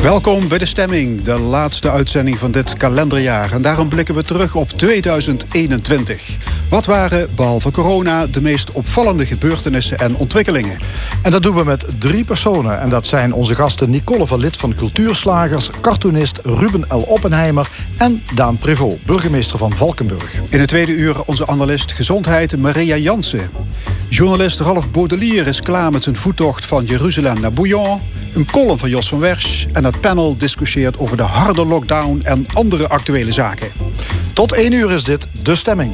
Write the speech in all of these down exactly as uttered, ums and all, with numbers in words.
Welkom bij De Stemming, de laatste uitzending van dit kalenderjaar. En daarom blikken we terug op tweeduizend eenentwintig. Wat waren, behalve corona, de meest opvallende gebeurtenissen en ontwikkelingen? En dat doen we met drie personen. En dat zijn onze gasten Nicole van Lith van Cultuurslagers, cartoonist Ruben L. Oppenheimer en Daan Prévost, burgemeester van Valkenburg. In het tweede uur onze analist gezondheid Maria Jansen. Journalist Ralf Baudelier is klaar met zijn voettocht van Jeruzalem naar Bouillon. Een column van Jos van Wersch en het panel discussieert over de harde lockdown en andere actuele zaken. Tot één uur is dit De Stemming.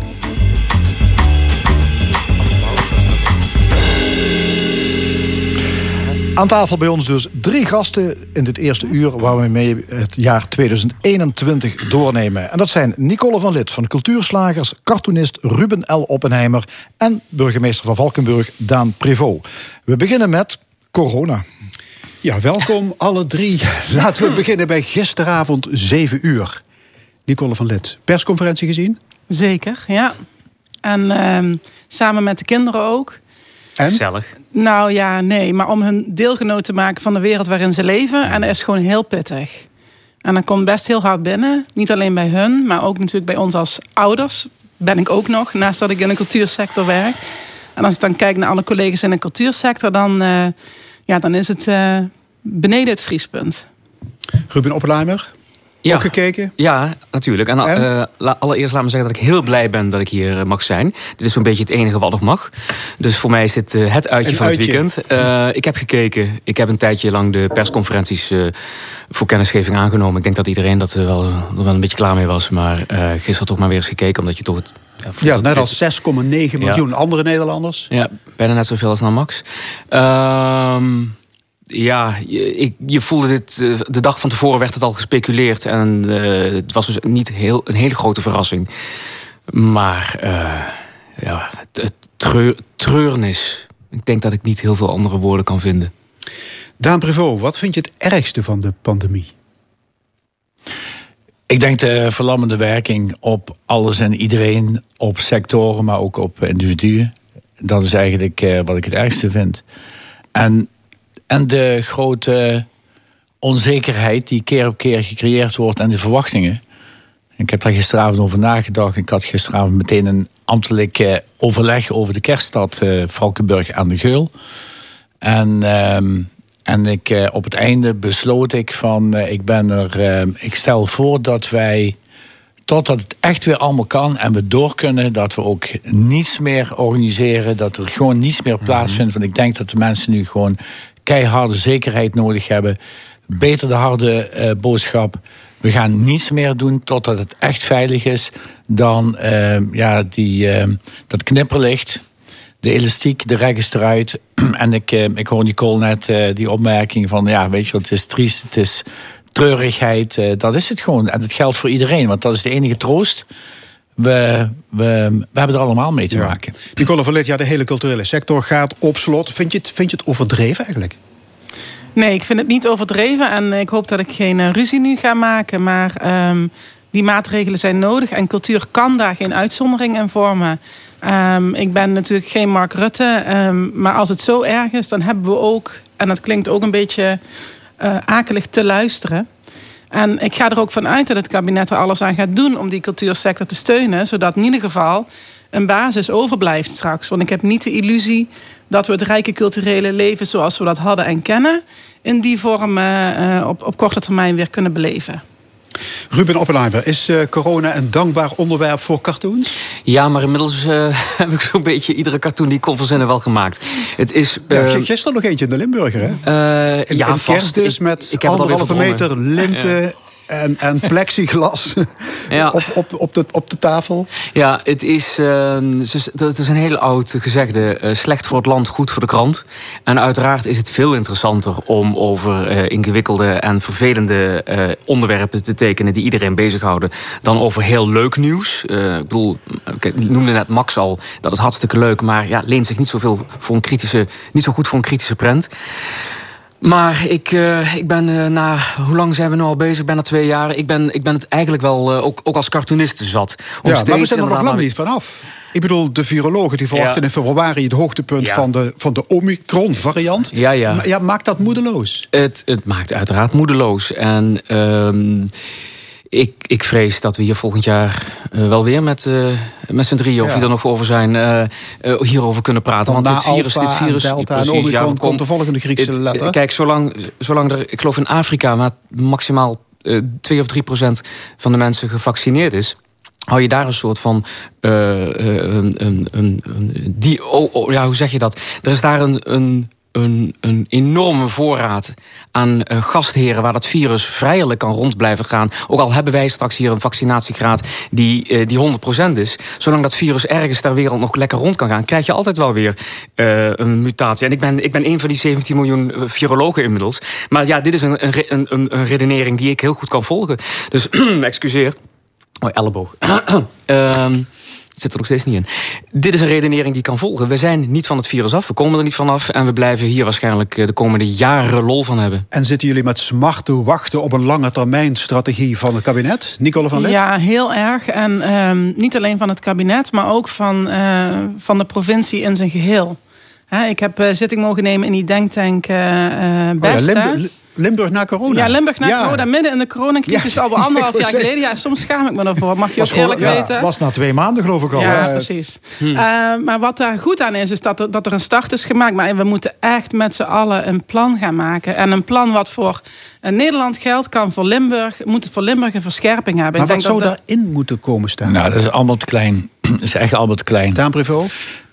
Aan tafel bij ons dus drie gasten in dit eerste uur waar we mee het jaar tweeduizend eenentwintig doornemen. En dat zijn Nicole van Lith van Cultuurslagers, cartoonist Ruben L. Oppenheimer en burgemeester van Valkenburg Daan Prévost. We beginnen met corona. Ja, welkom alle drie. Laten we beginnen bij gisteravond zeven uur. Nicole van Lith, persconferentie gezien? Zeker, ja. En uh, samen met de kinderen ook. En? Gezellig. Nou ja, nee, maar om hun deelgenoot te maken van de wereld waarin ze leven. En dat is gewoon heel pittig. En dat komt best heel hard binnen. Niet alleen bij hun, maar ook natuurlijk bij ons als ouders. Ben ik ook nog, naast dat ik in de cultuursector werk. En als ik dan kijk naar alle collega's in de cultuursector, dan, uh, ja, dan is het uh, beneden het vriespunt. Ruben Oppenheimer? Ja. Ook gekeken? Ja, natuurlijk. En, en? Uh, allereerst laat me zeggen dat ik heel blij ben dat ik hier mag zijn. Dit is zo'n beetje het enige wat nog mag. Dus voor mij is dit uh, het uitje een van uitje. het weekend. Uh, ik heb gekeken. Ik heb een tijdje lang de persconferenties uh, voor kennisgeving aangenomen. Ik denk dat iedereen dat er wel, er wel een beetje klaar mee was. Maar uh, gisteren toch maar weer eens gekeken. Omdat je toch... Het, ja, ja net als zes komma negen miljoen ja. andere Nederlanders. Ja, bijna net zoveel als naar Max. Ehm... Uh, Ja, je, je voelde dit... De dag van tevoren werd het al gespeculeerd. En uh, het was dus niet heel, een hele grote verrassing. Maar uh, ja, het treur, treurnis. Ik denk dat ik niet heel veel andere woorden kan vinden. Daan Prévost, wat vind je het ergste van de pandemie? Ik denk de verlammende werking op alles en iedereen. Op sectoren, maar ook op individuen. Dat is eigenlijk uh, wat ik het ergste vind. En... En de grote onzekerheid die keer op keer gecreëerd wordt en de verwachtingen. Ik heb daar gisteravond over nagedacht. Ik had gisteravond meteen een ambtelijk overleg over de kerststad uh, Valkenburg aan de Geul. En, um, en ik, uh, op het einde besloot ik van, uh, ik ben er, uh, ik stel voor dat wij, totdat het echt weer allemaal kan en we door kunnen, dat we ook niets meer organiseren, dat er gewoon niets meer plaatsvindt. Want ik denk dat de mensen nu gewoon keiharde zekerheid nodig hebben. Beter de harde uh, boodschap. We gaan niets meer doen totdat het echt veilig is. Dan uh, ja, die, uh, dat knipperlicht. De elastiek, de rek is eruit. En ik, uh, ik hoor Nicole net uh, die opmerking van... ja, weet je wat, het is triest, het is treurigheid. Uh, dat is het gewoon. En dat geldt voor iedereen. Want dat is de enige troost. We, we, we hebben er allemaal mee te ja. maken. Nicole van Lith, ja, de hele culturele sector gaat op slot. Vind je het, vind je het overdreven eigenlijk? Nee, ik vind het niet overdreven. En ik hoop dat ik geen uh, ruzie nu ga maken. Maar um, die maatregelen zijn nodig. En cultuur kan daar geen uitzondering in vormen. Um, ik ben natuurlijk geen Mark Rutte. Um, maar als het zo erg is, dan hebben we ook... en dat klinkt ook een beetje uh, akelig te luisteren... En ik ga er ook van uit dat het kabinet er alles aan gaat doen om die cultuursector te steunen. Zodat in ieder geval een basis overblijft straks. Want ik heb niet de illusie dat we het rijke culturele leven zoals we dat hadden en kennen, in die vorm uh, op, op korte termijn weer kunnen beleven. Ruben Oppenheimer, is uh, corona een dankbaar onderwerp voor cartoons? Ja, maar inmiddels uh, heb ik zo'n beetje iedere cartoon die ik kon verzinnen wel gemaakt. Het is, uh, ja, gisteren nog eentje in de Limburger, hè? Uh, in, ja, in vast. Dus met ik, ik anderhalve meter linten... Ja. En, en plexiglas ja. op, op, op, de, op de tafel. Ja, het is, uh, het is een heel oud gezegde. Uh, slecht voor het land, goed voor de krant. En uiteraard is het veel interessanter om over uh, ingewikkelde en vervelende uh, onderwerpen te tekenen die iedereen bezighouden, dan over heel leuk nieuws. Uh, ik bedoel, ik noemde net Max al, dat is hartstikke leuk, maar ja, leent zich niet zoveel voor een kritische, niet zo goed voor een kritische prent. Maar ik, uh, ik ben uh, na, hoe lang zijn we nu al bezig? Bijna twee jaar. Ik ben, ik ben het eigenlijk wel, uh, ook, ook als cartoonist zat. Om ja, steeds maar we zijn er nog lang maar... niet vanaf. Ik bedoel, de virologen die verwachten ja. in februari het hoogtepunt ja. van de, van de Omicron-variant. Ja, ja. Maar, ja, maakt dat moedeloos? Het, het maakt uiteraard moedeloos. En uh, ik, ik vrees dat we hier volgend jaar uh, wel weer met, uh, met z'n drieën, of ja. die er nog over zijn, uh, uh, hierover kunnen praten. Want, Want na dit virus, Alpha dit virus, en Delta precies, en Omicron ja, komt de volgende Griekse het, letter. Kijk, zolang, zolang er, ik geloof in Afrika, maar maximaal uh, twee of drie procent van de mensen gevaccineerd is, hou je daar een soort van uh, een, een, een, een, die, oh, oh, ja, hoe zeg je dat? Er is daar een, een, een, een enorme voorraad aan uh, gastheren waar dat virus vrijelijk kan rond blijven gaan. Ook al hebben wij straks hier een vaccinatiegraad die, uh, die honderd procent is. Zolang dat virus ergens ter wereld nog lekker rond kan gaan, krijg je altijd wel weer uh, een mutatie. En ik ben, ik ben een van die zeventien miljoen virologen inmiddels. Maar ja, dit is een, een, een, een redenering die ik heel goed kan volgen. Dus, excuseer. Oh, elleboog. um, het zit er nog steeds niet in. Dit is een redenering die ik kan volgen. We zijn niet van het virus af, we komen er niet vanaf. En we blijven hier waarschijnlijk de komende jaren lol van hebben. En zitten jullie met smart te wachten op een lange termijn strategie van het kabinet? Nicole van Lith? Ja, heel erg. En um, niet alleen van het kabinet, maar ook van, uh, van de provincie in zijn geheel. He, ik heb uh, zitting mogen nemen in die denktank uh, uh, Best. Oh ja, Limburg, Limburg na corona. Ja, Limburg na ja. corona. Midden in de coronacrisis, ja. al anderhalf jaar geleden. Ja, soms schaam ik me daarvoor. Mag je ook eerlijk ja, weten. was na twee maanden geloof ik al. Ja, uh, precies. Hm. Uh, maar wat daar goed aan is, is dat er, dat er een start is gemaakt. Maar we moeten echt met z'n allen een plan gaan maken. En een plan wat voor uh, Nederland geldt, kan voor Limburg, moet voor Limburg een verscherping hebben. Maar ik wat denk zou dat daarin moeten komen staan? Nou, dat is allemaal te klein. Dat is echt allemaal te klein. Daan Prévost?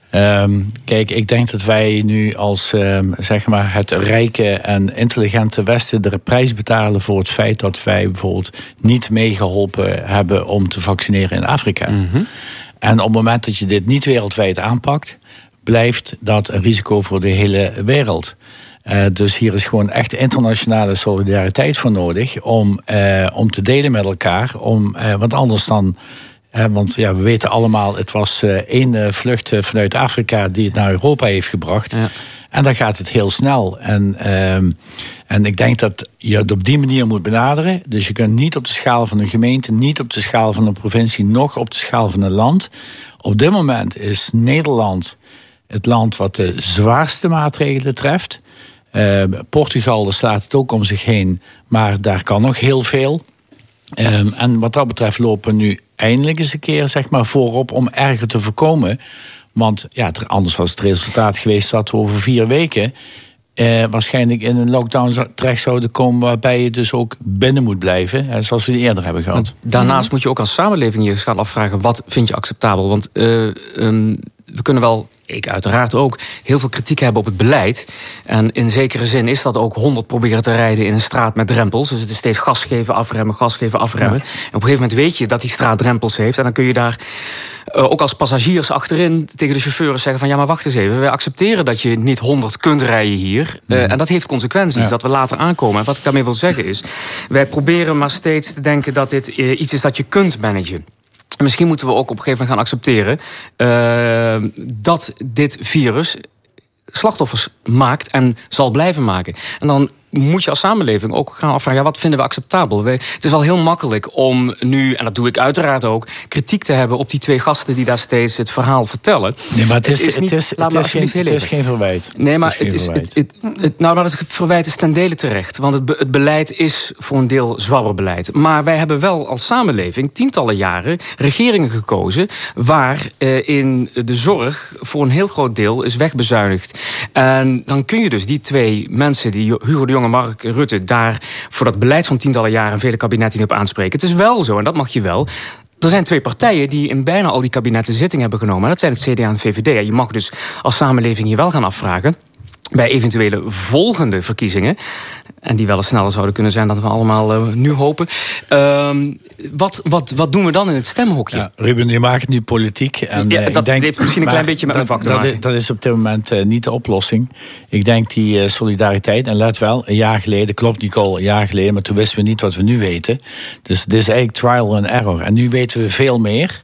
Um, kijk, ik denk dat wij nu als um, zeg maar het rijke en intelligente Westen de prijs betalen voor het feit dat wij bijvoorbeeld niet meegeholpen hebben om te vaccineren in Afrika. Mm-hmm. En op het moment dat je dit niet wereldwijd aanpakt, blijft dat een risico voor de hele wereld. Uh, dus hier is gewoon echt internationale solidariteit voor nodig om, uh, om te delen met elkaar. Om, uh, want anders dan. Uh, want ja, we weten allemaal, het was uh, één uh, vlucht uh, vanuit Afrika die het naar Europa heeft gebracht. Ja. En dan gaat het heel snel. En, uh, en ik denk dat je het op die manier moet benaderen. Dus je kunt niet op de schaal van een gemeente, niet op de schaal van een provincie, nog op de schaal van een land. Op dit moment is Nederland het land wat de zwaarste maatregelen treft. Uh, Portugal slaat het ook om zich heen, maar daar kan nog heel veel. Um, en wat dat betreft lopen we nu eindelijk eens een keer zeg maar, voorop om erger te voorkomen. Want ja, anders was het resultaat geweest dat we over vier weken eh, waarschijnlijk in een lockdown terecht zouden komen, waarbij je dus ook binnen moet blijven, eh, zoals we die eerder hebben gehad. Daarnaast mm. moet je ook als samenleving je gaan afvragen, wat vind je acceptabel? Want uh, um, we kunnen wel, ik uiteraard ook, heel veel kritiek hebben op het beleid. En in zekere zin is dat ook honderd proberen te rijden in een straat met drempels. Dus het is steeds gas geven, afremmen, gas geven, afremmen. Ja. En op een gegeven moment weet je dat die straat drempels heeft. En dan kun je daar uh, ook als passagiers achterin tegen de chauffeurs zeggen van ja, maar wacht eens even. Wij accepteren dat je niet honderd kunt rijden hier. Uh, mm. En dat heeft consequenties, ja. dat we later aankomen. En wat ik daarmee wil zeggen is, wij proberen maar steeds te denken dat dit uh, iets is dat je kunt managen. En misschien moeten we ook op een gegeven moment gaan accepteren uh, dat dit virus slachtoffers maakt en zal blijven maken. En dan moet je als samenleving ook gaan afvragen, ja, wat vinden we acceptabel? We, het is wel heel makkelijk om nu, en dat doe ik uiteraard ook, kritiek te hebben op die twee gasten die daar steeds het verhaal vertellen. Nee, maar het is, het is, niet, het is, het is, geen, het is geen verwijt. Nee, maar het is, het is, het, het, het, nou, dat is verwijt is ten dele terecht. Want het, het beleid is voor een deel zwabberbeleid. Maar wij hebben wel als samenleving tientallen jaren regeringen gekozen waar uh, in de zorg voor een heel groot deel is wegbezuinigd. En dan kun je dus die twee mensen, die Hugo de Jonge en Mark Rutte, daar voor dat beleid van tientallen jaren en vele kabinetten niet op aanspreken. Het is wel zo, en dat mag je wel. Er zijn twee partijen die in bijna al die kabinetten zitting hebben genomen. En dat zijn het C D A en de V V D. Je mag dus als samenleving je wel gaan afvragen bij eventuele volgende verkiezingen, en die wel eens sneller zouden kunnen zijn dan we allemaal uh, nu hopen. Uh, wat, wat, wat doen we dan in het stemhokje? Ja, Ruben, je maakt nu politiek. En, ja, dat ik denk, heeft misschien een klein beetje met dat, mijn vak te dat, maken. Is, dat is op dit moment uh, niet de oplossing. Ik denk die uh, solidariteit, en let wel, een jaar geleden, klopt Nicole, een jaar geleden, maar toen wisten we niet wat we nu weten. Dus dit is eigenlijk trial and error. En nu weten we veel meer.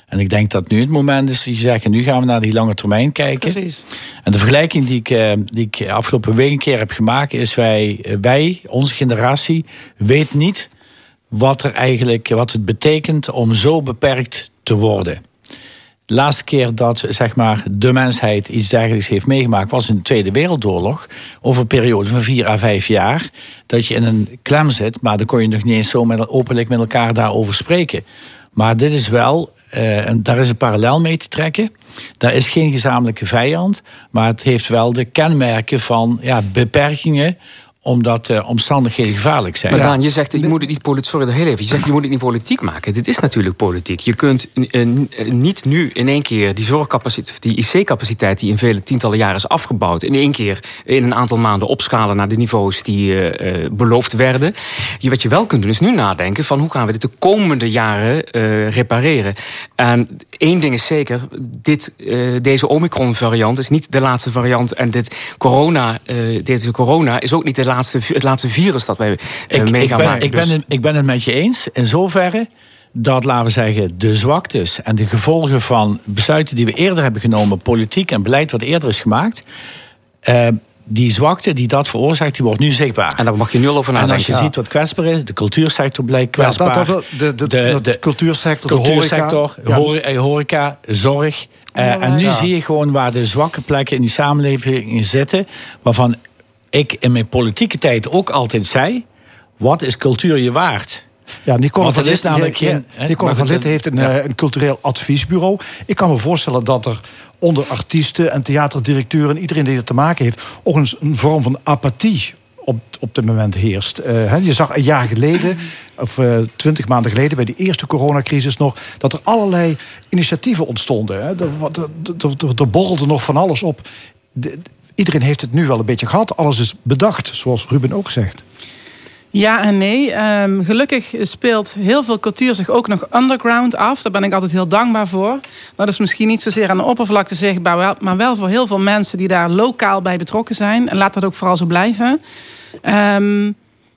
En ik denk dat nu het moment is dat je zegt, nu gaan we naar die lange termijn kijken. Precies. En de vergelijking die ik, uh, die ik afgelopen week een keer heb gemaakt, is wij, uh, wij, onze generatie, weet niet wat er eigenlijk, wat het betekent om zo beperkt te worden. De laatste keer dat, zeg maar, de mensheid iets dergelijks heeft meegemaakt was in de Tweede Wereldoorlog. Over een periode van vier à vijf jaar. Dat je in een klem zit, maar dan kon je nog niet eens zo met, openlijk met elkaar daarover spreken. Maar dit is wel, uh, en daar is een parallel mee te trekken. Daar is geen gezamenlijke vijand, maar het heeft wel de kenmerken van ja, beperkingen, omdat de uh, omstandigheden gevaarlijk zijn. Maar Daan, je zegt, je moet het niet politiek, sorry, heel even. Je zegt, je moet het niet politiek maken. Dit is natuurlijk politiek. Je kunt uh, niet nu in één keer die zorgcapaciteit, die I C-capaciteit die in vele tientallen jaren is afgebouwd, in één keer in een aantal maanden opschalen naar de niveaus die uh, uh, beloofd werden. Je, wat je wel kunt doen is nu nadenken van hoe gaan we dit de komende jaren uh, repareren. En één ding is zeker, dit, uh, deze Omicron-variant is niet de laatste variant en dit corona, uh, deze corona is ook niet de laatste, het laatste virus dat wij uh, ik, mee ik gaan ben, maken. Ik ben, dus... het, ik ben het met je eens in zoverre dat, laten we zeggen, de zwaktes en de gevolgen van besluiten die we eerder hebben genomen, politiek en beleid wat eerder is gemaakt, uh, die zwakte die dat veroorzaakt, die wordt nu zichtbaar. En daar mag je nul over nadenken. En als je ja. ziet wat kwetsbaar is, de cultuursector blijkt kwetsbaar. Ja, dat, dat, de, de, de, de, de cultuursector, cultuursector, de horeca, ja. horeca, zorg. Uh, en nu ja. zie je gewoon waar de zwakke plekken in die samenleving zitten, waarvan ik in mijn politieke tijd ook altijd zei, wat is cultuur je waard? Ja, Nicole van Lith, namelijk geen, ja, Nicole van Lith heeft een, ja. een cultureel adviesbureau. Ik kan me voorstellen dat er onder artiesten en theaterdirecteuren, iedereen die er te maken heeft, ook een, een vorm van apathie op, op dit moment heerst. Uh, je zag een jaar geleden, of uh, twintig maanden geleden, bij de eerste coronacrisis nog, dat er allerlei initiatieven ontstonden. Hè. Er, er, er, er borrelde nog van alles op. De, Iedereen heeft het nu wel een beetje gehad. Alles is bedacht, zoals Ruben ook zegt. Ja en nee. Um, gelukkig speelt heel veel cultuur zich ook nog underground af. Daar ben ik altijd heel dankbaar voor. Dat is misschien niet zozeer aan de oppervlakte zichtbaar, maar wel voor heel veel mensen die daar lokaal bij betrokken zijn. En laat dat ook vooral zo blijven. Um,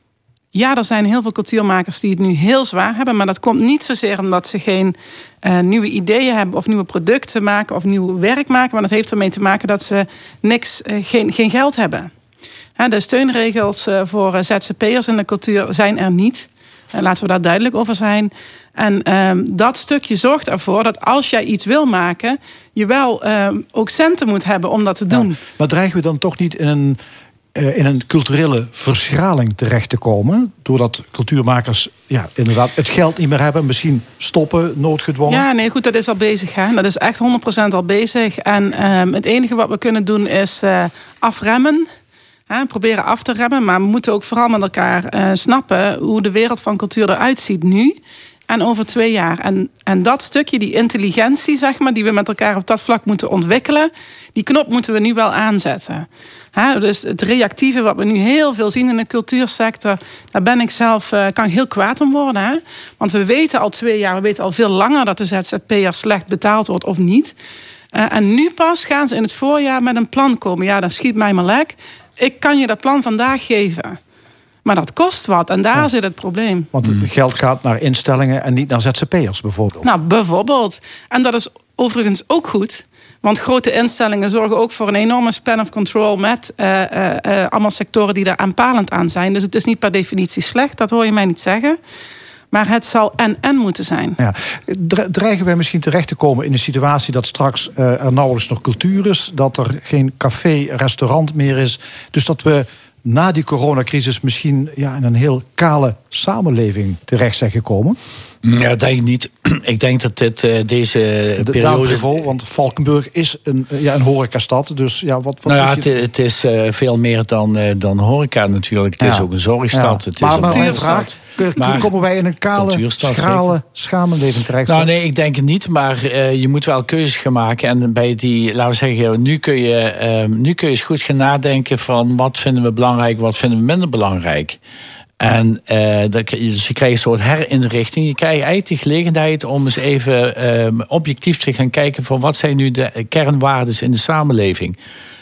Ja, er zijn heel veel cultuurmakers die het nu heel zwaar hebben. Maar dat komt niet zozeer omdat ze geen uh, nieuwe ideeën hebben of nieuwe producten maken of nieuw werk maken. Maar dat heeft ermee te maken dat ze niks, uh, geen, geen geld hebben. Ja, de steunregels uh, voor uh, Z Z P'ers in de cultuur zijn er niet. Uh, laten we daar duidelijk over zijn. En um, dat stukje zorgt ervoor dat als jij iets wil maken, je wel um, ook centen moet hebben om dat te doen. Ja, maar dreigen we dan toch niet in een Uh, in een culturele verschraling terecht te komen, doordat cultuurmakers ja, inderdaad het geld niet meer hebben, misschien stoppen, noodgedwongen? Ja, nee, goed, dat is al bezig. Hè? Dat is echt honderd procent al bezig. En um, het enige wat we kunnen doen is uh, afremmen. Hè? Proberen af te remmen. Maar we moeten ook vooral met elkaar uh, snappen hoe de wereld van cultuur eruit ziet nu en over twee jaar. En, en dat stukje, die intelligentie, zeg maar, die we met elkaar op dat vlak moeten ontwikkelen, die knop moeten we nu wel aanzetten. He, dus het reactieve wat we nu heel veel zien in de cultuursector, daar ben ik zelf, uh, kan ik heel kwaad om worden. Hè? Want we weten al twee jaar, we weten al veel langer dat de Z Z P'er slecht betaald wordt of niet. Uh, en nu pas gaan ze in het voorjaar met een plan komen. Ja, dan schiet mij maar lek. Ik kan je dat plan vandaag geven. Maar dat kost wat en daar ja. zit het probleem. Want het geld gaat naar instellingen en niet naar Z Z P'ers bijvoorbeeld. Nou, bijvoorbeeld. En dat is overigens ook goed. Want grote instellingen zorgen ook voor een enorme span of control met uh, uh, uh, allemaal sectoren die daar aanpalend aan zijn. Dus het is niet per definitie slecht, dat hoor je mij niet zeggen. Maar het zal en-en moeten zijn. Ja. Dreigen wij misschien terecht te komen in een situatie dat straks uh, er nauwelijks nog cultuur is, dat er geen café, restaurant meer is. Dus dat we na die coronacrisis misschien ja, in een heel kale samenleving terecht zijn gekomen? Ja, denk ik niet. Ik denk dat dit, uh, deze de, periode... Niveau, want Valkenburg is een, ja, een horecastad. Dus ja, wat, wat nou ja, je... het, het is uh, veel meer dan, uh, dan horeca natuurlijk. Het ja. is ook een zorgstad. Ja. Het maar is maar een een vraag, maar, komen wij in een kale, schrale samenleving terecht? Nou nee, ik denk het niet. Maar uh, je moet wel keuzes gaan maken. En bij die, laten we zeggen, nu kun je, uh, nu kun je eens goed gaan nadenken van wat vinden we belangrijk, wat vinden we minder belangrijk. En uh, dus je krijgt een soort herinrichting. Je krijgt eigenlijk de gelegenheid om eens even uh, objectief te gaan kijken van wat zijn nu de kernwaarden in de samenleving.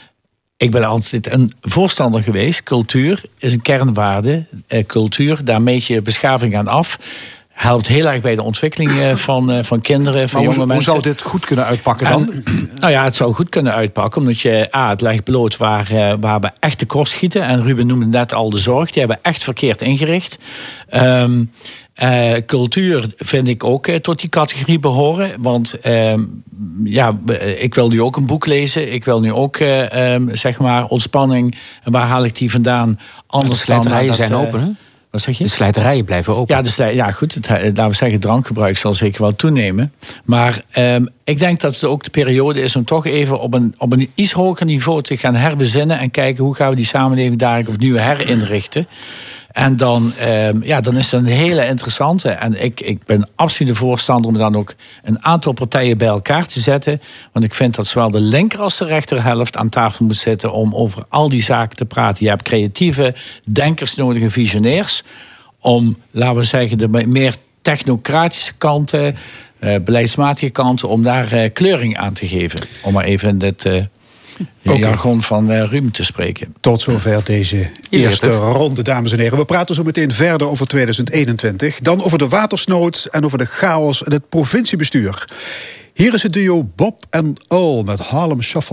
Ik ben altijd een voorstander geweest. Cultuur is een kernwaarde. Uh, cultuur, daar meet je beschaving aan af. helpt heel erg bij de ontwikkeling uh, van, uh, van kinderen, van maar jonge hoe, mensen. Hoe zou dit goed kunnen uitpakken dan? En, nou ja, het zou goed kunnen uitpakken, omdat je, A, het legt bloot waar, uh, waar we echt tekort schieten. En Ruben noemde net al de zorg, die hebben echt verkeerd ingericht. Um, Uh, cultuur vind ik ook uh, tot die categorie behoren. Want uh, ja, ik wil nu ook een boek lezen. Ik wil nu ook uh, um, zeg maar ontspanning. En waar haal ik die vandaan? Anders de slijterijen dan, uh, zijn uh, open, hè? Wat zeg je? De slijterijen blijven open. Ja, de slij- ja goed. Het, laten we zeggen, drankgebruik zal zeker wel toenemen. Maar um, ik denk dat het ook de periode is om toch even op een, op een iets hoger niveau te gaan herbezinnen. En kijken hoe gaan we die samenleving daar opnieuw herinrichten. En dan, um, ja, dan is het een hele interessante. En ik, ik ben absoluut de voorstander om dan ook een aantal partijen bij elkaar te zetten. Want ik vind dat zowel de linker als de rechterhelft aan tafel moet zitten om over al die zaken te praten. Je hebt creatieve denkers nodig en visionairs. Om, laten we zeggen, de meer technocratische kanten, uh, beleidsmatige kanten, om daar uh, kleuring aan te geven. Om maar even dit uh, okay. jargon van uh, Ruben te spreken. Tot zover deze eerste ronde, dames en heren. We praten zo meteen verder over tweeduizend eenentwintig. Dan over de watersnood en over de chaos in het provinciebestuur. Hier is het duo Bob en Earl met Harlem Shuffle.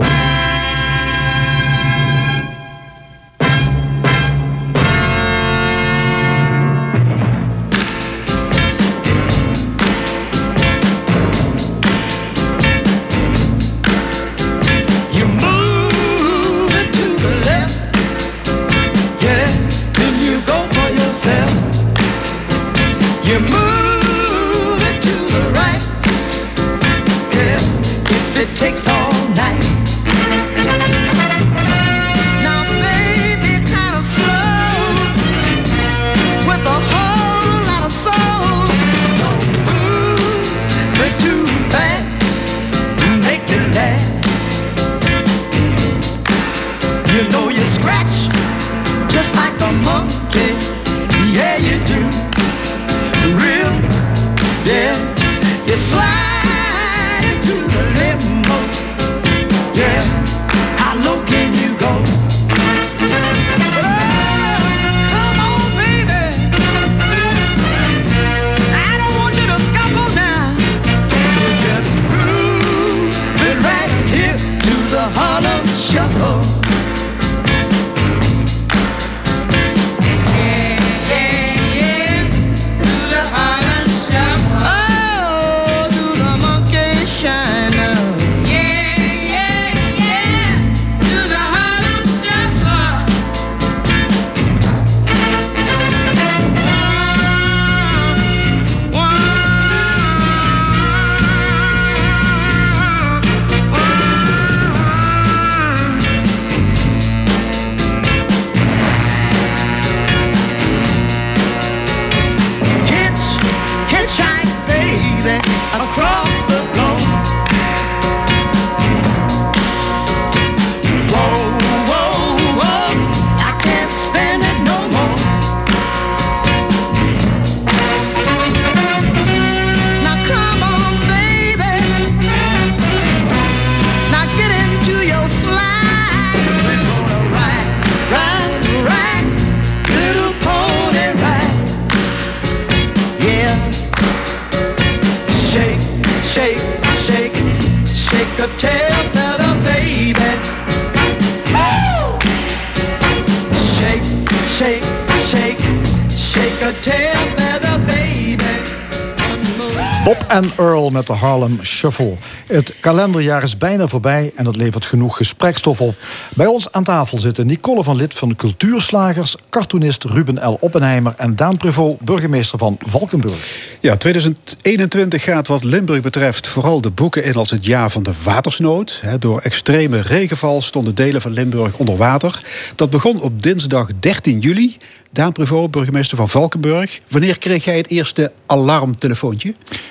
Bob en Earl met de Harlem Shuffle. Het kalenderjaar is bijna voorbij en dat levert genoeg gesprekstof op. Bij ons aan tafel zitten Nicole van Lith van de Cultuurslagers, cartoonist Ruben L. Oppenheimer en Daan Prevot, burgemeester van Valkenburg. Ja, tweeduizend eenentwintig gaat wat Limburg betreft vooral de boeken in als het jaar van de watersnood. Door extreme regenval stonden delen van Limburg onder water. Dat begon op dinsdag dertien juli. Daan Prevot, burgemeester van Valkenburg. Wanneer kreeg jij het eerste alarmtelefoontje?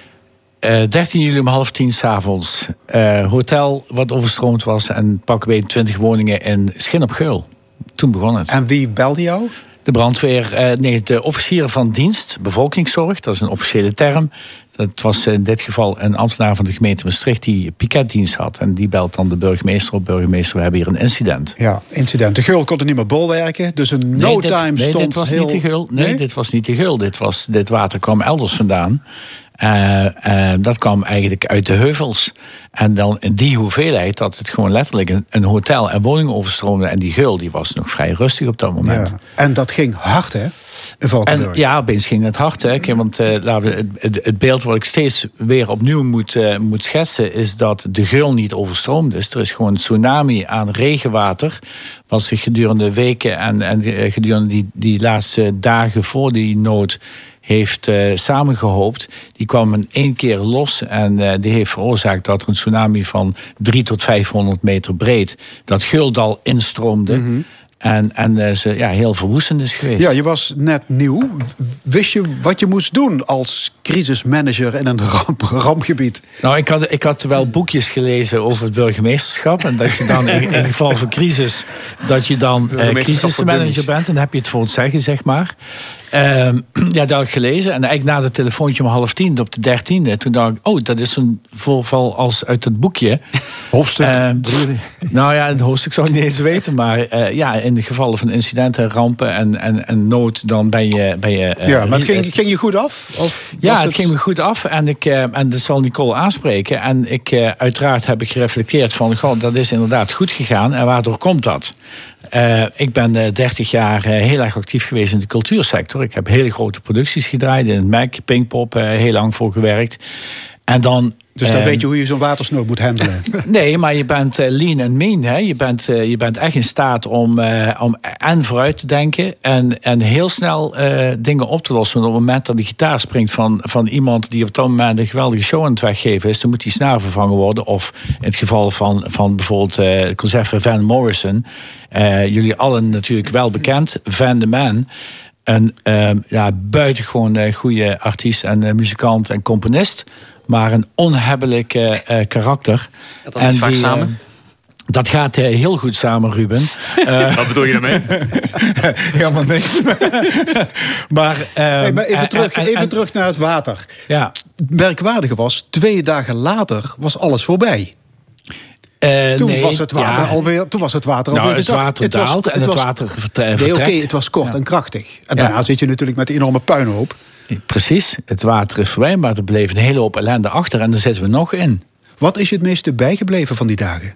Uh, dertien juli om half tien 's avonds. Uh, hotel wat overstroomd was en pakken bij twintig woningen in Schin op Geul. Toen begon het. En wie belde jou? De brandweer, uh, nee, de officieren van dienst, bevolkingszorg, dat is een officiële term. Dat was in dit geval een ambtenaar van de gemeente Maastricht die piketdienst had. En die belt dan de burgemeester op. Burgemeester, we hebben hier een incident. Ja, incident. De geul kon er niet meer bolwerken. Dus een no nee, dit, time nee, stond dit was heel... niet de geul. Nee, nee, dit was niet de geul. Dit, was, dit water kwam elders vandaan. Uh, uh, dat kwam eigenlijk uit de heuvels. En dan in die hoeveelheid dat het gewoon letterlijk een, een hotel en woning overstroomde. En die geul die was nog vrij rustig op dat moment. Ja. En dat ging hard, hè? En ja, opeens ging het hard. Hè? Want uh, laten we, het, het beeld wat ik steeds weer opnieuw moet, uh, moet schetsen... is dat de geul niet overstroomd is. Er is gewoon een tsunami aan regenwater... wat zich gedurende weken en, en gedurende die, die laatste dagen voor die nood... heeft uh, samengehoopt. Die kwam in één keer los en uh, die heeft veroorzaakt dat er een tsunami van drie tot vijfhonderd meter breed dat Geuldal instroomde. Mm-hmm. En, en uh, ze ja, heel verwoestend is geweest. Ja, je was net nieuw. Wist je wat je moest doen als crisismanager in een ramp, rampgebied? Nou, ik had, ik had wel boekjes gelezen over het burgemeesterschap. En dat je dan in, in geval van crisis, dat je dan uh, crisismanager bent. En dan heb je het voor het zeggen, zeg maar. Uh, ja, dat had ik gelezen. En eigenlijk na het telefoontje om half tien op de dertiende... toen dacht ik, oh, dat is een voorval als uit het boekje. Hoofdstuk? Uh, nou ja, het hoofdstuk zou ik niet eens weten. Maar uh, ja, in de gevallen van incidenten, rampen en, en, en nood... dan ben je... Ben je uh, ja, maar het ging, ging je goed af? Of ja, het, het ging me goed af. En, ik, uh, en dat zal Nicole aanspreken. En ik, uh, uiteraard heb ik gereflecteerd van... goh, dat is inderdaad goed gegaan. En waardoor komt dat? Uh, ik ben uh, dertig jaar uh, heel erg actief geweest in de cultuursector. Ik heb hele grote producties gedraaid in het M A C, Pinkpop, uh, heel lang voor gewerkt. En dan... Dus dan uh, weet je hoe je zo'n watersnood moet handelen. Nee, maar je bent uh, lean en mean. Hè? Je, bent, uh, je bent echt in staat om, uh, om en vooruit te denken... en, en heel snel uh, dingen op te lossen. Want op het moment dat de gitaar springt van, van iemand... die op dat moment een geweldige show aan het weggeven is... dan moet die snaar vervangen worden. Of in het geval van, van bijvoorbeeld uh, het concert van Van Morrison... Uh, jullie allen natuurlijk wel bekend, Van the Man... Een uh, ja, buitengewoon uh, goede artiest en uh, muzikant en componist... maar een onhebbelijk uh, uh, karakter. Dat dan en vaak die, samen? Uh, dat gaat uh, heel goed samen, Ruben. Uh, Wat bedoel je daarmee? Helemaal niks. maar, uh, hey, maar even, terug, en, even en, terug naar het water. Ja. Het merkwaardige was, twee dagen later was alles voorbij. Uh, toen, nee, was het water ja. alweer, toen was het water nou, alweer gezakt. gezakt. Het water daalt en het, was, het water vertrekt. Nee, oké, okay, het was kort ja. en krachtig. En daarna ja. zit je natuurlijk met een enorme puinhoop. Precies, het water is voorbij, maar er bleef een hele hoop ellende achter... en daar zitten we nog in. Wat is je het meeste bijgebleven van die dagen?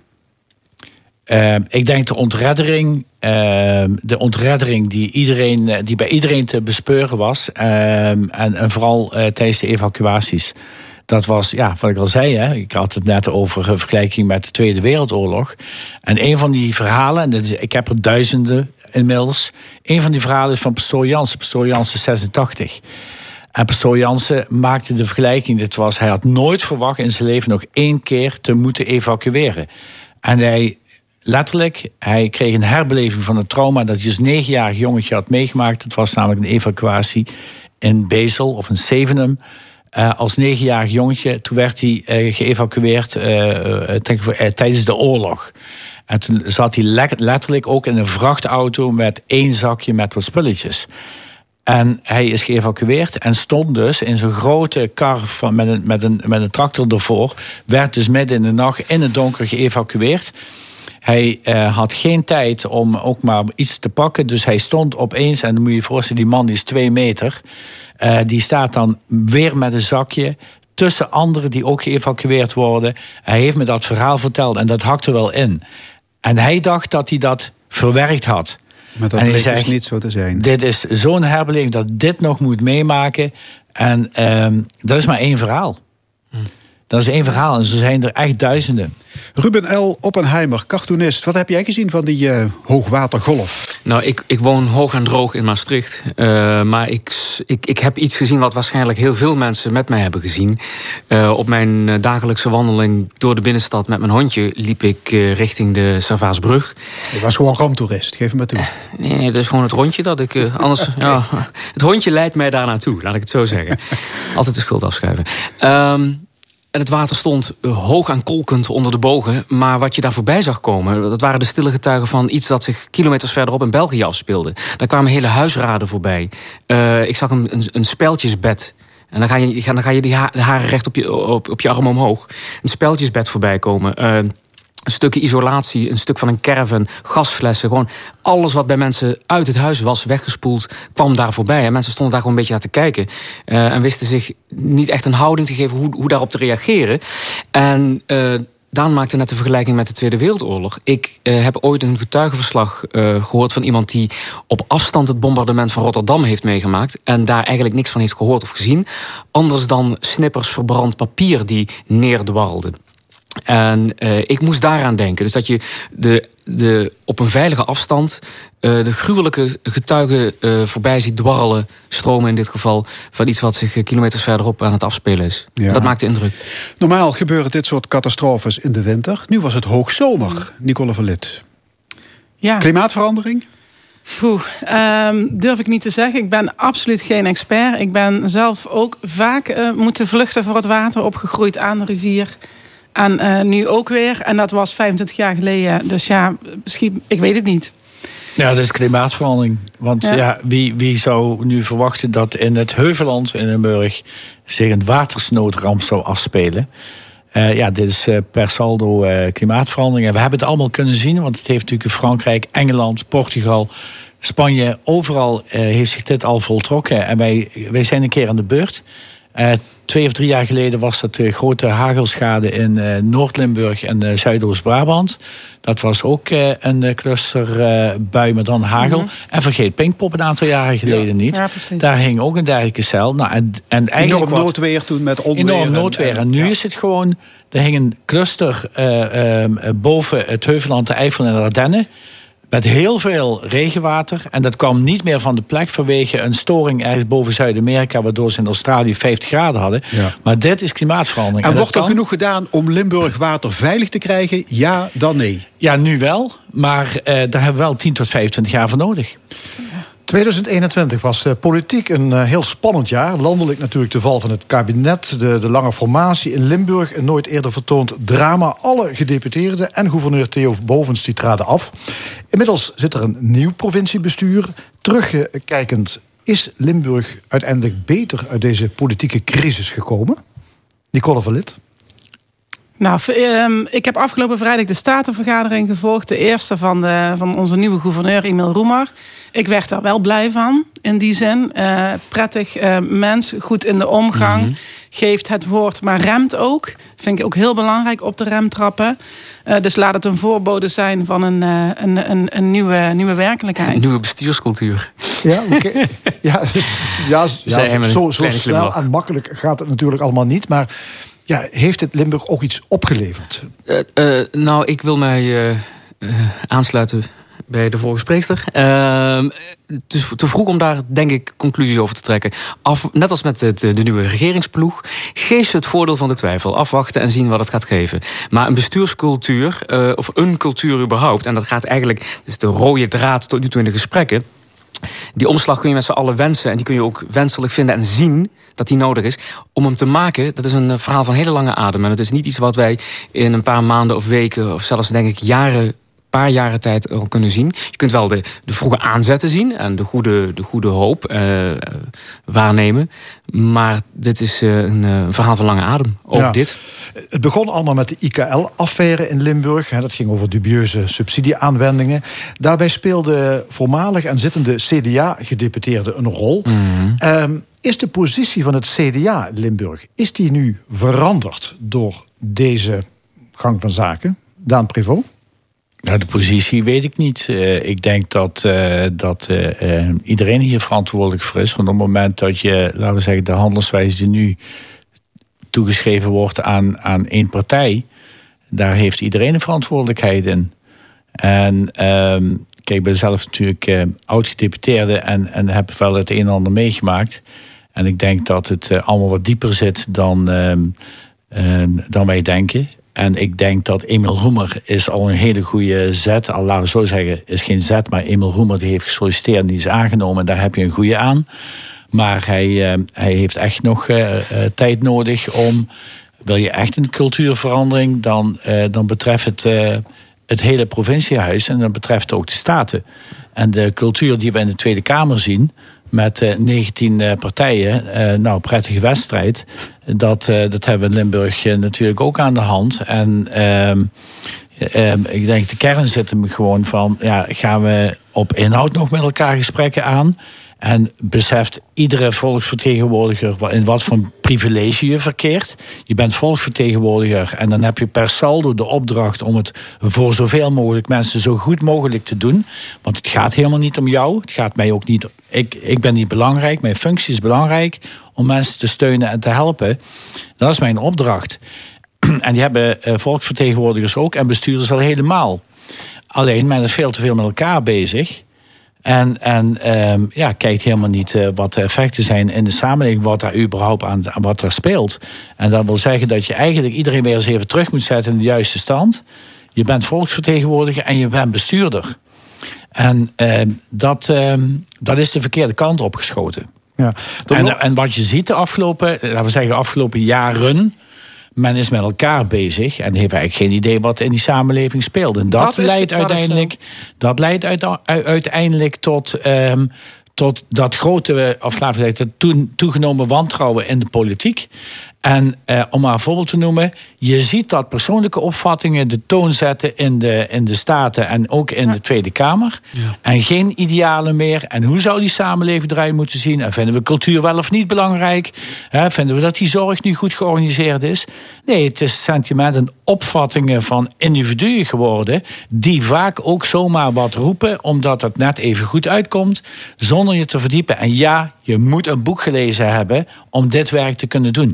Uh, ik denk de ontreddering, uh, de ontreddering die, iedereen, die bij iedereen te bespeuren was... Uh, en, en vooral uh, tijdens de evacuaties... Dat was, ja, wat ik al zei, hè, ik had het net over een vergelijking met de Tweede Wereldoorlog. En een van die verhalen, en dat is, ik heb er duizenden inmiddels... een van die verhalen is van pastoor Jansen, pastoor Jansen zesentachtig. En pastoor Jansen maakte de vergelijking, dit was... hij had nooit verwacht in zijn leven nog één keer te moeten evacueren. En hij, letterlijk, hij kreeg een herbeleving van het trauma... dat hij als negenjarig jongetje had meegemaakt. Het was namelijk een evacuatie in Bezel of in Zevenum... Uh, als negenjarig jongetje, toen werd hij uh, geëvacueerd uh, uh, tijdens de oorlog. En toen zat hij le- letterlijk ook in een vrachtauto met één zakje met wat spulletjes. En hij is geëvacueerd en stond dus in zo'n grote kar van, met, een, met, een, met een tractor ervoor. Werd dus midden in de nacht in het donker geëvacueerd. Hij uh, had geen tijd om ook maar iets te pakken. Dus hij stond opeens, en dan moet je je voorstellen... die man die is twee meter... Uh, die staat dan weer met een zakje... tussen anderen die ook geëvacueerd worden. Hij heeft me dat verhaal verteld en dat hakte wel in. En hij dacht dat hij dat verwerkt had. Maar dat bleek dus niet zo te zijn. Dit is zo'n herbeleving dat dit nog moet meemaken. En uh, dat is maar één verhaal. Hm. Dat is één verhaal en zo zijn er echt duizenden. Ruben L. Oppenheimer, cartoonist. Wat heb jij gezien van die uh, hoogwatergolf? Nou, ik, ik woon hoog en droog in Maastricht. Uh, maar ik, ik, ik heb iets gezien wat waarschijnlijk heel veel mensen met mij hebben gezien. Uh, op mijn dagelijkse wandeling door de binnenstad met mijn hondje... liep ik uh, richting de Servaasbrug. Je was gewoon ramptoerist, geef me toe. Uh, nee, nee, dat is gewoon het rondje dat ik... Uh, anders, ja, het hondje leidt mij daar naartoe, laat ik het zo zeggen. Altijd de schuld afschuiven. Um, En het water stond hoog en kolkend onder de bogen. Maar wat je daar voorbij zag komen... dat waren de stille getuigen van iets dat zich kilometers verderop in België afspeelde. Daar kwamen hele huisraden voorbij. Uh, ik zag een, een, een speltjesbed En dan ga je, dan ga je die ha- de haren recht op je, op, op je arm omhoog. Een speltjesbed voorbij komen. Uh, een stukje isolatie, een stuk van een caravan, gasflessen. Gewoon alles wat bij mensen uit het huis was weggespoeld, kwam daar voorbij. En mensen stonden daar gewoon een beetje naar te kijken. Uh, en wisten zich niet echt een houding te geven hoe, hoe daarop te reageren. En uh, Daan maakte net de vergelijking met de Tweede Wereldoorlog. Ik uh, heb ooit een getuigenverslag uh, gehoord van iemand die op afstand het bombardement van Rotterdam heeft meegemaakt en daar eigenlijk niks van heeft gehoord of gezien. Anders dan snippers verbrand papier die neerdwarrelden. En uh, ik moest daaraan denken. Dus dat je de, de, op een veilige afstand uh, de gruwelijke getuigen uh, voorbij ziet dwarrelen, stromen in dit geval, van iets wat zich kilometers verderop aan het afspelen is. Ja. Dat maakt de indruk. Normaal gebeuren dit soort catastrofes in de winter. Nu was het hoogzomer, Nicole van Lith. Ja. Klimaatverandering? Poeh, um, durf ik niet te zeggen. Ik ben absoluut geen expert. Ik ben zelf ook vaak uh, moeten vluchten voor het water, opgegroeid aan de rivier. En uh, nu ook weer. En dat was vijfentwintig jaar geleden. Dus ja, misschien, ik weet het niet. Ja, dat is klimaatverandering. Want ja. Ja, wie, wie zou nu verwachten dat in het Heuvelland in Limburg zich een watersnoodramp zou afspelen? Uh, ja, dit is uh, per saldo uh, klimaatverandering. En we hebben het allemaal kunnen zien, want het heeft natuurlijk in Frankrijk, Engeland, Portugal, Spanje, overal uh, heeft zich dit al voltrokken. En wij, wij zijn een keer aan de beurt. Uh, twee of drie jaar geleden was dat de grote hagelschade in uh, Noord-Limburg en uh, Zuidoost-Brabant. Dat was ook uh, een clusterbui, uh, maar dan hagel. Mm-hmm. En vergeet Pinkpop een aantal jaren geleden ja. niet. Ja, daar hing ook een dergelijke cel. Nou, en, en enorm noodweer toen met onweer. Enorm noodweer. En, en, en nu ja. is het gewoon, er hing een cluster uh, uh, boven het Heuvelland, de Eifel en de Ardennen. Met heel veel regenwater. En dat kwam niet meer van de plek vanwege een storing ergens boven Zuid-Amerika, waardoor ze in Australië vijftig graden hadden. Ja. Maar dit is klimaatverandering. En, en wordt er kan... genoeg gedaan om Limburg water veilig te krijgen? Ja, dan nee. Ja, nu wel. Maar uh, daar hebben we wel tien tot vijfentwintig jaar voor nodig. tweeduizend eenentwintig was uh, politiek een uh, heel spannend jaar. Landelijk natuurlijk de val van het kabinet, de, de lange formatie in Limburg, een nooit eerder vertoond drama. Alle gedeputeerden en gouverneur Theo Bovens die traden af. Inmiddels zit er een nieuw provinciebestuur. Terugkijkend, is Limburg uiteindelijk beter uit deze politieke crisis gekomen? Nicole van Lith? Nou, ik heb afgelopen vrijdag de statenvergadering gevolgd. De eerste van, de, van onze nieuwe gouverneur, Emiel Roemer. Ik werd daar wel blij van, in die zin. Uh, prettig uh, mens, goed in de omgang. Mm-hmm. Geeft het woord, maar remt ook. Vind ik ook heel belangrijk, op de rem trappen. Uh, dus laat het een voorbode zijn van een, uh, een, een, een nieuwe, nieuwe werkelijkheid. Een nieuwe bestuurscultuur. Ja, oké. Okay. Ja, ja, ja, zo, zo snel en makkelijk gaat het natuurlijk allemaal niet. Maar ja, heeft het Limburg ook iets opgeleverd? Uh, uh, nou, ik wil mij uh, uh, aansluiten bij de vorige spreekster. Uh, het is te vroeg om daar, denk ik, conclusies over te trekken. Af, net als met het, de nieuwe regeringsploeg. Geef ze het voordeel van de twijfel. Afwachten en zien wat het gaat geven. Maar een bestuurscultuur, uh, of een cultuur überhaupt, en dat gaat eigenlijk, dat is de rode draad tot nu toe in de gesprekken. Die omslag kun je met z'n allen wensen. En die kun je ook wenselijk vinden en zien dat die nodig is. Om hem te maken, dat is een verhaal van hele lange adem. En het is niet iets wat wij in een paar maanden of weken, of zelfs denk ik jaren, paar jaren tijd al kunnen zien. Je kunt wel de, de vroege aanzetten zien en de goede, de goede hoop uh, waarnemen. Maar dit is uh, een uh, verhaal van lange adem. Ook ja. dit. Het begon allemaal met de I K L-affaire in Limburg. Dat ging over dubieuze subsidieaanwendingen. Daarbij speelde voormalig en zittende C D A-gedeputeerde een rol. Mm-hmm. Um, is de positie van het C D A in Limburg, is die nu veranderd door deze gang van zaken? Daan Prévost? Nou, de positie weet ik niet. Uh, ik denk dat, uh, dat uh, uh, iedereen hier verantwoordelijk voor is. Want op het moment dat je, laten we zeggen, de handelswijze die nu toegeschreven wordt aan, aan één partij, daar heeft iedereen een verantwoordelijkheid in. En uh, kijk, ik ben zelf natuurlijk uh, oud-gedeputeerde en, en heb wel het een en ander meegemaakt. En ik denk dat het uh, allemaal wat dieper zit dan, uh, uh, dan wij denken. En ik denk dat Emiel Roemer is al een hele goede zet. Al laten we zo zeggen, is geen zet, maar Emiel Roemer die heeft gesolliciteerd en die is aangenomen. Daar heb je een goede aan. Maar hij, uh, hij heeft echt nog uh, uh, tijd nodig om, wil je echt een cultuurverandering, dan, uh, dan betreft het uh, het hele provinciehuis en dan betreft ook de staten. En de cultuur die we in de Tweede Kamer zien, met uh, negentien uh, partijen. Uh, nou, prettige wedstrijd. Dat, uh, dat hebben we in Limburg uh, natuurlijk ook aan de hand. En uh, uh, ik denk de kern zit hem gewoon van... Ja, gaan we op inhoud nog met elkaar gesprekken aan... En beseft iedere volksvertegenwoordiger in wat voor privilege je verkeert. Je bent volksvertegenwoordiger en dan heb je per saldo de opdracht om het voor zoveel mogelijk mensen zo goed mogelijk te doen. Want het gaat helemaal niet om jou. Het gaat mij ook niet. Ik, ik ben niet belangrijk. Mijn functie is belangrijk om mensen te steunen en te helpen. Dat is mijn opdracht. En die hebben uh, volksvertegenwoordigers ook en bestuurders al helemaal. Alleen men is veel te veel met elkaar bezig. En, en um, ja, kijkt helemaal niet uh, wat de effecten zijn in de samenleving, wat daar überhaupt aan, aan wat er speelt. En dat wil zeggen dat je eigenlijk iedereen weer eens even terug moet zetten in de juiste stand. Je bent volksvertegenwoordiger en je bent bestuurder. En uh, dat, uh, dat is de verkeerde kant opgeschoten. Ja, en, en wat je ziet de afgelopen, laten we zeggen, afgelopen jaren. Men is met elkaar bezig en heeft eigenlijk geen idee wat in die samenleving speelt. En dat, dat is, leidt, dat uiteindelijk, dat leidt uiteindelijk tot, um, tot dat grote, of laten we zeggen, dat toegenomen wantrouwen in de politiek. En uh, om maar een voorbeeld te noemen, je ziet dat persoonlijke opvattingen de toon zetten in de, in de Staten en ook in ja. de Tweede Kamer. Ja. En geen idealen meer. En hoe zou die samenleving eruit moeten zien? En vinden we cultuur wel of niet belangrijk? He, vinden we dat die zorg nu goed georganiseerd is? Nee, het is sentiment en opvattingen van individuen geworden, die vaak ook zomaar wat roepen, omdat het net even goed uitkomt, zonder je te verdiepen. En ja, je moet een boek gelezen hebben om dit werk te kunnen doen.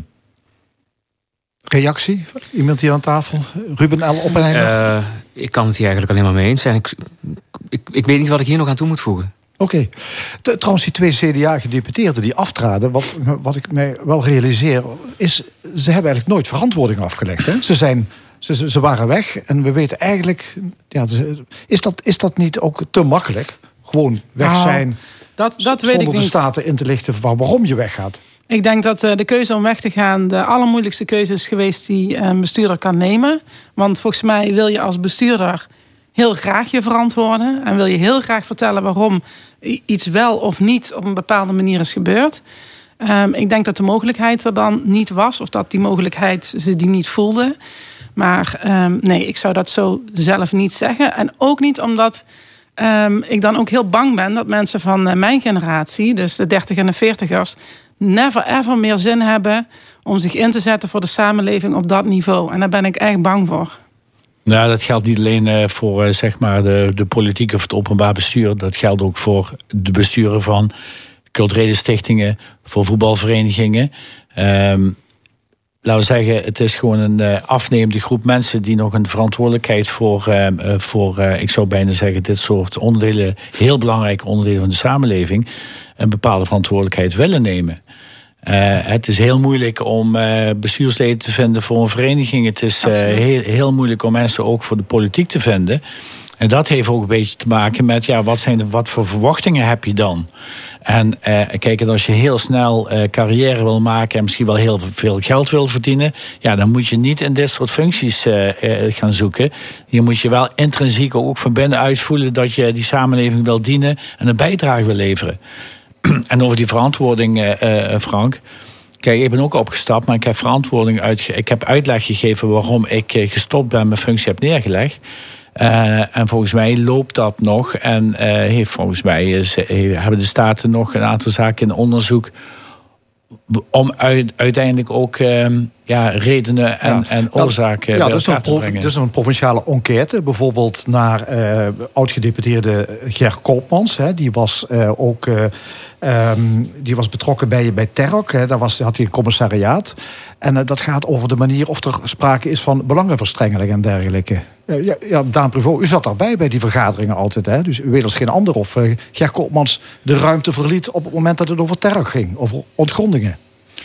Reactie? Iemand hier aan tafel? Ruben L. Oppenheimer? Uh, ik kan het hier eigenlijk alleen maar mee eens zijn. Ik, ik, ik weet niet wat ik hier nog aan toe moet voegen. Oké. Okay. Trouwens, die twee C D A-gedeputeerden die aftraden, wat, wat ik mij wel realiseer, is, ze hebben eigenlijk nooit verantwoording afgelegd. Hè? Ze, zijn, ze, ze waren weg en we weten eigenlijk, ja, is, dat, is dat niet ook te makkelijk? Gewoon weg zijn, ah, dat, dat weet zonder ik de niet. Staten in te lichten van waarom je weggaat. Ik denk dat de keuze om weg te gaan de allermoeilijkste keuze is geweest die een bestuurder kan nemen. Want volgens mij wil je als bestuurder heel graag je verantwoorden. En wil je heel graag vertellen waarom iets wel of niet op een bepaalde manier is gebeurd. Um, ik denk dat de mogelijkheid er dan niet was. Of dat die mogelijkheid ze die niet voelden. Maar um, nee, ik zou dat zo zelf niet zeggen. En ook niet omdat um, ik dan ook heel bang ben dat mensen van uh, mijn generatie, dus de dertig en de veertigers, never ever meer zin hebben om zich in te zetten voor de samenleving op dat niveau. En daar ben ik echt bang voor. Nou, dat geldt niet alleen uh, voor uh, zeg maar de, de politiek of het openbaar bestuur. Dat geldt ook voor de besturen van culturele stichtingen, voor voetbalverenigingen. Um, laten we zeggen, het is gewoon een uh, afnemende groep mensen die nog een verantwoordelijkheid voor, uh, voor uh, ik zou bijna zeggen, dit soort onderdelen, heel belangrijke onderdelen van de samenleving, een bepaalde verantwoordelijkheid willen nemen. Uh, het is heel moeilijk om uh, bestuursleden te vinden voor een vereniging. Het is uh, heel, heel moeilijk om mensen ook voor de politiek te vinden. En dat heeft ook een beetje te maken met, ja, wat, zijn de, wat voor verwachtingen heb je dan? En uh, kijk, en als je heel snel uh, carrière wil maken en misschien wel heel veel geld wil verdienen, ja, dan moet je niet in dit soort functies uh, uh, gaan zoeken. Je moet je wel intrinsiek ook van binnenuit voelen dat je die samenleving wil dienen en een bijdrage wil leveren. En over die verantwoording, uh, uh, Frank. Kijk, ik ben ook opgestapt, maar ik heb verantwoording uitge- Ik heb uitleg gegeven waarom ik uh, gestopt ben, mijn functie heb neergelegd. Uh, en volgens mij loopt dat nog. En uh, heeft volgens mij is, uh, hebben de Staten nog een aantal zaken in onderzoek om uit, uiteindelijk ook uh, ja, redenen en, ja. en oorzaken ja, ja, bij dus elkaar te prof, brengen. Er is een provinciale enquête, bijvoorbeeld naar uh, oud-gedeputeerde Ger Koopmans. Hè, die was uh, ook uh, um, die was betrokken bij, bij Terok. Hè, daar was, had hij een commissariaat. En uh, dat gaat over de manier of er sprake is van belangenverstrengeling en dergelijke. Uh, ja, ja, Daan Prevot, u zat daarbij bij die vergaderingen altijd. Hè? Dus u weet als geen ander of uh, Ger Koopmans de ruimte verliet op het moment dat het over Terok ging. Over ontgrondingen.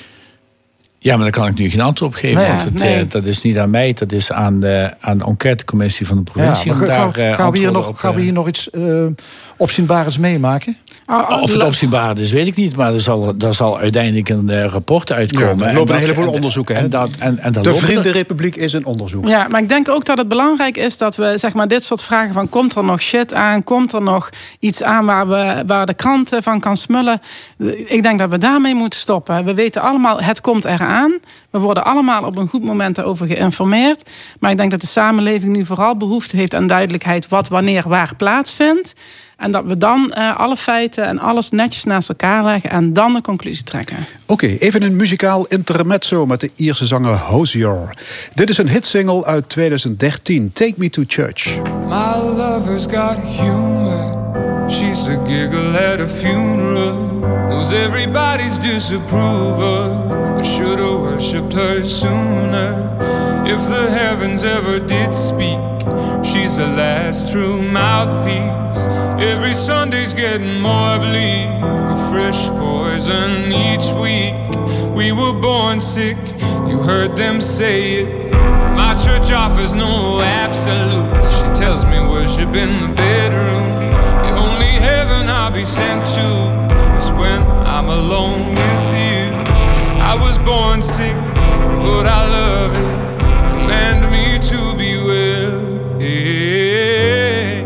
Ja, maar daar kan ik nu geen antwoord op geven. Nee, want het, nee. uh, dat is niet aan mij, dat is aan de, aan de enquêtecommissie van de provincie. Ja, om ga, daar, ga, uh, gaan, we hier nog, op, gaan we hier nog iets uh, opzienbaar eens meemaken? Of het opzienbaar is, weet ik niet. Maar er zal, er zal uiteindelijk een uh, rapport uitkomen. Ja, er lopen een heleboel onderzoeken. En dat, en, en de Vriendenrepubliek is een onderzoek. Ja, maar ik denk ook dat het belangrijk is dat we zeg maar dit soort vragen van... komt er nog shit aan? Komt er nog iets aan waar, we, waar de krant van kan smullen? Ik denk dat we daarmee moeten stoppen. We weten allemaal, het komt eraan. We worden allemaal op een goed moment daarover geïnformeerd. Maar ik denk dat de samenleving nu vooral behoefte heeft aan duidelijkheid... wat wanneer waar plaatsvindt. En dat we dan uh, alle feiten en alles netjes naast elkaar leggen... en dan de conclusie trekken. Oké, okay, even een muzikaal intermezzo met de Ierse zanger Hozier. Dit is een hitsingle uit twintig dertien, Take Me to Church. My lover's got humor. She's the giggle at a funeral. Knows everybody's disapproval. I should have worshipped her sooner. If the heavens ever did speak, she's the last true mouthpiece. Every Sunday's getting more bleak, a fresh poison each week. We were born sick, you heard them say it. My church offers no absolutes. She tells me worship in the bedroom. The only heaven I'll be sent to is when I'm alone with you. I was born sick, but I love it. Command me to be well. Hey,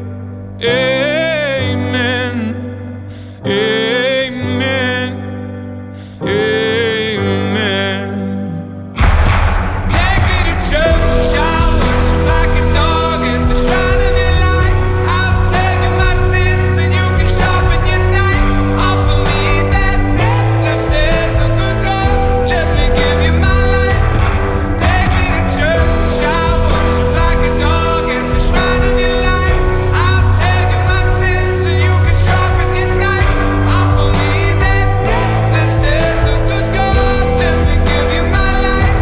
amen. Amen. Amen. Take me to church. I'll worship like a dog at the shrine of your life. I'll tell you my sins and you can sharpen your knife. Offer me that deathless death, the good God. Let me give you my life. Take me to church. I'll worship like a dog at the shrine of your life. I'll tell you my sins and you can sharpen your knife. Offer me that deathless death, the good God. Let me give you my life.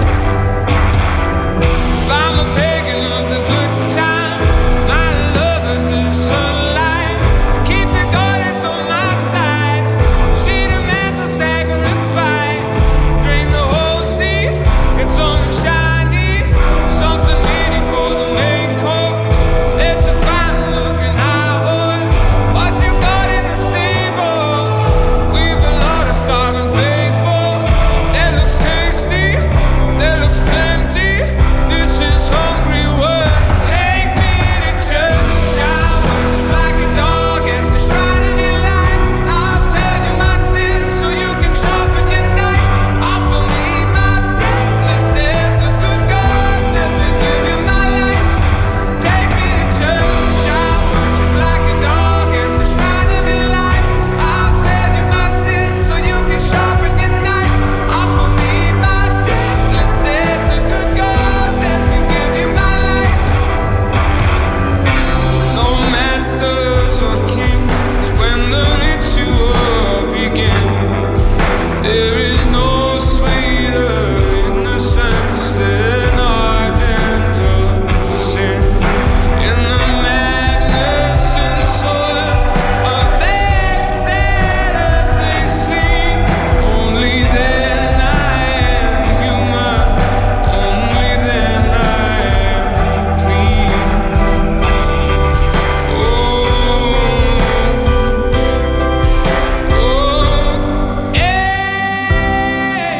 If I'm a pagan of the good time, my lover's the sunlight. Keep the goddess on my side. She demands a sacrifice. Drain the whole sea, get something shiny, something meaty for the main course. Let's a fine looking high horse. What you got in the stable? We've a lot of starving faithful. That looks tasty, that looks plenty. This is hungry work. Take me to church. I'll worship like a dog at the shrine of your life. I'll tell you my sins so you can sharpen your knife. Offer me my deathless death, the good God. Let me give you my life. Take me to church. I'll worship like a dog at the shrine of your life. I'll tell you my sins so you can sharpen your knife. Offer me my deathless death, the good God. Let me give you my life. No masters or kings when the ritual begins. There is no sweeter innocence than our gentle sin. In the madness and soil of that sad earthly scene, only then I am human, only then I am clean. Oh, oh, amen,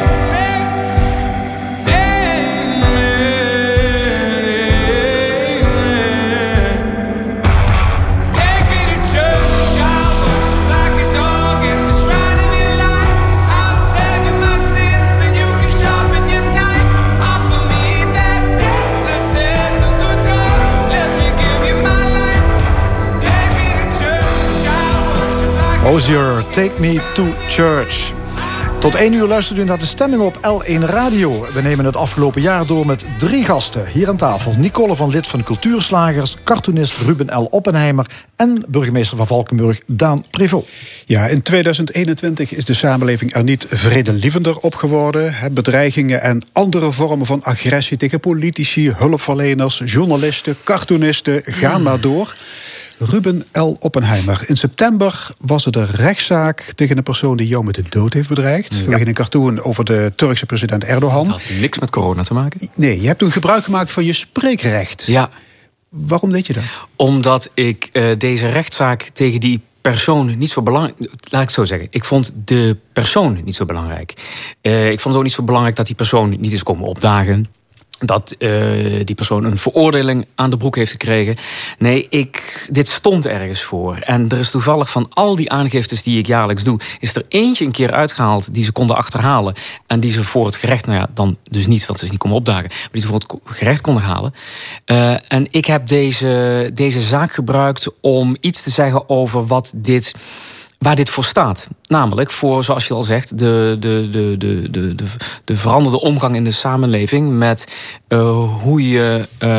amen. Take me to church. I'll worship like a dog at the shrine of your life. I'll tell you my sins and you can sharpen your knife. Offer me that deathless death, the good God. Let me give you my life. Take me to church. I'll worship like a Hozier, Take Me to Church. Tot één uur luistert u naar de stemming op L één Radio. We nemen het afgelopen jaar door met drie gasten. Hier aan tafel Nicole van Lith van Cultuurslagers, cartoonist Ruben L. Oppenheimer en burgemeester van Valkenburg Daan Prévost. Ja, in tweeduizend eenentwintig is de samenleving er niet vredelievender op geworden. Bedreigingen en andere vormen van agressie tegen politici, hulpverleners, journalisten, cartoonisten gaan maar door. Ruben L. Oppenheimer. In september was er de rechtszaak tegen een persoon die jou met de dood heeft bedreigd. Ja. Vanwege een cartoon over de Turkse president Erdogan. Dat had niks met corona te maken. Nee, je hebt toen gebruik gemaakt van je spreekrecht. Ja. Waarom deed je dat? Omdat ik uh, deze rechtszaak tegen die persoon niet zo belangrijk... Laat ik het zo zeggen. Ik vond de persoon niet zo belangrijk. Uh, ik vond het ook niet zo belangrijk dat die persoon niet is komen opdagen. Dat uh, die persoon een veroordeling aan de broek heeft gekregen. Nee, ik, dit stond ergens voor. En er is toevallig van al die aangiftes die ik jaarlijks doe... is er eentje een keer uitgehaald die ze konden achterhalen. En die ze voor het gerecht, nou ja, dan dus niet, want ze is niet komen opdagen... maar die ze voor het gerecht konden halen. Uh, en ik heb deze, deze zaak gebruikt om iets te zeggen over wat dit... waar dit voor staat. Namelijk voor, zoals je al zegt, de, de, de, de, de, de, de veranderde omgang in de samenleving met uh, hoe je... Uh,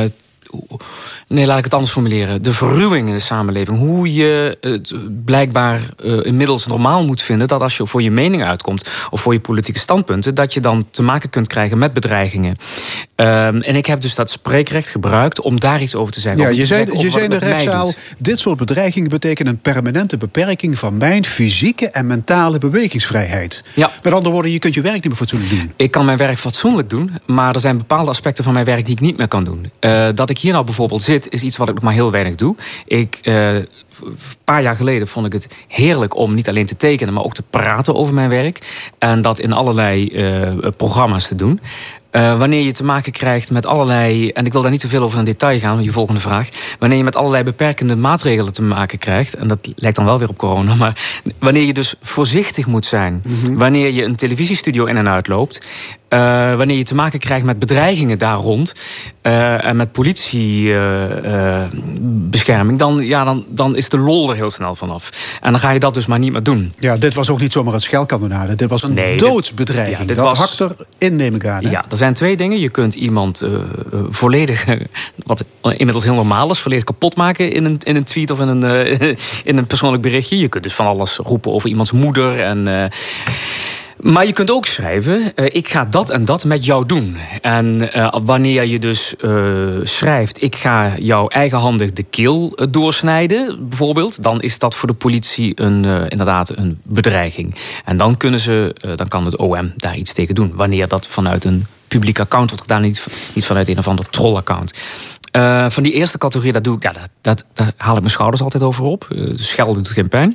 Nee, laat ik het anders formuleren. De verruwing in de samenleving. Hoe je het blijkbaar uh, inmiddels normaal moet vinden... dat als je voor je mening uitkomt of voor je politieke standpunten... dat je dan te maken kunt krijgen met bedreigingen. Um, en ik heb dus dat spreekrecht gebruikt om daar iets over te zeggen. Ja, je zei, je zei in de rechtszaal, rechtszaal... dit soort bedreigingen betekenen een permanente beperking... van mijn fysieke en mentale bewegingsvrijheid. Ja. Met andere woorden, je kunt je werk niet meer fatsoenlijk doen. Ik kan mijn werk fatsoenlijk doen... maar er zijn bepaalde aspecten van mijn werk die ik niet meer kan doen. Uh, dat ik hier nou bijvoorbeeld zit... is iets wat ik nog maar heel weinig doe. Ik, uh, een paar jaar geleden vond ik het heerlijk om niet alleen te tekenen... maar ook te praten over mijn werk. En dat in allerlei uh, programma's te doen. Uh, wanneer je te maken krijgt met allerlei... en ik wil daar niet te veel over in detail gaan, je volgende vraag... wanneer je met allerlei beperkende maatregelen te maken krijgt... en dat lijkt dan wel weer op corona... maar wanneer je dus voorzichtig moet zijn... Mm-hmm. wanneer je een televisiestudio in en uit loopt... Uh, wanneer je te maken krijgt met bedreigingen daar rond... Uh, en met politiebescherming... Uh, uh, dan, ja, dan, dan is de lol er heel snel vanaf. En dan ga je dat dus maar niet meer doen. Ja, dit was ook niet zomaar een schelkanonade. Dit was een nee, doodsbedreiging. Dit, ja, dit dat was, hakt erin, neem ik aan. Hè? Ja, er zijn twee dingen. Je kunt iemand uh, volledig... wat inmiddels heel normaal is... volledig kapot maken in een, in een tweet of in een, uh, in een persoonlijk berichtje. Je kunt dus van alles roepen over iemands moeder... en uh, maar je kunt ook schrijven, uh, ik ga dat en dat met jou doen. En uh, wanneer je dus uh, schrijft, ik ga jou eigenhandig de keel uh, doorsnijden, bijvoorbeeld... dan is dat voor de politie een, uh, inderdaad een bedreiging. En dan, kunnen ze, uh, dan kan het O M daar iets tegen doen. Wanneer dat vanuit een publiek account wordt gedaan, niet, niet vanuit een of ander trollaccount. Uh, van die eerste categorie, dat doe ik, ja, dat, dat, daar haal ik mijn schouders altijd over op. Uh, schelden doet geen pijn.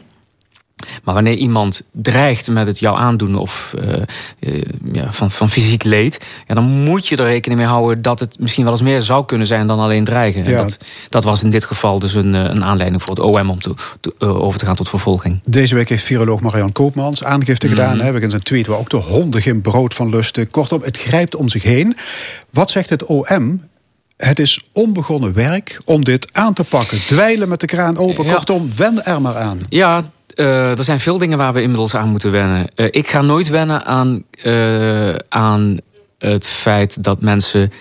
Maar wanneer iemand dreigt met het jou aandoen of uh, uh, ja, van, van fysiek leed... Ja, dan moet je er rekening mee houden dat het misschien wel eens meer zou kunnen zijn dan alleen dreigen. Ja. En dat, dat was in dit geval dus een, een aanleiding voor het O M om te, te, uh, over te gaan tot vervolging. Deze week heeft viroloog Marian Koopmans aangifte mm. gedaan. Hè, in zijn tweet waar ook de honden geen brood van lusten. Kortom, het grijpt om zich heen. Wat zegt het O M? Het is onbegonnen werk om dit aan te pakken. Dweilen met de kraan open. Ja. Kortom, wen er maar aan. Ja, Uh, er zijn veel dingen waar we inmiddels aan moeten wennen. Uh, ik ga nooit wennen aan, uh, aan het feit dat mensen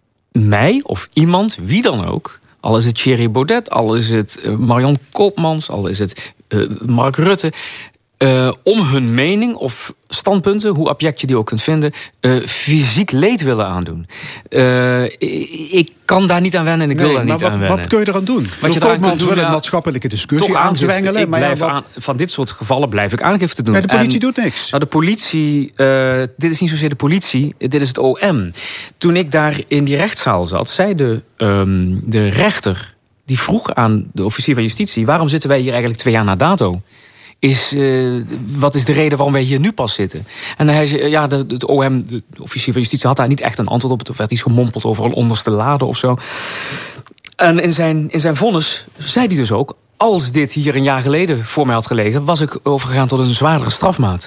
mij of iemand, wie dan ook... al is het Thierry Baudet, al is het uh, Marion Koopmans... al is het uh, Mark Rutte... Uh, om hun mening of standpunten, hoe abject je die ook kunt vinden... Uh, fysiek leed willen aandoen. Uh, ik kan daar niet aan wennen en ik nee, wil daar niet wat, aan wennen. Wat kun je eraan doen? Wat je Koopmans wil een maatschappelijke discussie aanzwengelen. Ik maar blijf ja, wat... aan, van dit soort gevallen blijf ik aangifte doen. Ja, de politie en, doet niks. Nou, de politie, uh, dit is niet zozeer de politie, dit is het O M. Toen ik daar in die rechtszaal zat, zei de, um, de rechter... die vroeg aan de officier van justitie... waarom zitten wij hier eigenlijk twee jaar na dato? Is, uh, wat is de reden waarom wij hier nu pas zitten? En hij zei, ja, de, de O M, de officier van justitie... had daar niet echt een antwoord op. Het werd iets gemompeld over een onderste lade of zo. En in zijn, in zijn vonnis zei hij dus ook... als dit hier een jaar geleden voor mij had gelegen... was ik overgegaan tot een zwaardere strafmaat.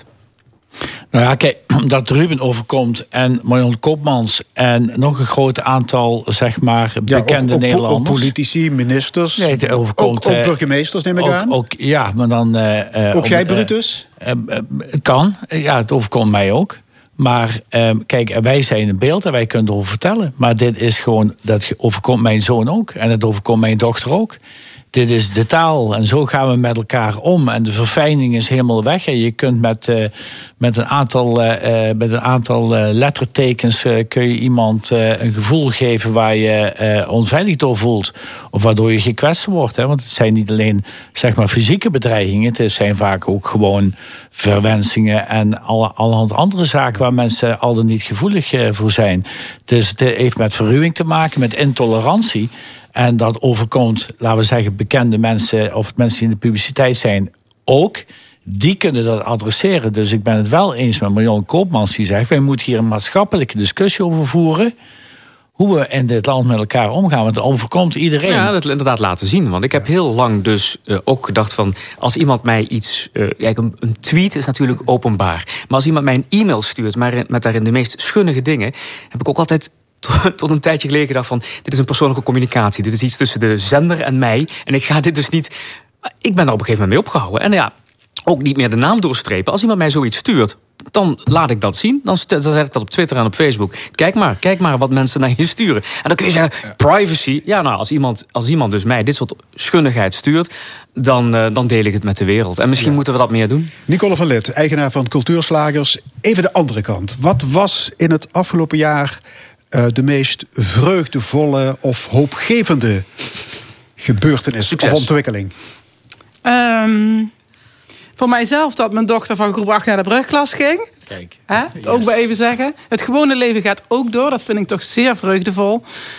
Nou ja, kijk, dat Ruben overkomt en Marion Koopmans... en nog een groot aantal, zeg maar, bekende ja, ook, ook, Nederlanders. Ook politici, ministers, nee, het overkomt, ook, ook burgemeesters, neem ik ook, aan. Ook, ja, maar dan... Uh, ook jij, uh, Brutus? Uh, uh, het kan, ja, het overkomt mij ook. Maar uh, kijk, wij zijn in beeld en wij kunnen erover vertellen. Maar dit is gewoon, dat overkomt mijn zoon ook. En het overkomt mijn dochter ook. Dit is de taal en zo gaan we met elkaar om. En de verfijning is helemaal weg. En je kunt met, uh, met een aantal, uh, met een aantal uh, lettertekens... Uh, kun je iemand uh, een gevoel geven waar je uh, onveilig door voelt. Of waardoor je gekwetst wordt. Hè? Want het zijn niet alleen, zeg maar, fysieke bedreigingen. Het zijn vaak ook gewoon verwensingen... en alle, allerhand andere zaken waar mensen al dan niet gevoelig uh, voor zijn. Dus het heeft met verruwing te maken, met intolerantie... En dat overkomt, laten we zeggen, bekende mensen of mensen die in de publiciteit zijn ook. Die kunnen dat adresseren. Dus ik ben het wel eens met Marion Koopmans die zegt, wij moeten hier een maatschappelijke discussie over voeren. Hoe we in dit land met elkaar omgaan. Want het overkomt iedereen. Ja, dat inderdaad laten zien. Want ik heb heel lang dus uh, ook gedacht van... als iemand mij iets... Uh, kijk, een, een tweet is natuurlijk openbaar. Maar als iemand mij een e-mail stuurt... maar met daarin de meest schunnige dingen... heb ik ook altijd tot, tot een tijdje geleden gedacht van... dit is een persoonlijke communicatie. Dit is iets tussen de zender en mij. En ik ga dit dus niet... Ik ben er op een gegeven moment mee opgehouden. En ja, ook niet meer de naam doorstrepen. Als iemand mij zoiets stuurt... dan laat ik dat zien. Dan, dan zet ik dat op Twitter en op Facebook. Kijk maar, kijk maar wat mensen naar je sturen. En dan kun je zeggen, privacy. Ja, nou, als iemand, als iemand dus mij dit soort schunnigheid stuurt... dan, uh, dan deel ik het met de wereld. En misschien ja. moeten we dat meer doen. Nicole van Lith, eigenaar van Cultuurslagers. Even de andere kant. Wat was in het afgelopen jaar... Uh, de meest vreugdevolle of hoopgevende gebeurtenis Succes. of ontwikkeling? Um... Voor mijzelf dat mijn dochter van groep acht naar de brugklas ging. Kijk. Hè? Yes. Ook maar even zeggen. Het gewone leven gaat ook door. Dat vind ik toch zeer vreugdevol.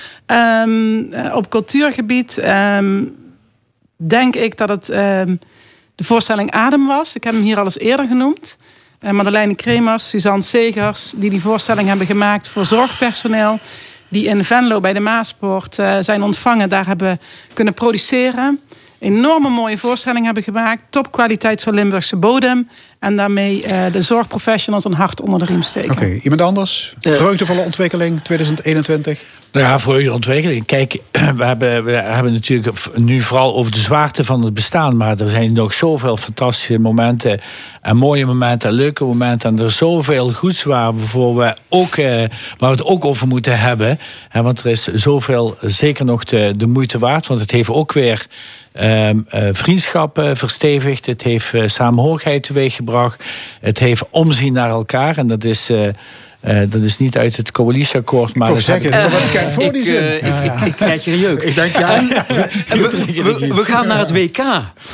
Um, op cultuurgebied um, denk ik dat het um, de voorstelling Adem was. Ik heb hem hier al eens eerder genoemd. Uh, Madeleine Kremers, Suzanne Segers... die die voorstelling hebben gemaakt voor zorgpersoneel... die in Venlo bij de Maaspoort uh, zijn ontvangen. Daar hebben kunnen produceren... enorme mooie voorstelling hebben gemaakt. Topkwaliteit van Limburgse bodem. En daarmee uh, de zorgprofessionals een hart onder de riem steken. Oké, okay, iemand anders? Vreugdevolle ontwikkeling tweeduizend eenentwintig? Nou ja, vreugdevolle ontwikkeling. Kijk, we hebben, we hebben natuurlijk nu vooral over de zwaarte van het bestaan. Maar er zijn nog zoveel fantastische momenten. En mooie momenten, en leuke momenten. En er is zoveel goeds waar we, ook, uh, waar we het ook over moeten hebben. Hè, want er is zoveel zeker nog de, de moeite waard. Want het heeft ook weer... Uh, uh, vriendschappen verstevigd. Het heeft uh, samenhorigheid teweeggebracht. Het heeft omzien naar elkaar. En dat is, uh, uh, dat is niet uit het coalitieakkoord. Maar ik zeggen, uh, uh, kijk voor ik, die zin. Uh, ja, ik, ja. ik, ik krijg je een jeuk. Ik denk, ja. En, en we, we, we gaan naar het W K.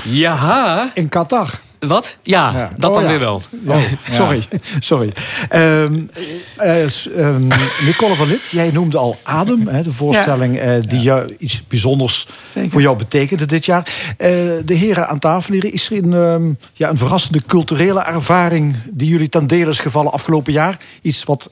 Ja. In Qatar. Wat? Ja, ja. dat oh, dan ja. weer wel. Oh, sorry, sorry. Um, uh, um, Nicole van Lith, jij noemde al Adem, hè, de voorstelling ja. uh, die ja. jou iets bijzonders Zeker. voor jou betekende dit jaar. Uh, de heren aan tafel hier, is er een, um, ja, een verrassende culturele ervaring die jullie ten dele is gevallen afgelopen jaar? Iets wat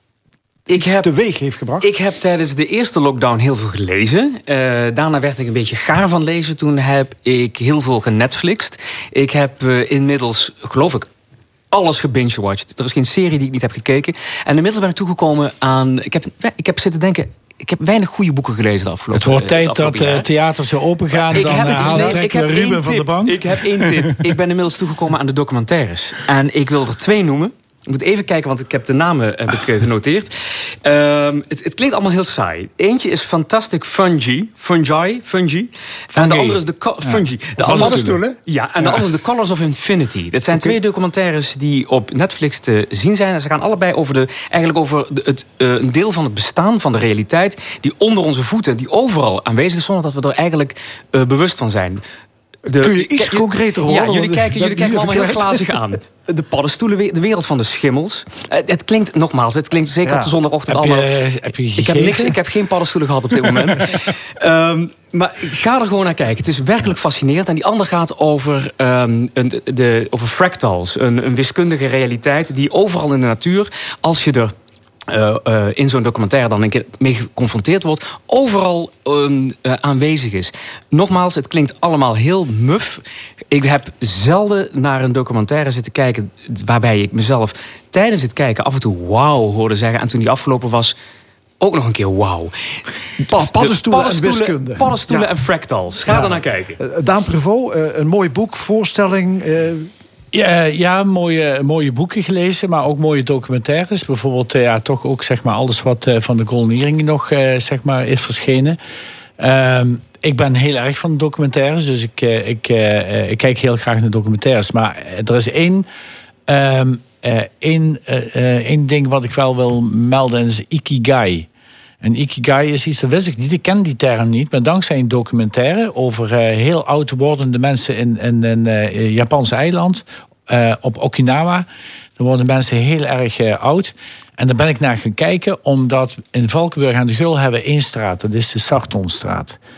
ik heb, teweeg heeft gebracht? Ik heb tijdens de eerste lockdown heel veel gelezen. Uh, daarna werd ik een beetje gaar van lezen. Toen heb ik heel veel genetflixt. Ik heb uh, inmiddels, geloof ik, alles gebingewatcht. Er is geen serie die ik niet heb gekeken. En inmiddels ben ik toegekomen aan... Ik heb, ik heb zitten denken... Ik heb weinig goede boeken gelezen de afgelopen Het wordt tijd het dat uh, theaters weer open gaan. Dan heb, haal nee, trekken we Ruben van de bank. Ik heb één tip. Ik ben inmiddels toegekomen aan de documentaires. En ik wil er twee noemen. Ik moet even kijken, want ik heb de namen heb ik, uh, genoteerd. Um, het, het klinkt allemaal heel saai. Eentje is Fantastic Fungi. Fungi. Fungi. En de andere is de co- Fungi. Ja. De paddenstoelen. Ja, en ja. de andere is The Colors of Infinity. Dat zijn okay. twee documentaires die op Netflix te zien zijn. En ze gaan allebei over, de, eigenlijk over de, het, uh, een deel van het bestaan van de realiteit... die onder onze voeten, die overal aanwezig is... zonder dat we er eigenlijk uh, bewust van zijn. De, Kun je iets concreter horen? Ja, jullie kijken, jullie kijken allemaal heel glazig aan. De paddenstoelen, de wereld van de schimmels. Uh, het klinkt, nogmaals, het klinkt zeker ja. op de zondagochtend heb allemaal... Je, heb je ik, heb niks, ik heb geen paddenstoelen gehad op dit moment. um, maar ga er gewoon naar kijken. Het is werkelijk fascinerend. En die andere gaat over, um, een, de, over fractals. Een, een wiskundige realiteit die overal in de natuur... als je er... Uh, uh, in zo'n documentaire dan een keer mee geconfronteerd wordt... overal um, uh, aanwezig is. Nogmaals, het klinkt allemaal heel muf. Ik heb zelden naar een documentaire zitten kijken... waarbij ik mezelf tijdens het kijken af en toe wauw hoorde zeggen... en toen die afgelopen was... ook nog een keer wauw. Pa- paddenstoelen, paddenstoelen en wiskunde. Paddenstoelen ja. en fractals. Ga ja. er naar kijken. Uh, Daan Prevot, uh, een mooi boek, voorstelling... Uh, Ja, ja mooie, mooie boeken gelezen, maar ook mooie documentaires. Bijvoorbeeld ja, toch ook zeg maar, alles wat uh, van de koloniering nog uh, zeg maar, is verschenen. Uh, ik ben heel erg van de documentaires, dus ik, uh, ik, uh, ik kijk heel graag naar documentaires. Maar er is één, uh, uh, één, uh, uh, één ding wat ik wel wil melden, en dat is Ikigai. En Ikigai is iets, dat wist ik niet, ik ken die term niet... maar dankzij een documentaire over uh, heel oud wordende mensen... in een in, uh, Japanse eiland, uh, op Okinawa. Dan worden mensen heel erg uh, oud. En daar ben ik naar gaan kijken... omdat in Valkenburg aan de Gul hebben we één straat. Dat is de Sartonstraat.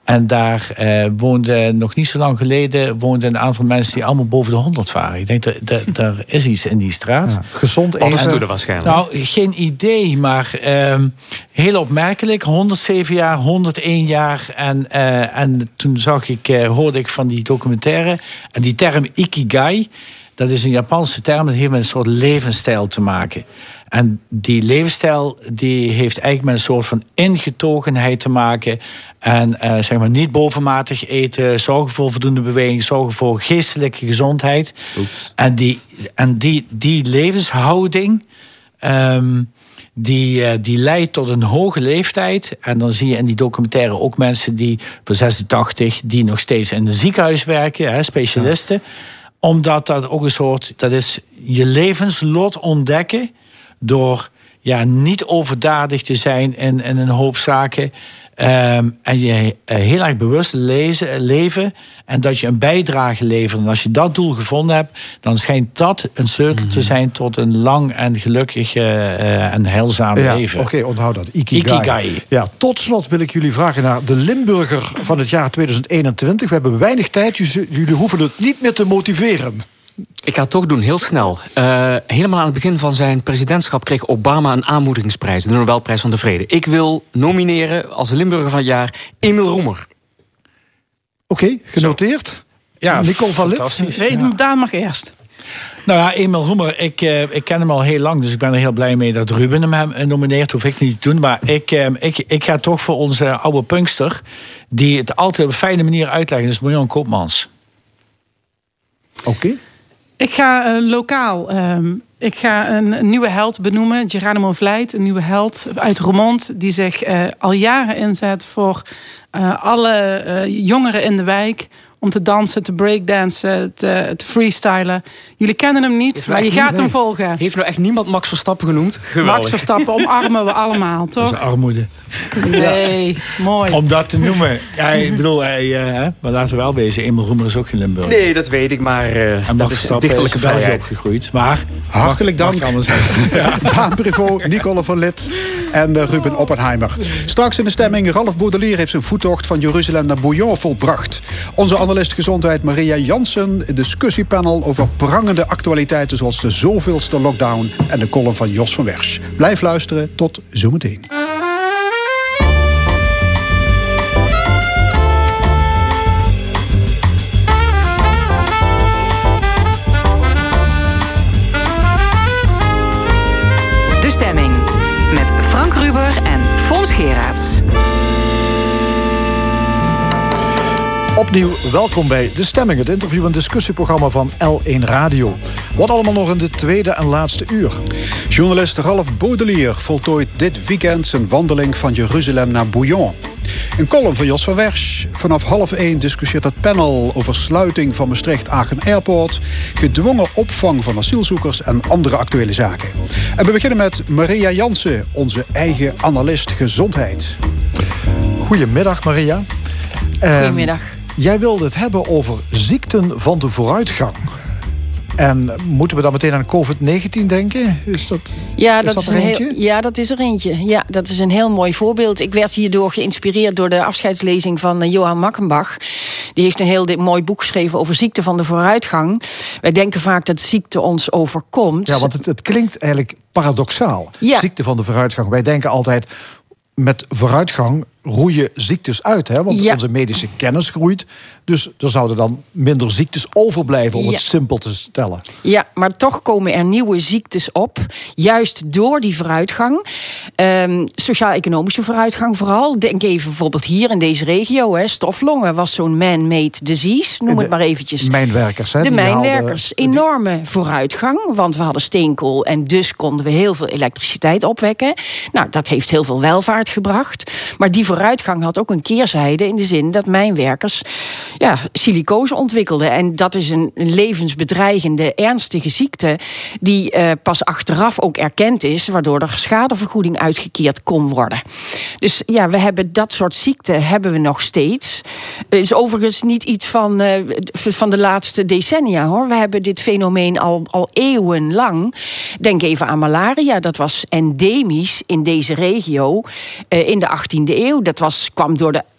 En daar uh, woonden nog niet zo lang geleden woonden een aantal mensen die allemaal boven de honderd waren. Ik denk dat, dat, dat er is iets in die straat. Ja, gezond eten. waarschijnlijk. Nou, geen idee, maar uh, heel opmerkelijk. honderdzeven jaar, honderdéén jaar. En, uh, en toen zag ik, uh, hoorde ik van die documentaire. En die term Ikigai, dat is een Japanse term. Dat heeft met een soort levensstijl te maken. En die levensstijl die heeft eigenlijk met een soort van ingetogenheid te maken. En uh, zeg maar niet bovenmatig eten, zorgen voor voldoende beweging, zorgen voor geestelijke gezondheid. Oeps. En die, en die, die levenshouding, um, die, uh, die leidt tot een hoge leeftijd. En dan zie je in die documentaire ook mensen die van zesentachtig, die nog steeds in een ziekenhuis werken, hè, specialisten. Ja. Omdat dat ook een soort, dat is je levenslot ontdekken door ja, niet overdadig te zijn in, in een hoop zaken. Um, en je uh, heel erg bewust lezen, leven. En dat je een bijdrage levert. En als je dat doel gevonden hebt, dan schijnt dat een sleutel mm-hmm. te zijn tot een lang en gelukkig uh, en heilzaam ja, leven. Oké, okay, onthoud dat. Ikigai. Ikigai. Ja, tot slot wil ik jullie vragen naar de Limburger van het jaar tweeduizend eenentwintig. We hebben weinig tijd, jullie hoeven het niet meer te motiveren. Ik ga het toch doen, heel snel. Uh, helemaal aan het begin van zijn presidentschap kreeg Obama een aanmoedigingsprijs, de Nobelprijs van de Vrede. Ik wil nomineren als Limburger van het jaar Emil Roemer. Oké, okay, genoteerd. Ja, Nicole van Lith. Nee, ja. Daan mag eerst. Nou ja, Emil Roemer, ik, uh, ik ken hem al heel lang, dus ik ben er heel blij mee dat Ruben hem nomineert. Hoef ik niet te doen, maar ik, uh, ik, ik ga toch voor onze oude punkster, die het altijd op een fijne manier uitlegt. Dat is Marion Koopmans. Oké. Okay. Ik ga uh, lokaal. Uh, ik ga een, een nieuwe held benoemen. Geronimo Vlijt, een nieuwe held uit Roermond. Die zich uh, al jaren inzet voor uh, alle uh, jongeren in de wijk. Om te dansen, te breakdansen, te, te freestylen. Jullie kennen hem niet, maar je gaat nee. hem volgen. Heeft nou echt niemand Max Verstappen genoemd? Geweldig. Max Verstappen omarmen we allemaal, toch? Dat is armoede. Nee, ja. Mooi. Om dat te noemen. Ja, ik bedoel, hey, uh, maar laten we wel wezen, Emil Roemer is ook geen Limburg. Nee, dat weet ik, maar uh, dat is dichterlijke vrijheid opgegroeid. Maar hartelijk dank. Ja. Daan Prevot, Nicole van Lith en uh, Ruben Oppenheimer. Straks in de stemming, Ralph Baudelier heeft zijn voettocht van Jeruzalem naar Bouillon volbracht. Onze analist gezondheid Maria Jansen, discussiepanel over prangende actualiteiten zoals de zoveelste lockdown en de column van Jos van Wersch. Blijf luisteren, tot zometeen. De Stemming met Frank Ruber en Fons Geraerts. Opnieuw welkom bij De Stemming, het interview- en discussieprogramma van L één Radio. Wat allemaal nog in de tweede en laatste uur. Journalist Ralph Baudelier voltooit dit weekend zijn wandeling van Jeruzalem naar Bouillon. Een column van Jos van Wersch. Vanaf half één discussieert het panel over sluiting van Maastricht-Aachen Airport, gedwongen opvang van asielzoekers en andere actuele zaken. En we beginnen met Maria Jansen, onze eigen analist gezondheid. Goedemiddag, Maria. Goedemiddag. Um, Jij wilde het hebben over ziekten van de vooruitgang. En moeten we dan meteen aan covid negentien denken? Is dat, ja, is dat, dat is er een eentje? heel, ja, dat is er eentje. Ja, dat is een heel mooi voorbeeld. Ik werd hierdoor geïnspireerd door de afscheidslezing van uh, Johan Makkenbach. Die heeft een heel dit, mooi boek geschreven over ziekte van de vooruitgang. Wij denken vaak dat ziekte ons overkomt. Ja, want het, het klinkt eigenlijk paradoxaal. Ja. Ziekte van de vooruitgang. Wij denken altijd, met vooruitgang roeien ziektes uit, hè? Want ja. onze medische kennis groeit. Dus er zouden dan minder ziektes overblijven, om ja. het simpel te stellen. Ja, maar toch komen er nieuwe ziektes op. Juist door die vooruitgang. Um, Sociaal-economische vooruitgang vooral. Denk even bijvoorbeeld hier in deze regio. Hè, stoflongen was zo'n man-made disease. Noem de, het maar eventjes. Mijnwerkers, hè? De die mijnwerkers. Haalden, enorme die... vooruitgang. Want we hadden steenkool en dus konden we heel veel elektriciteit opwekken. Nou, dat heeft heel veel welvaart gebracht. Maar die vooruitgang had ook een keerzijde in de zin dat mijnwerkers ja, silicose ontwikkelden. En dat is een levensbedreigende, ernstige ziekte die uh, pas achteraf ook erkend is, waardoor er schadevergoeding uitgekeerd kon worden. Dus ja, we hebben dat soort ziekten hebben we nog steeds. Het is overigens niet iets van, uh, van de laatste decennia, hoor. We hebben dit fenomeen al, al eeuwenlang. Denk even aan malaria. Dat was endemisch in deze regio uh, in de achttiende eeuw. Dat was, kwam door de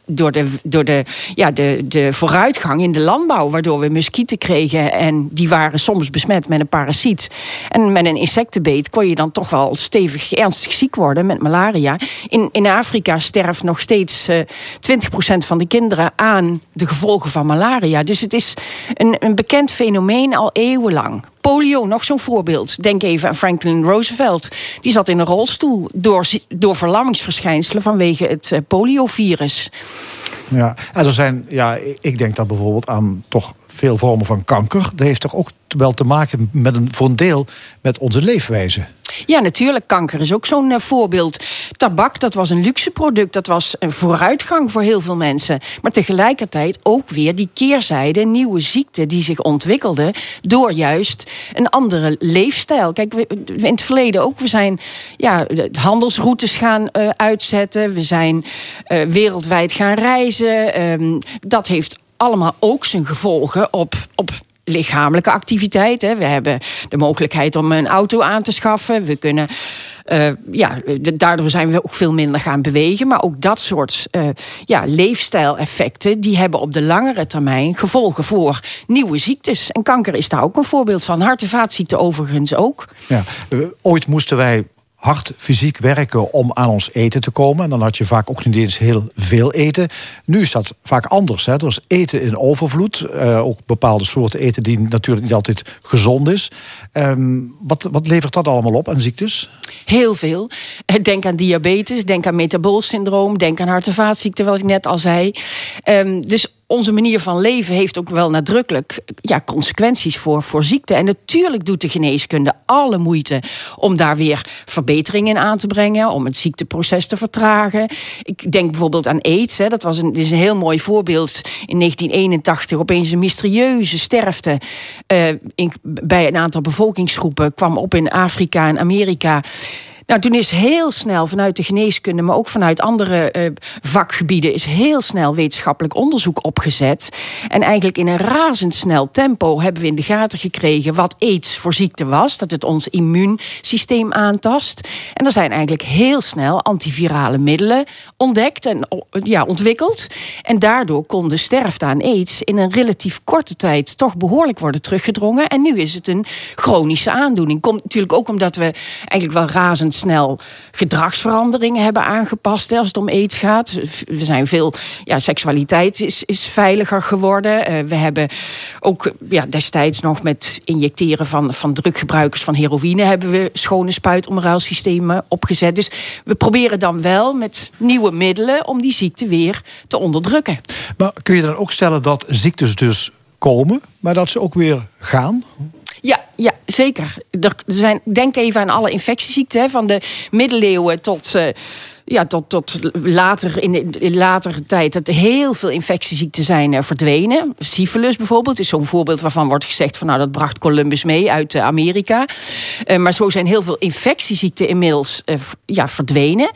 door, de, door de, ja, de, de vooruitgang in de landbouw, waardoor we muskieten kregen en die waren soms besmet met een parasiet. En met een insectenbeet kon je dan toch wel stevig ernstig ziek worden met malaria. In, in Afrika sterft nog steeds uh, twintig procent van de kinderen aan de gevolgen van malaria. Dus het is een, een bekend fenomeen al eeuwenlang. Polio, nog zo'n voorbeeld. Denk even aan Franklin Roosevelt. Die zat in een rolstoel door, door verlammingsverschijnselen vanwege het uh, poliovirus. Ja, en er zijn, ja, ik denk dan bijvoorbeeld aan toch veel vormen van kanker. Dat heeft toch ook wel te maken met een, voor een deel met onze leefwijze. Ja, natuurlijk. Kanker is ook zo'n uh, voorbeeld. Tabak, dat was een luxe product. Dat was een vooruitgang voor heel veel mensen. Maar tegelijkertijd ook weer die keerzijde, nieuwe ziekten die zich ontwikkelden door juist een andere leefstijl. Kijk, we, in het verleden ook. We zijn ja, handelsroutes gaan uh, uitzetten. We zijn uh, wereldwijd gaan reizen. Um, dat heeft allemaal ook zijn gevolgen op... op lichamelijke activiteit. Hè. We hebben de mogelijkheid om een auto aan te schaffen. We kunnen, uh, ja, daardoor zijn we ook veel minder gaan bewegen. Maar ook dat soort uh, ja, leefstijleffecten, die hebben op de langere termijn gevolgen voor nieuwe ziektes. En kanker is daar ook een voorbeeld van. Hart- en vaatziekten overigens ook. Ja, ooit moesten wij hard fysiek werken om aan ons eten te komen. En dan had je vaak ook niet eens heel veel eten. Nu is dat vaak anders. Hè. Er is eten in overvloed. Uh, ook bepaalde soorten eten die natuurlijk niet altijd gezond is. Um, wat, wat levert dat allemaal op aan ziektes? Heel veel. Denk aan diabetes, denk aan metabool syndroom, denk aan hart- en vaatziekten, wat ik net al zei. Um, dus onze manier van leven heeft ook wel nadrukkelijk ja, consequenties voor, voor ziekte. En natuurlijk doet de geneeskunde alle moeite om daar weer verbeteringen in aan te brengen, om het ziekteproces te vertragen. Ik denk bijvoorbeeld aan AIDS. Hè. Dat was een, dit is een heel mooi voorbeeld. In negentien eenentachtig opeens een mysterieuze sterfte uh, in, bij een aantal bevolkingsgroepen kwam op in Afrika en Amerika. Nou, toen is heel snel vanuit de geneeskunde, maar ook vanuit andere uh, vakgebieden, is heel snel wetenschappelijk onderzoek opgezet. En eigenlijk in een razendsnel tempo hebben we in de gaten gekregen wat AIDS voor ziekte was. Dat het ons immuunsysteem aantast. En er zijn eigenlijk heel snel antivirale middelen ontdekt en ja, ontwikkeld. En daardoor kon de sterfte aan AIDS in een relatief korte tijd toch behoorlijk worden teruggedrongen. En nu is het een chronische aandoening. Komt natuurlijk ook omdat we eigenlijk wel razend snel gedragsveranderingen hebben aangepast hè, als het om AIDS gaat. We zijn veel, ja, seksualiteit is, is veiliger geworden. Uh, we hebben ook ja, destijds nog met injecteren van, van druggebruikers van heroïne hebben we schone spuitomruilsystemen opgezet. Dus we proberen dan wel met nieuwe middelen om die ziekte weer te onderdrukken. Maar kun je dan ook stellen dat ziektes dus komen, maar dat ze ook weer gaan? Ja, ja, zeker. Er zijn, denk even aan alle infectieziekten, hè, van de middeleeuwen tot, uh, ja, tot, tot later in de in latere tijd. Dat heel veel infectieziekten zijn uh, verdwenen. Syphilis bijvoorbeeld is zo'n voorbeeld waarvan wordt gezegd van nou dat bracht Columbus mee uit uh, Amerika. Uh, maar zo zijn heel veel infectieziekten inmiddels uh, ja, verdwenen.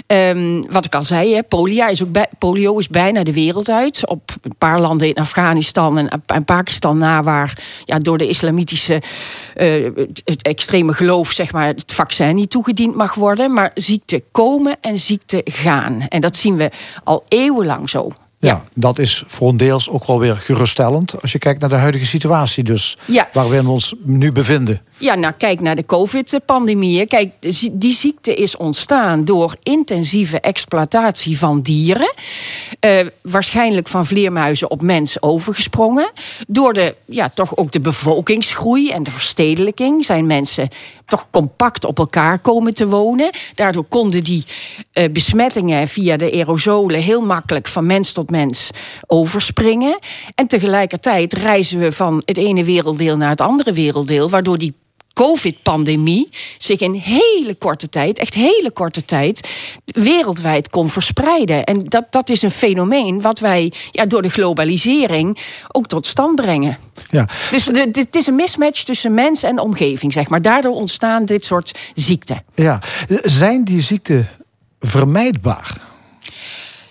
Um, wat ik al zei, hè, polio, is ook bij, polio is bijna de wereld uit. Op een paar landen in Afghanistan en, en Pakistan na, waar ja, door de islamitische uh, het extreme geloof zeg maar, het vaccin niet toegediend mag worden. Maar ziekten komen en ziekten gaan. En dat zien we al eeuwenlang zo. Ja, Ja, dat is voor een deels ook wel weer geruststellend als je kijkt naar de huidige situatie dus, Ja. waar we ons nu bevinden. Ja, nou kijk naar de COVID-pandemie. Kijk, die ziekte is ontstaan door intensieve exploitatie van dieren. Uh, waarschijnlijk van vleermuizen op mens overgesprongen. Door de, ja, toch ook de bevolkingsgroei en de verstedelijking zijn mensen toch compact op elkaar komen te wonen. Daardoor konden die uh, besmettingen via de aerosolen heel makkelijk van mens tot mens overspringen. En tegelijkertijd reizen we van het ene werelddeel naar het andere werelddeel, waardoor die COVID-pandemie zich in hele korte tijd, echt hele korte tijd, wereldwijd kon verspreiden. En dat, dat is een fenomeen wat wij ja, door de globalisering ook tot stand brengen. Ja. Dus de, de, het is een mismatch tussen mens en omgeving, zeg maar. Daardoor ontstaan dit soort ziekten. Ja. Zijn die ziekten vermijdbaar?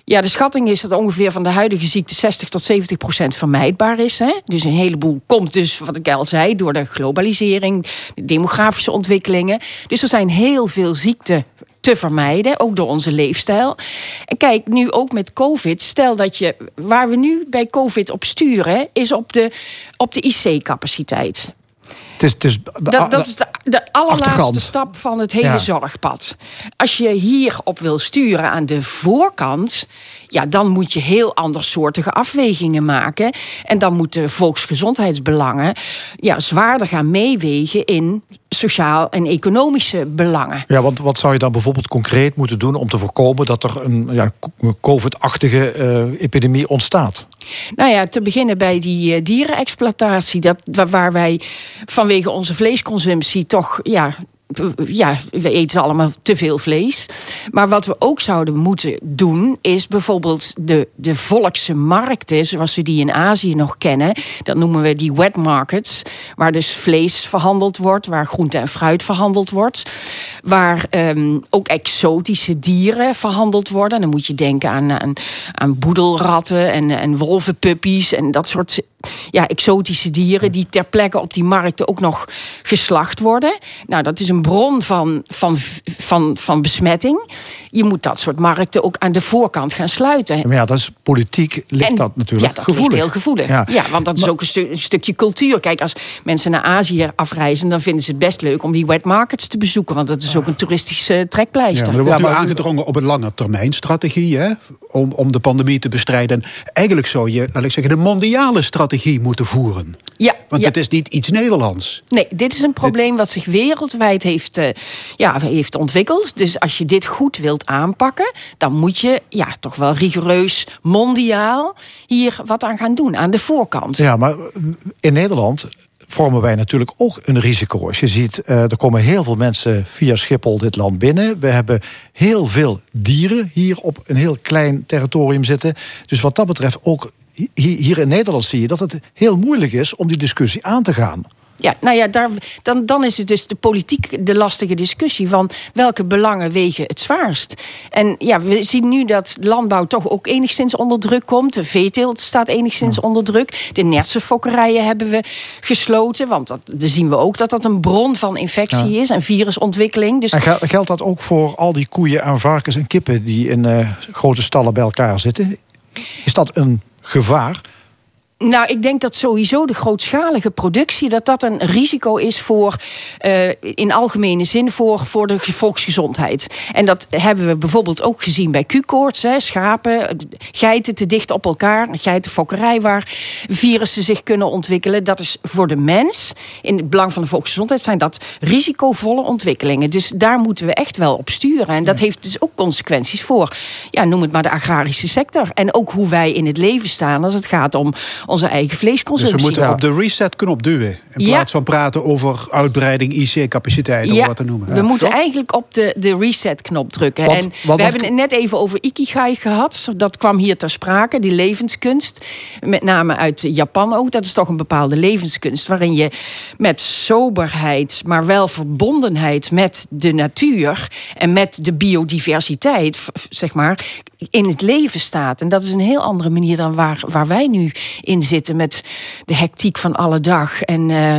Ja, de schatting is dat ongeveer van de huidige ziekte zestig tot zeventig procent vermijdbaar is. Hè? Dus een heleboel komt dus, wat ik al zei, door de globalisering, de demografische ontwikkelingen. Dus er zijn heel veel ziekten te vermijden, ook door onze leefstijl. En kijk, nu ook met COVID, stel dat je, waar we nu bij COVID op sturen, is op de, op de I C-capaciteit. Het is, het is de, dat, dat is de, de allerlaatste achterkant. stap van het hele Ja. zorgpad. Als je hierop wil sturen aan de voorkant, ja, dan moet je heel andersoortige afwegingen maken. En dan moeten volksgezondheidsbelangen ja, zwaarder gaan meewegen in sociaal en economische belangen. Ja, want wat zou je dan bijvoorbeeld concreet moeten doen om te voorkomen dat er een ja, COVID-achtige uh, epidemie ontstaat? Nou ja, te beginnen bij die uh, dierenexploitatie, dat, waar, waar wij vanwege onze vleesconsumptie toch, ja, ja, we eten allemaal te veel vlees. Maar wat we ook zouden moeten doen, is bijvoorbeeld de, de volkse markten, zoals we die in Azië nog kennen. Dat noemen we die wet markets, waar dus vlees verhandeld wordt, waar groente en fruit verhandeld wordt. Waar um, ook exotische dieren verhandeld worden. Dan moet je denken aan, aan, aan boedelratten en, en wolvenpuppies en dat soort ja, exotische dieren die ter plekke op die markten ook nog geslacht worden. Nou, dat is een bron van, van, van, van besmetting. Je moet dat soort markten ook aan de voorkant gaan sluiten. Maar ja, dat is politiek, ligt en, dat natuurlijk ja, dat gevoelig. ligt heel gevoelig. Ja. Ja, want dat is Maar, ook een, stu- een stukje cultuur. Kijk, als mensen naar Azië afreizen, dan vinden ze het best leuk om die wet markets te bezoeken. Want dat is ook een toeristische Ja, trekpleister. maar er wordt Ja, nu maar- aangedrongen op een lange termijn strategie, hè, om, om de pandemie te bestrijden. Eigenlijk zou je, laat ik zeggen, de mondiale strategie moeten voeren. Ja, Want ja. het is niet iets Nederlands. Nee, dit is een probleem wat zich wereldwijd heeft, uh, ja, heeft ontwikkeld. Dus als je dit goed wilt aanpakken, dan moet je ja, toch wel rigoureus mondiaal hier wat aan gaan doen, aan de voorkant. Ja, maar in Nederland vormen wij natuurlijk ook een risico. Als je ziet, uh, er komen heel veel mensen via Schiphol dit land binnen. We hebben heel veel dieren hier op een heel klein territorium zitten. Dus wat dat betreft ook hier in Nederland zie je dat het heel moeilijk is om die discussie aan te gaan. Ja, nou ja, daar, dan, dan is het dus de politiek de lastige discussie van welke belangen wegen het zwaarst. En ja, we zien nu dat landbouw toch ook enigszins onder druk komt. De veeteelt staat enigszins ja. onder druk. De nertsenfokkerijen hebben we gesloten, want dat, dan zien we ook dat dat een bron van infectie ja. is en virusontwikkeling. Dus... En geldt dat ook voor al die koeien en varkens en kippen die in uh, grote stallen bij elkaar zitten? Is dat een gevaar? Nou, ik denk dat sowieso de grootschalige productie, dat dat een risico is voor, uh, in algemene zin, voor, voor de volksgezondheid. En dat hebben we bijvoorbeeld ook gezien bij Q-koorts, hè, schapen, geiten te dicht op elkaar, een geitenfokkerij waar virussen zich kunnen ontwikkelen. Dat is voor de mens, in het belang van de volksgezondheid, zijn dat risicovolle ontwikkelingen. Dus daar moeten we echt wel op sturen. En dat heeft dus ook consequenties voor, ja, noem het maar de agrarische sector. En ook hoe wij in het leven staan als het gaat om onze eigen vleesconsumptie. Dus we moeten ja. op de reset-knop duwen. In ja. plaats van praten over uitbreiding, I C-capaciteit, ja. om wat te noemen. We Ja. moeten Toch? eigenlijk op de, de reset-knop drukken. Wat, en wat, we wat, hebben het net even over Ikigai gehad. Dat kwam hier ter sprake, die levenskunst. Met name uit Japan ook. Dat is toch een bepaalde levenskunst waarin je met soberheid, maar wel verbondenheid met de natuur en met de biodiversiteit, zeg maar, in het leven staat. En dat is een heel andere manier dan waar, waar wij nu in zitten met de hectiek van alle dag en uh,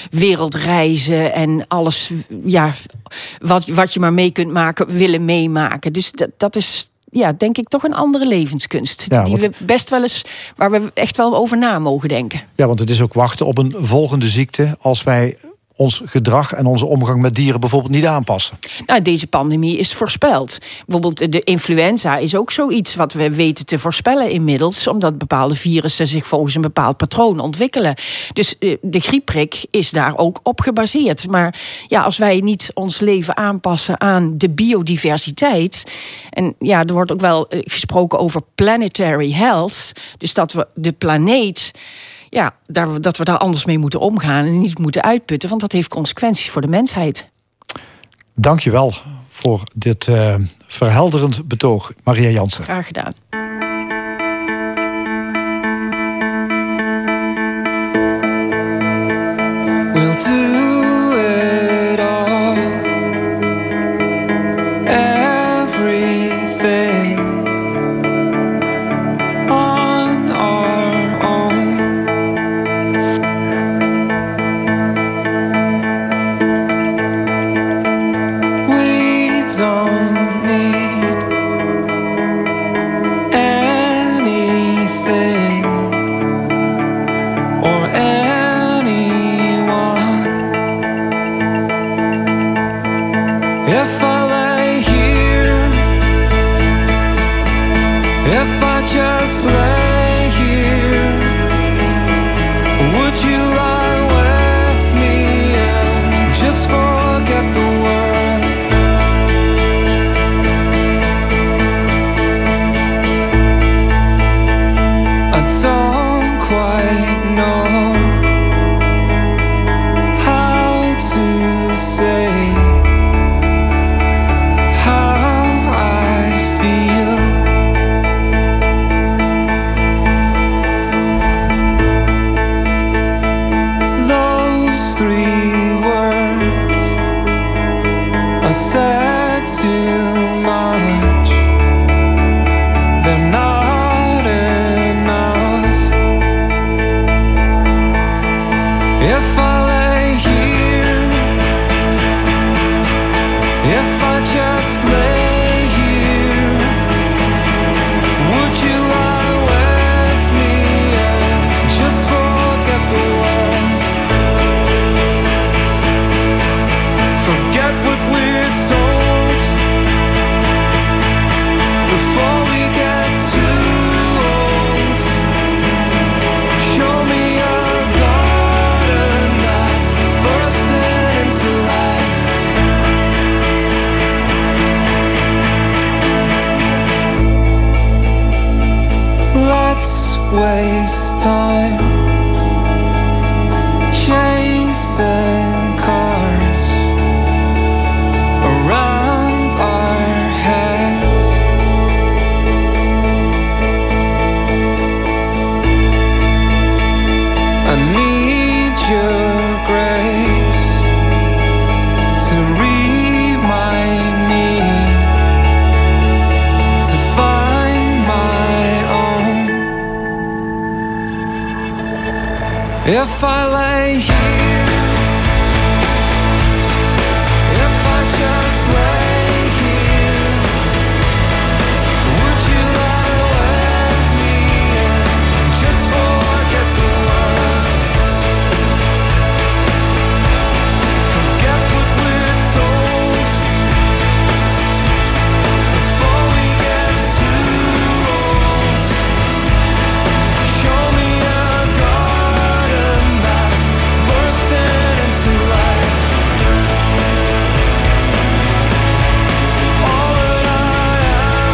wereldreizen en alles, ja, wat, wat je maar mee kunt maken, willen meemaken. Dus dat, dat is, ja, denk ik toch een andere levenskunst. Ja, die want... we best wel eens, waar we echt wel over na mogen denken. Ja, want het is ook wachten op een volgende ziekte als wij ons gedrag en onze omgang met dieren bijvoorbeeld niet aanpassen. Nou, deze pandemie is voorspeld. Bijvoorbeeld de influenza is ook zoiets wat we weten te voorspellen inmiddels, omdat bepaalde virussen zich volgens een bepaald patroon ontwikkelen. Dus de griepprik is daar ook op gebaseerd. Maar ja, als wij niet ons leven aanpassen aan de biodiversiteit, en ja, er wordt ook wel gesproken over planetary health, dus dat we de planeet, ja, daar, dat we daar anders mee moeten omgaan en niet moeten uitputten, want dat heeft consequenties voor de mensheid. Dank je wel voor dit uh, verhelderend betoog, Maria Jansen. Graag gedaan. We'll do it all, everything If I lay here, if I just lay here, would you lie with me and just forget the world? Forget what we're told before we get too old. Show me a garden that's bursting into life. All that I am,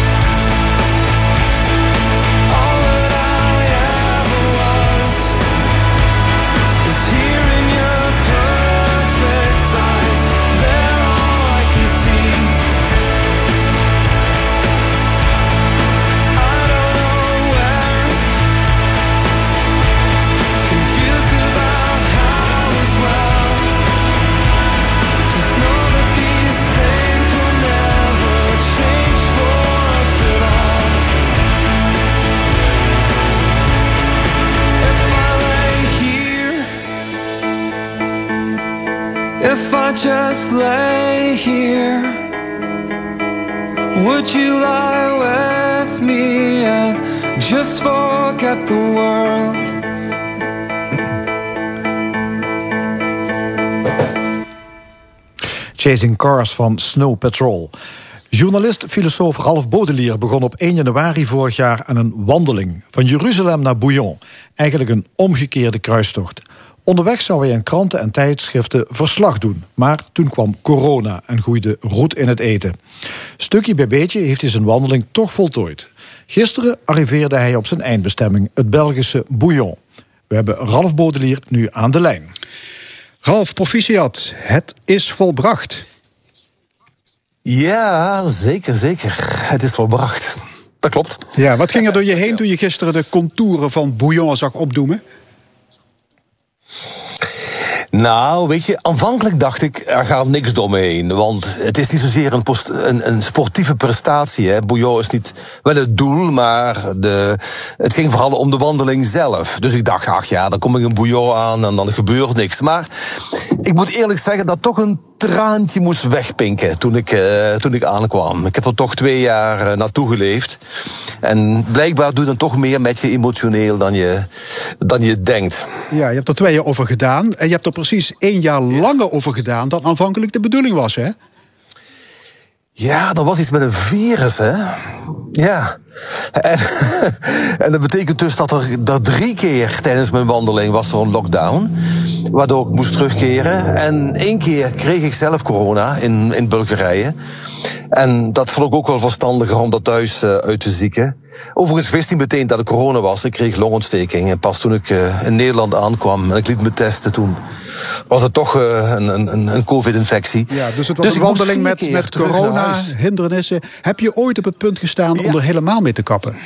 all that I ever was, is here in your perfect eyes. They're all I can see. I don't know where, confused about how as well. Just know that these things will never change for us at all. If I lay here, if I just lay here, would you lie with me and just forget the world? Chasing Cars van Snow Patrol. Journalist, filosoof Ralph Baudelaire begon op één januari vorig jaar aan een wandeling van Jeruzalem naar Bouillon. Eigenlijk een omgekeerde kruistocht. Onderweg zou hij in kranten en tijdschriften verslag doen. Maar toen kwam corona en groeide roet in het eten. Stukje bij beetje heeft hij zijn wandeling toch voltooid. Gisteren arriveerde hij op zijn eindbestemming, het Belgische Bouillon. We hebben Ralph Baudelaire nu aan de lijn. Ralph, proficiat. Het is volbracht. Ja, zeker, zeker. Het is volbracht. Dat klopt. Ja, wat ging er door je heen toen je gisteren de contouren van Bouillon zag opdoemen? Nou, weet je, aanvankelijk dacht ik, er gaat niks door me heen. Want het is niet zozeer een, post, een, een sportieve prestatie. Hè. Bouillon is niet wel het doel, maar de, het ging vooral om de wandeling zelf. Dus ik dacht, ach ja, dan kom ik in Bouillon aan en dan gebeurt niks. Maar ik moet eerlijk zeggen dat toch een traantje moest wegpinken toen ik, uh, toen ik aankwam. Ik heb er toch twee jaar uh, naartoe geleefd. En blijkbaar doet het toch meer met je emotioneel dan je, dan je denkt. Ja, je hebt er twee jaar over gedaan. En je hebt er precies één jaar langer over gedaan dan aanvankelijk de bedoeling was, hè? Ja, er was iets met een virus, hè? Ja. En, en dat betekent dus dat er, dat drie keer tijdens mijn wandeling was er een lockdown. Waardoor ik moest terugkeren. En één keer kreeg ik zelf corona in, in Bulgarije. En dat vond ik ook wel verstandiger om dat thuis uh, uit te zieken. Overigens wist hij meteen dat het corona was. Ik kreeg longontsteking. En pas toen ik uh, in Nederland aankwam en ik liet me testen, toen was het toch uh, een, een, een covid-infectie. Ja, dus het was dus een wandeling met, met corona-hindernissen. Heb je ooit op het punt gestaan om ja. er helemaal mee te kappen?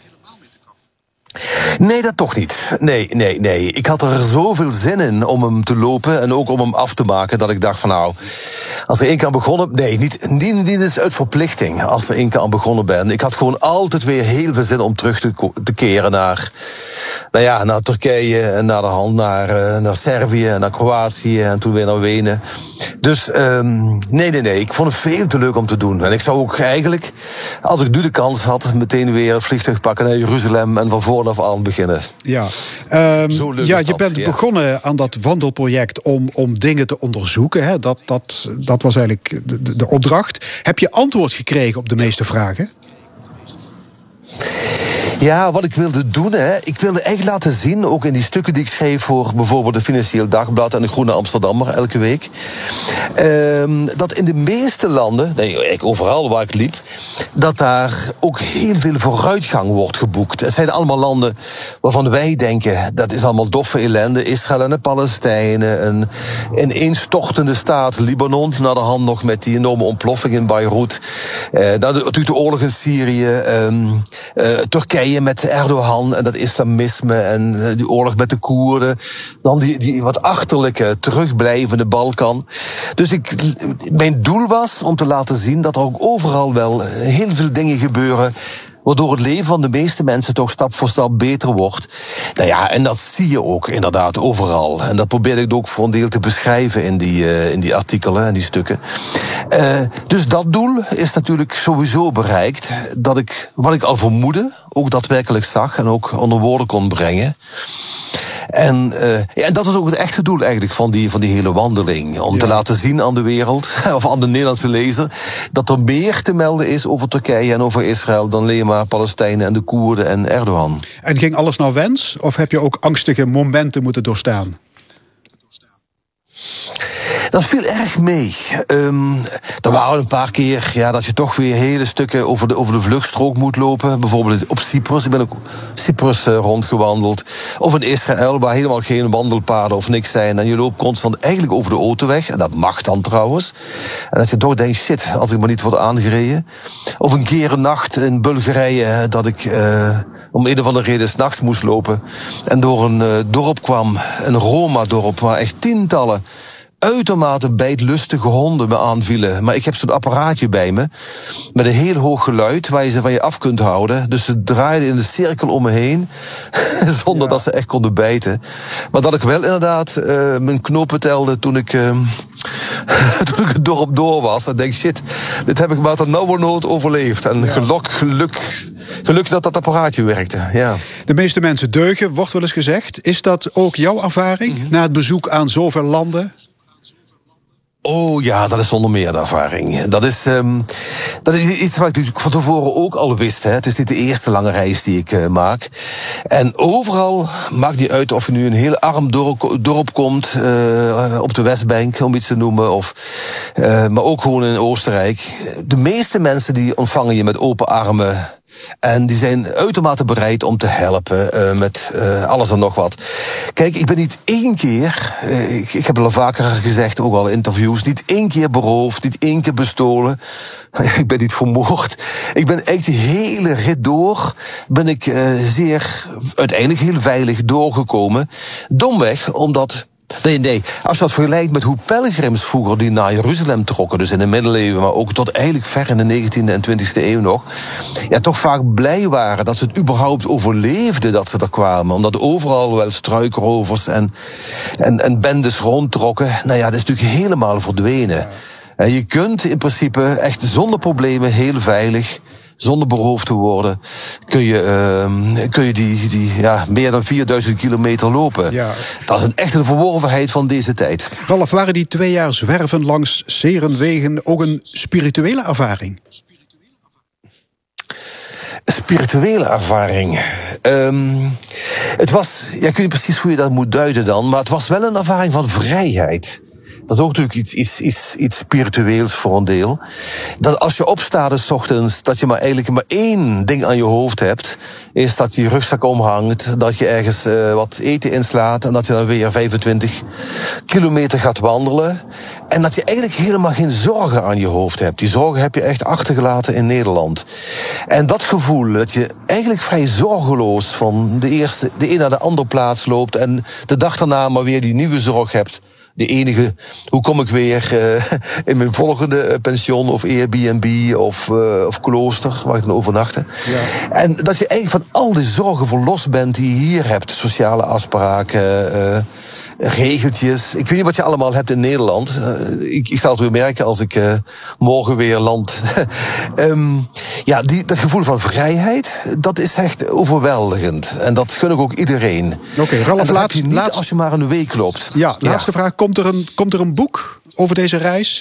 Nee, dat toch niet. Nee, nee, nee. Ik had er zoveel zin in om hem te lopen en ook om hem af te maken, dat ik dacht van nou, als er één keer aan begonnen... Nee, niet, niet, niet eens uit verplichting als er één keer aan begonnen ben. Ik had gewoon altijd weer heel veel zin om terug te, te keren naar, nou ja, naar Turkije en naar de hand naar, uh, naar Servië en naar Kroatië en toen weer naar Wenen. Dus um, nee, nee, nee. Ik vond het veel te leuk om te doen. En ik zou ook eigenlijk, als ik nu de kans had, meteen weer het vliegtuig pakken naar Jeruzalem en van vooraf aan beginnen. Ja, um, Zo leuk ja is je dat, bent ja. begonnen aan dat wandelproject om, om dingen te onderzoeken. Hè? Dat, dat, dat was eigenlijk de, de, de opdracht. Heb je antwoord gekregen op de meeste vragen? Ja, wat ik wilde doen, hè, ik wilde echt laten zien, ook in die stukken die ik schreef voor bijvoorbeeld het Financieel Dagblad en de Groene Amsterdammer elke week, um, dat in de meeste landen, nee, eigenlijk overal waar ik liep, dat daar ook heel veel vooruitgang wordt geboekt. Het zijn allemaal landen waarvan wij denken, dat is allemaal doffe ellende. Israël en de Palestijnen, een ineenstortende staat, Libanon, naar de hand nog met die enorme ontploffing in Beirut. Uh, natuurlijk de oorlog in Syrië, um, uh, Turkije met Erdogan en dat islamisme en uh, die oorlog met de Koerden. Dan die, die wat achterlijke, terugblijvende Balkan. Dus ik, mijn doel was om te laten zien dat er ook overal wel heel veel dingen gebeuren waardoor het leven van de meeste mensen toch stap voor stap beter wordt. Nou ja, en dat zie je ook inderdaad overal. En dat probeer ik ook voor een deel te beschrijven in die, uh, in die artikelen en die stukken. Uh, dus dat doel is natuurlijk sowieso bereikt. Dat ik, wat ik al vermoedde, ook daadwerkelijk zag en ook onder woorden kon brengen. En, uh, ja, en dat is ook het echte doel eigenlijk van die, van die hele wandeling. Om ja. te laten zien aan de wereld, of aan de Nederlandse lezer, dat er meer te melden is over Turkije en over Israël dan alleen maar Palestijnen en de Koerden en Erdogan. En ging alles naar wens? Of heb je ook angstige momenten moeten doorstaan? Dat viel erg mee. Um, er waren een paar keer ja, dat je toch weer hele stukken over de, over de vluchtstrook moet lopen. Bijvoorbeeld op Cyprus. Ik ben ook Cyprus uh, rondgewandeld. Of in Israël, waar helemaal geen wandelpaden of niks zijn. En je loopt constant eigenlijk over de autoweg. En dat mag dan trouwens. En dat je toch denkt, shit, als ik maar niet word aangereden. Of een keer een nacht in Bulgarije dat ik uh, om een of andere reden 's nachts moest lopen. En door een uh, dorp kwam, een Roma-dorp, waar echt tientallen uitermate bijtlustige honden me aanvielen. Maar ik heb zo'n apparaatje bij me, met een heel hoog geluid, waar je ze van je af kunt houden. Dus ze draaiden in de cirkel om me heen, zonder ja. dat ze echt konden bijten. Maar dat ik wel inderdaad uh, mijn knopen telde toen ik, uh, toen ik het dorp door was. En denk, shit, dit heb ik maar tot nauwernood overleefd. En ja. geluk, geluk, geluk dat dat apparaatje werkte. Ja. De meeste mensen deugen, wordt wel eens gezegd. Is dat ook jouw ervaring, mm-hmm. na het bezoek aan zoveel landen? Oh ja, dat is zonder meer de ervaring. Dat is, um, dat is iets wat ik natuurlijk van tevoren ook al wist. Hè. Het is niet de eerste lange reis die ik uh, maak. En overal, maakt niet uit of je nu een heel arm dorp, dorp komt, uh, op de Westbank, om iets te noemen, of, uh, maar ook gewoon in Oostenrijk. De meeste mensen die ontvangen je met open armen. En die zijn uitermate bereid om te helpen uh, met uh, alles en nog wat. Kijk, ik ben niet één keer, uh, ik, ik heb het al vaker gezegd, ook al in interviews, niet één keer beroofd, niet één keer bestolen. Ik ben niet vermoord. Ik ben echt de hele rit door, ben ik uh, zeer, uiteindelijk heel veilig doorgekomen. Domweg, omdat... Nee, nee. Als je dat vergelijkt met hoe pelgrims vroeger die naar Jeruzalem trokken, dus in de middeleeuwen, maar ook tot eigenlijk ver in de negentiende en twintigste eeuw nog, ja, toch vaak blij waren dat ze het überhaupt overleefden dat ze er kwamen. Omdat overal wel struikrovers en, en, en bendes rondtrokken. Nou ja, dat is natuurlijk helemaal verdwenen. En je kunt in principe echt zonder problemen heel veilig, zonder beroofd te worden, kun je, uh, kun je die, die ja, meer dan vierduizend kilometer lopen. Ja. Dat is een echte verworvenheid van deze tijd. Ralf, waren die twee jaar zwerven langs serenwegen ook een spirituele ervaring? Spirituele ervaring. Um, het was, ja, ik weet niet precies hoe je dat moet duiden dan, maar het was wel een ervaring van vrijheid. Dat is ook natuurlijk iets, iets, iets, iets spiritueels voor een deel. Dat als je opstaat 's ochtends, dat je maar eigenlijk maar één ding aan je hoofd hebt, is dat je je rugzak omhangt, dat je ergens uh, wat eten inslaat en dat je dan weer vijfentwintig kilometer gaat wandelen. En dat je eigenlijk helemaal geen zorgen aan je hoofd hebt. Die zorgen heb je echt achtergelaten in Nederland. En dat gevoel, dat je eigenlijk vrij zorgeloos van de eerste, de een naar de andere plaats loopt en de dag daarna maar weer die nieuwe zorg hebt. De enige, hoe kom ik weer uh, in mijn volgende pension of Airbnb of, uh, of klooster, waar ik dan overnachten. Ja. En dat je eigenlijk van al die zorgen verlost bent die je hier hebt. Sociale afspraken, uh, regeltjes. Ik weet niet wat je allemaal hebt in Nederland. Uh, ik, ik zal het weer merken als ik uh, morgen weer land. um, ja, die, dat gevoel van vrijheid, dat is echt overweldigend. En dat gun ik ook iedereen. Oké, okay, Ralf, en dat laat, heb je niet laat... als je maar een week loopt. Ja, laatste ja. vraag. Komt er, een, komt er een boek over deze reis?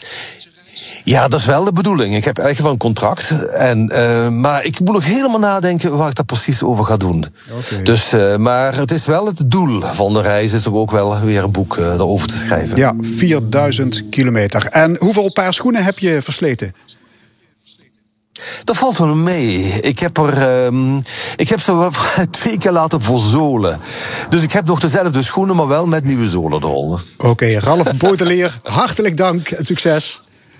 Ja, dat is wel de bedoeling. Ik heb eigenlijk wel een contract. En, uh, maar ik moet nog helemaal nadenken waar ik dat precies over ga doen. Okay. Dus, uh, maar het is wel het doel van de reis, is er ook wel weer een boek uh, erover te schrijven. Ja, vierduizend kilometer. En hoeveel paar schoenen heb je versleten? Dat valt wel mee. Ik heb er, um, ik heb ze twee keer laten verzolen. Dus ik heb nog dezelfde schoenen, maar wel met nieuwe zolen eronder. Oké, okay, Ralf Boudelier, hartelijk dank en succes.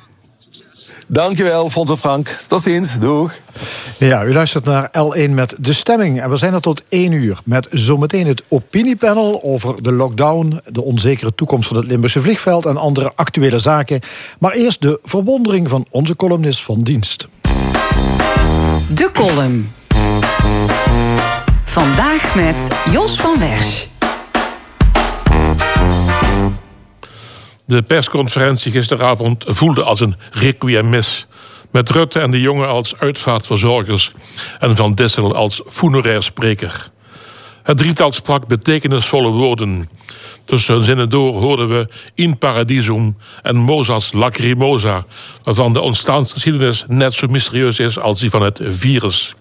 Dankjewel, Fons en Frank. Tot ziens, doeg. Ja, u luistert naar L één met De Stemming. En we zijn er tot één uur met zometeen het opiniepanel over de lockdown, de onzekere toekomst van het Limburgse vliegveld en andere actuele zaken. Maar eerst de verwondering van onze columnist van dienst. De column. Vandaag met Jos van Wersch. De persconferentie gisteravond voelde als een requiem mis. Met Rutte en de Jonge als uitvaartverzorgers en Van Dissel als funerair spreker. Het drietal sprak betekenisvolle woorden. Tussen hun zinnen door hoorden we In Paradisum en Mozart's Lacrimosa, waarvan de ontstaansgeschiedenis net zo mysterieus is als die van het virus.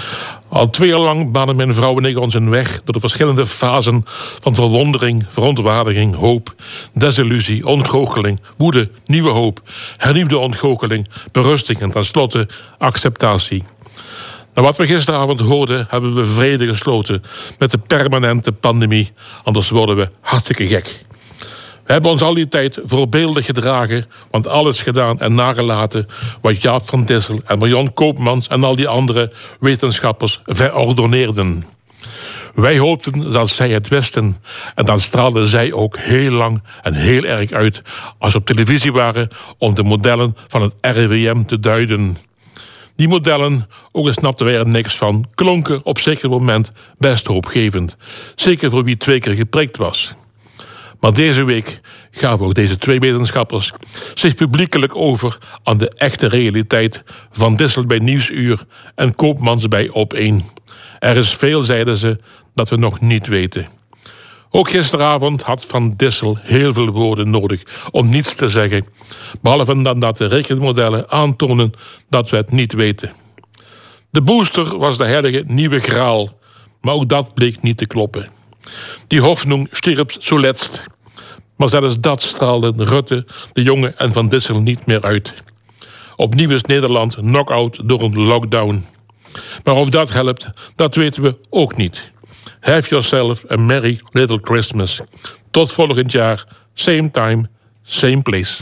Al twee jaar lang banen mijn vrouw en ik ons een weg door de verschillende fasen van verwondering, verontwaardiging, hoop, desillusie, ontgoocheling, woede, nieuwe hoop, hernieuwde ontgoocheling, berusting en tenslotte acceptatie. Na wat we gisteravond hoorden, hebben we vrede gesloten met de permanente pandemie, anders worden we hartstikke gek. We hebben ons al die tijd voorbeeldig gedragen, want alles gedaan en nagelaten wat Jaap van Dissel en Marion Koopmans en al die andere wetenschappers verordoneerden. Wij hoopten dat zij het wisten en dan straalden zij ook heel lang en heel erg uit als we op televisie waren om de modellen van het R I V M te duiden. Die modellen, ook al snapten wij er niks van, klonken op zeker moment best hoopgevend. Zeker voor wie twee keer geprikt was. Maar deze week gaven ook deze twee wetenschappers zich publiekelijk over aan de echte realiteit van Dissel bij Nieuwsuur en Koopmans bij Op één. Er is veel, zeiden ze, dat we nog niet weten. Ook gisteravond had Van Dissel heel veel woorden nodig om niets te zeggen, behalve dan dat de rekenmodellen aantonen dat we het niet weten. De booster was de heilige nieuwe graal, maar ook dat bleek niet te kloppen. Die Hoffnung stirbt zuletzt. Maar zelfs dat straalden Rutte, de Jonge en Van Dissel niet meer uit. Opnieuw is Nederland knock-out door een lockdown. Maar of dat helpt, dat weten we ook niet. Have yourself a merry little Christmas. Tot volgend jaar, same time, same place.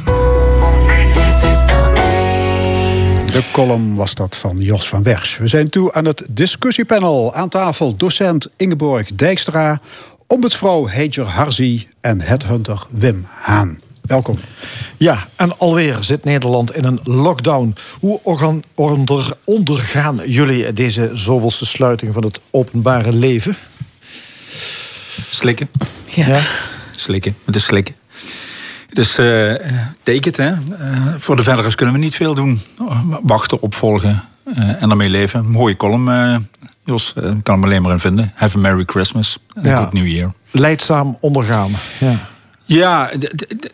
De column was dat van Jos van Wersch. We zijn toe aan het discussiepanel. Aan tafel docent Ingeborg Dijkstra, ombudsvrouw Hajar Harzi en headhunter Wim Haan. Welkom. Ja, en alweer zit Nederland in een lockdown. Hoe organ, onder, ondergaan jullie deze zoveelste sluiting van het openbare leven? Slikken. Ja. Ja. Slikken. Het is slikken. Dus uh, take it, hè. Uh, voor de verdere kunnen we niet veel doen. Wachten, opvolgen uh, en ermee leven. Mooie column, uh, Jos. Uh, kan hem alleen maar in vinden. Have a Merry Christmas. En Ja. een Good New Year. Leidzaam ondergaan. Ja. Ja, d- d- d-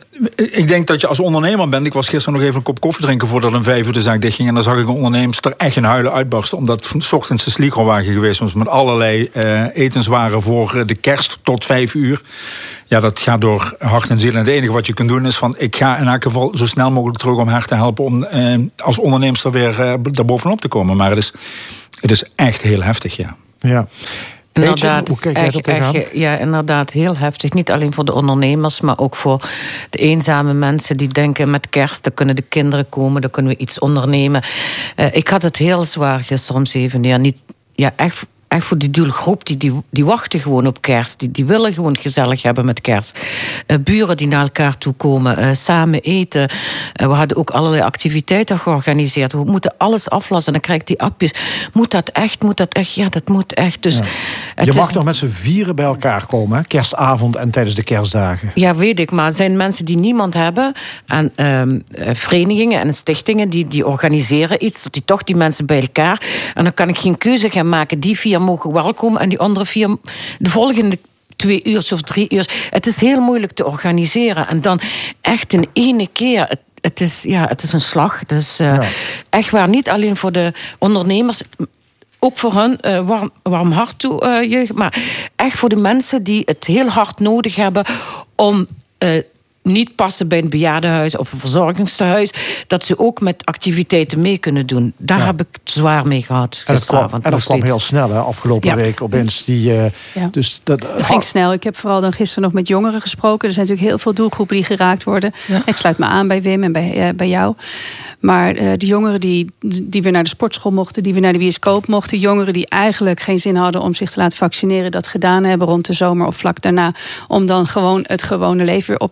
ik denk dat je als ondernemer bent. Ik was gisteren nog even een kop koffie drinken voordat een vijf uur de zaak dichtging. En dan zag ik een onderneemster echt in huilen uitbarsten. Omdat het 's ochtends de Sligo-wagen geweest was met allerlei uh, etenswaren voor de kerst tot vijf uur. Ja, dat gaat door hart en ziel. En het enige wat je kunt doen is van, ik ga in elk geval zo snel mogelijk terug om haar te helpen om uh, als onderneemster weer uh, daarbovenop te komen. Maar het is, het is echt heel heftig, ja. Ja. Inderdaad, hoe kijk jij echt, dat tegenaan? echt, ja, inderdaad, heel heftig. Niet alleen voor de ondernemers, maar ook voor de eenzame mensen die denken met kerst, dan kunnen de kinderen komen, dan kunnen we iets ondernemen. Uh, ik had het heel zwaar gisteren om zeven uur. Niet, ja, echt, echt voor die doelgroep, die, die, die wachten gewoon op kerst. Die, die willen gewoon gezellig hebben met kerst. Uh, buren die naar elkaar toe komen, uh, samen eten. Uh, we hadden ook allerlei activiteiten georganiseerd. We moeten alles aflassen. En dan krijg ik die appjes. Moet dat echt? Moet dat echt? Ja, dat moet echt. Dus, Ja. het Je mag is, nog met z'n vieren bij elkaar komen, hè? Kerstavond en tijdens de kerstdagen. Ja, weet ik, maar er zijn mensen die niemand hebben. En um, verenigingen en stichtingen die, die organiseren iets, dat die toch die mensen bij elkaar. En dan kan ik geen keuze gaan maken. Die vier mogen wel komen en die andere vier de volgende twee uur of drie uur. Het is heel moeilijk te organiseren. En dan echt in ene keer. Het, het, is, ja, het is een slag. Dus uh, ja. echt waar, niet alleen voor de ondernemers. Ook voor hun uh, warm, warm hart toe, uh, jeugd. Maar echt voor de mensen die het heel hard nodig hebben om uh, niet passen bij een bejaardenhuis of een verzorgingstehuis, dat ze ook met activiteiten mee kunnen doen. Daar ja. heb ik het zwaar mee gehad. En dat kwam, en dat kwam heel snel, hè, afgelopen ja. week opeens. Die, uh, ja. dus dat, het ging snel. Ik heb vooral dan gisteren nog met jongeren gesproken. Er zijn natuurlijk heel veel doelgroepen die geraakt worden. Ja. Ik sluit me aan bij Wim en bij, uh, bij jou. Maar uh, de jongeren die, die weer naar de sportschool mochten, die weer naar de bioscoop mochten, jongeren die eigenlijk geen zin hadden om zich te laten vaccineren, dat gedaan hebben rond de zomer of vlak daarna, om dan gewoon het gewone leven weer op te kunnen pakken.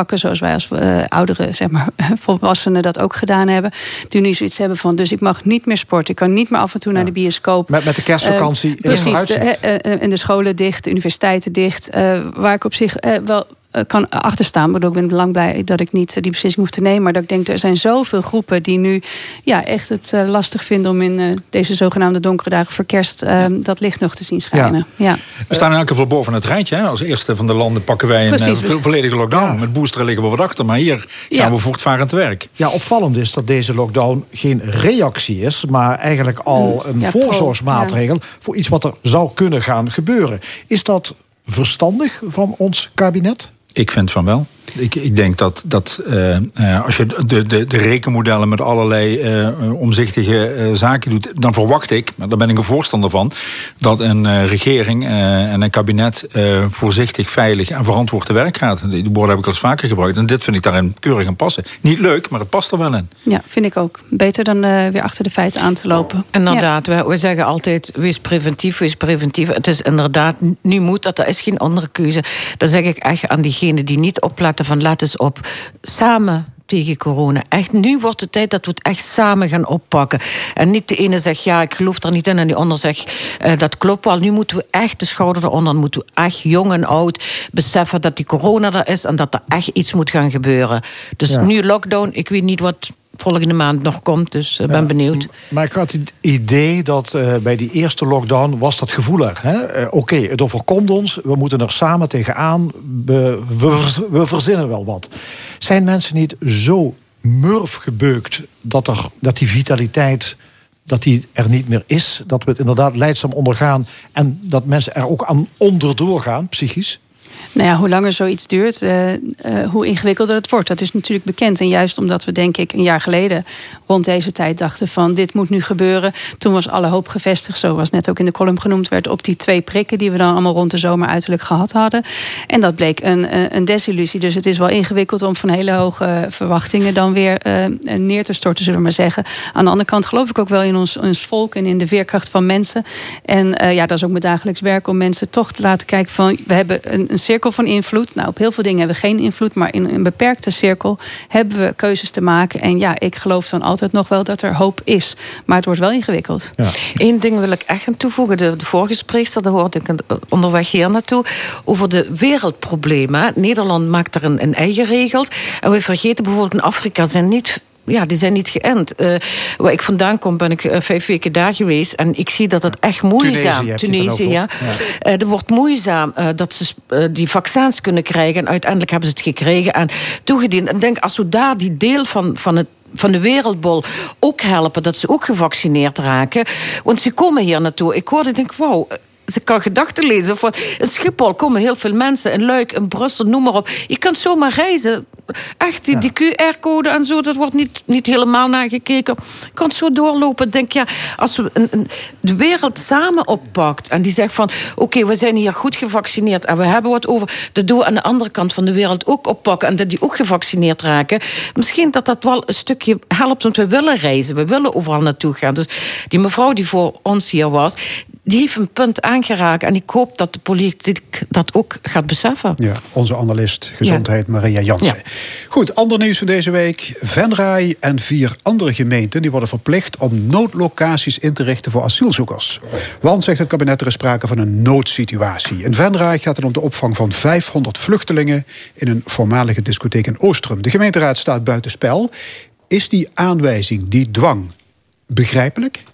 oppakken, zoals wij als uh, oudere, zeg maar, volwassenen dat ook gedaan hebben. Die nu zoiets hebben van, dus ik mag niet meer sporten. Ik kan niet meer af en toe ja. naar de bioscoop. Met, met de kerstvakantie uh, in precies, de, uh, uh, en de scholen dicht, de universiteiten dicht. Uh, waar ik op zich uh, wel kan achterstaan. Ik ben lang blij dat ik niet die beslissing hoef te nemen. Maar dat ik denk, er zijn zoveel groepen die nu ja, echt het uh, lastig vinden om in uh, deze zogenaamde donkere dagen voor kerst uh, dat licht nog te zien schijnen. Ja. Ja. We staan in elk geval boven het rijtje. Hè? Als eerste van de landen pakken wij een Precies, uh, volledige lockdown. Ja. Met boosteren liggen we wat achter. Maar hier gaan ja. we voortvarend te werk. Ja, opvallend is dat deze lockdown geen reactie is, maar eigenlijk al een ja, voorzorgsmaatregel ja. voor iets wat er zou kunnen gaan gebeuren. Is dat verstandig van ons kabinet? Ik vind van wel. Ik, ik denk dat, dat uh, uh, als je de, de, de rekenmodellen met allerlei uh, omzichtige uh, zaken doet, dan verwacht ik, maar daar ben ik een voorstander van, dat een uh, regering uh, en een kabinet uh, voorzichtig, veilig en verantwoord te werk gaat. Die woorden heb ik al eens vaker gebruikt en dit vind ik daarin keurig aan passen. Niet leuk, maar het past er wel in. Ja, vind ik ook. Beter dan uh, weer achter de feiten aan te lopen. Inderdaad, ja. we, we zeggen altijd, wees preventief, wees preventief. Het is inderdaad, nu moet dat, er is geen andere keuze. Dan zeg ik echt aan diegenen die niet opletten van laat eens op, samen tegen corona. Echt, nu wordt het tijd dat we het echt samen gaan oppakken. En niet de ene zegt, ja, ik geloof er niet in, en die ander zegt, uh, dat klopt wel. Nu moeten we echt de schouder eronder, moeten we echt jong en oud beseffen dat die corona er is en dat er echt iets moet gaan gebeuren. Dus ja. nu lockdown, ik weet niet wat volgende maand nog komt, dus ik uh, ben ja, benieuwd. Maar ik had het idee dat uh, bij die eerste lockdown was dat gevoel er. Uh, Oké, okay, het overkomt ons, we moeten er samen tegenaan, we, we, we verzinnen wel wat. Zijn mensen niet zo murf gebeukt dat, er, dat die vitaliteit, dat die er niet meer is, dat we het inderdaad leidzaam ondergaan en dat mensen er ook aan onderdoor gaan, psychisch? Nou ja, hoe langer zoiets duurt, uh, uh, hoe ingewikkelder het wordt. Dat is natuurlijk bekend. En juist omdat we, denk ik, een jaar geleden rond deze tijd dachten van dit moet nu gebeuren. Toen was alle hoop gevestigd, zoals net ook in de column genoemd werd, op die twee prikken die we dan allemaal rond de zomer uiterlijk gehad hadden. En dat bleek een, een desillusie. Dus het is wel ingewikkeld om van hele hoge verwachtingen dan weer uh, neer te storten, zullen we maar zeggen. Aan de andere kant geloof ik ook wel in ons, ons volk en in de veerkracht van mensen. En uh, ja, dat is ook mijn dagelijks werk om mensen toch te laten kijken van we hebben een, een cirkel van invloed. Nou, op heel veel dingen hebben we geen invloed, maar in een beperkte cirkel hebben we keuzes te maken. En ja, ik geloof dan altijd nog wel dat er hoop is. Maar het wordt wel ingewikkeld. Ja. Eén ding wil ik echt aan toevoegen. De, de vorige spreekster, daar hoorde ik onderweg hier naartoe, over de wereldproblemen. Nederland maakt er een, een eigen regels. En we vergeten bijvoorbeeld in Afrika zijn niet Ja, die zijn niet geënt. Uh, waar ik vandaan kom, ben ik uh, vijf weken daar geweest. En ik zie dat het echt moeizaam is. Tunesië, ja. ja. Uh, er wordt moeizaam uh, dat ze uh, die vaccins kunnen krijgen. En uiteindelijk hebben ze het gekregen en toegediend. En denk, als we daar die deel van, van het van de wereldbol ook helpen, dat ze ook gevaccineerd raken. Want ze komen hier naartoe. Ik hoorde, ik denk, wauw, ze kan gedachten lezen. Van, in Schiphol komen heel veel mensen. In Luik, in Brussel, noem maar op. Je kunt zomaar reizen. Echt, die, ja. die Q R-code en zo, dat wordt niet, niet helemaal nagekeken. Je kan zo doorlopen. Denk, ja, als we een, een, de wereld samen oppakt en die zegt van, oké, okay, we zijn hier goed gevaccineerd en we hebben wat over. Dat doen we aan de andere kant van de wereld ook oppakken en dat die ook gevaccineerd raken. Misschien dat dat wel een stukje helpt, want we willen reizen. We willen overal naartoe gaan. Dus die mevrouw die voor ons hier was, die heeft een punt aangeraakt. En ik hoop dat de politiek dat ook gaat beseffen. Ja, onze analist gezondheid ja. Maria Jansen. Ja. Goed, ander nieuws van deze week. Venray en vier andere gemeenten die worden verplicht om noodlocaties in te richten voor asielzoekers. Want, zegt het kabinet, er is sprake van een noodsituatie. In Venray gaat het om de opvang van vijfhonderd vluchtelingen in een voormalige discotheek in Oostrum. De gemeenteraad staat buitenspel. Is die aanwijzing, die dwang, begrijpelijk?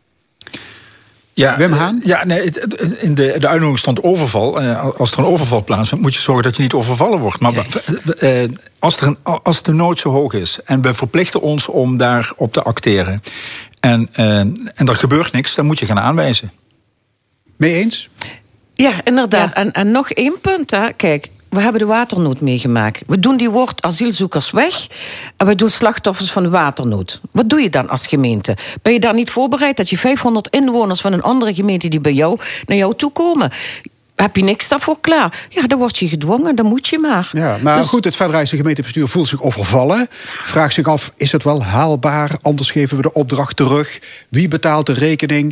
Ja, Wim Haan? Ja, nee, in de, de uitnodiging stond overval. Als er een overval plaatsvindt, moet je zorgen dat je niet overvallen wordt. Maar nee. als, er een, als de nood zo hoog is en we verplichten ons om daarop te acteren en, en er gebeurt niks, dan moet je gaan aanwijzen. Mee eens? Ja, inderdaad. Ja. En, en nog één punt, hè. Kijk. We hebben de waternood meegemaakt. We doen die woord asielzoekers weg en we doen slachtoffers van de waternood. Wat doe je dan als gemeente? Ben je daar niet voorbereid dat je vijfhonderd inwoners van een andere gemeente die bij jou naar jou toe komen? Heb je niks daarvoor klaar? Ja, dan word je gedwongen, dan moet je maar. Ja, maar dus goed, het Venrayse gemeentebestuur voelt zich overvallen. Vraagt zich af, is het wel haalbaar? Anders geven we de opdracht terug. Wie betaalt de rekening?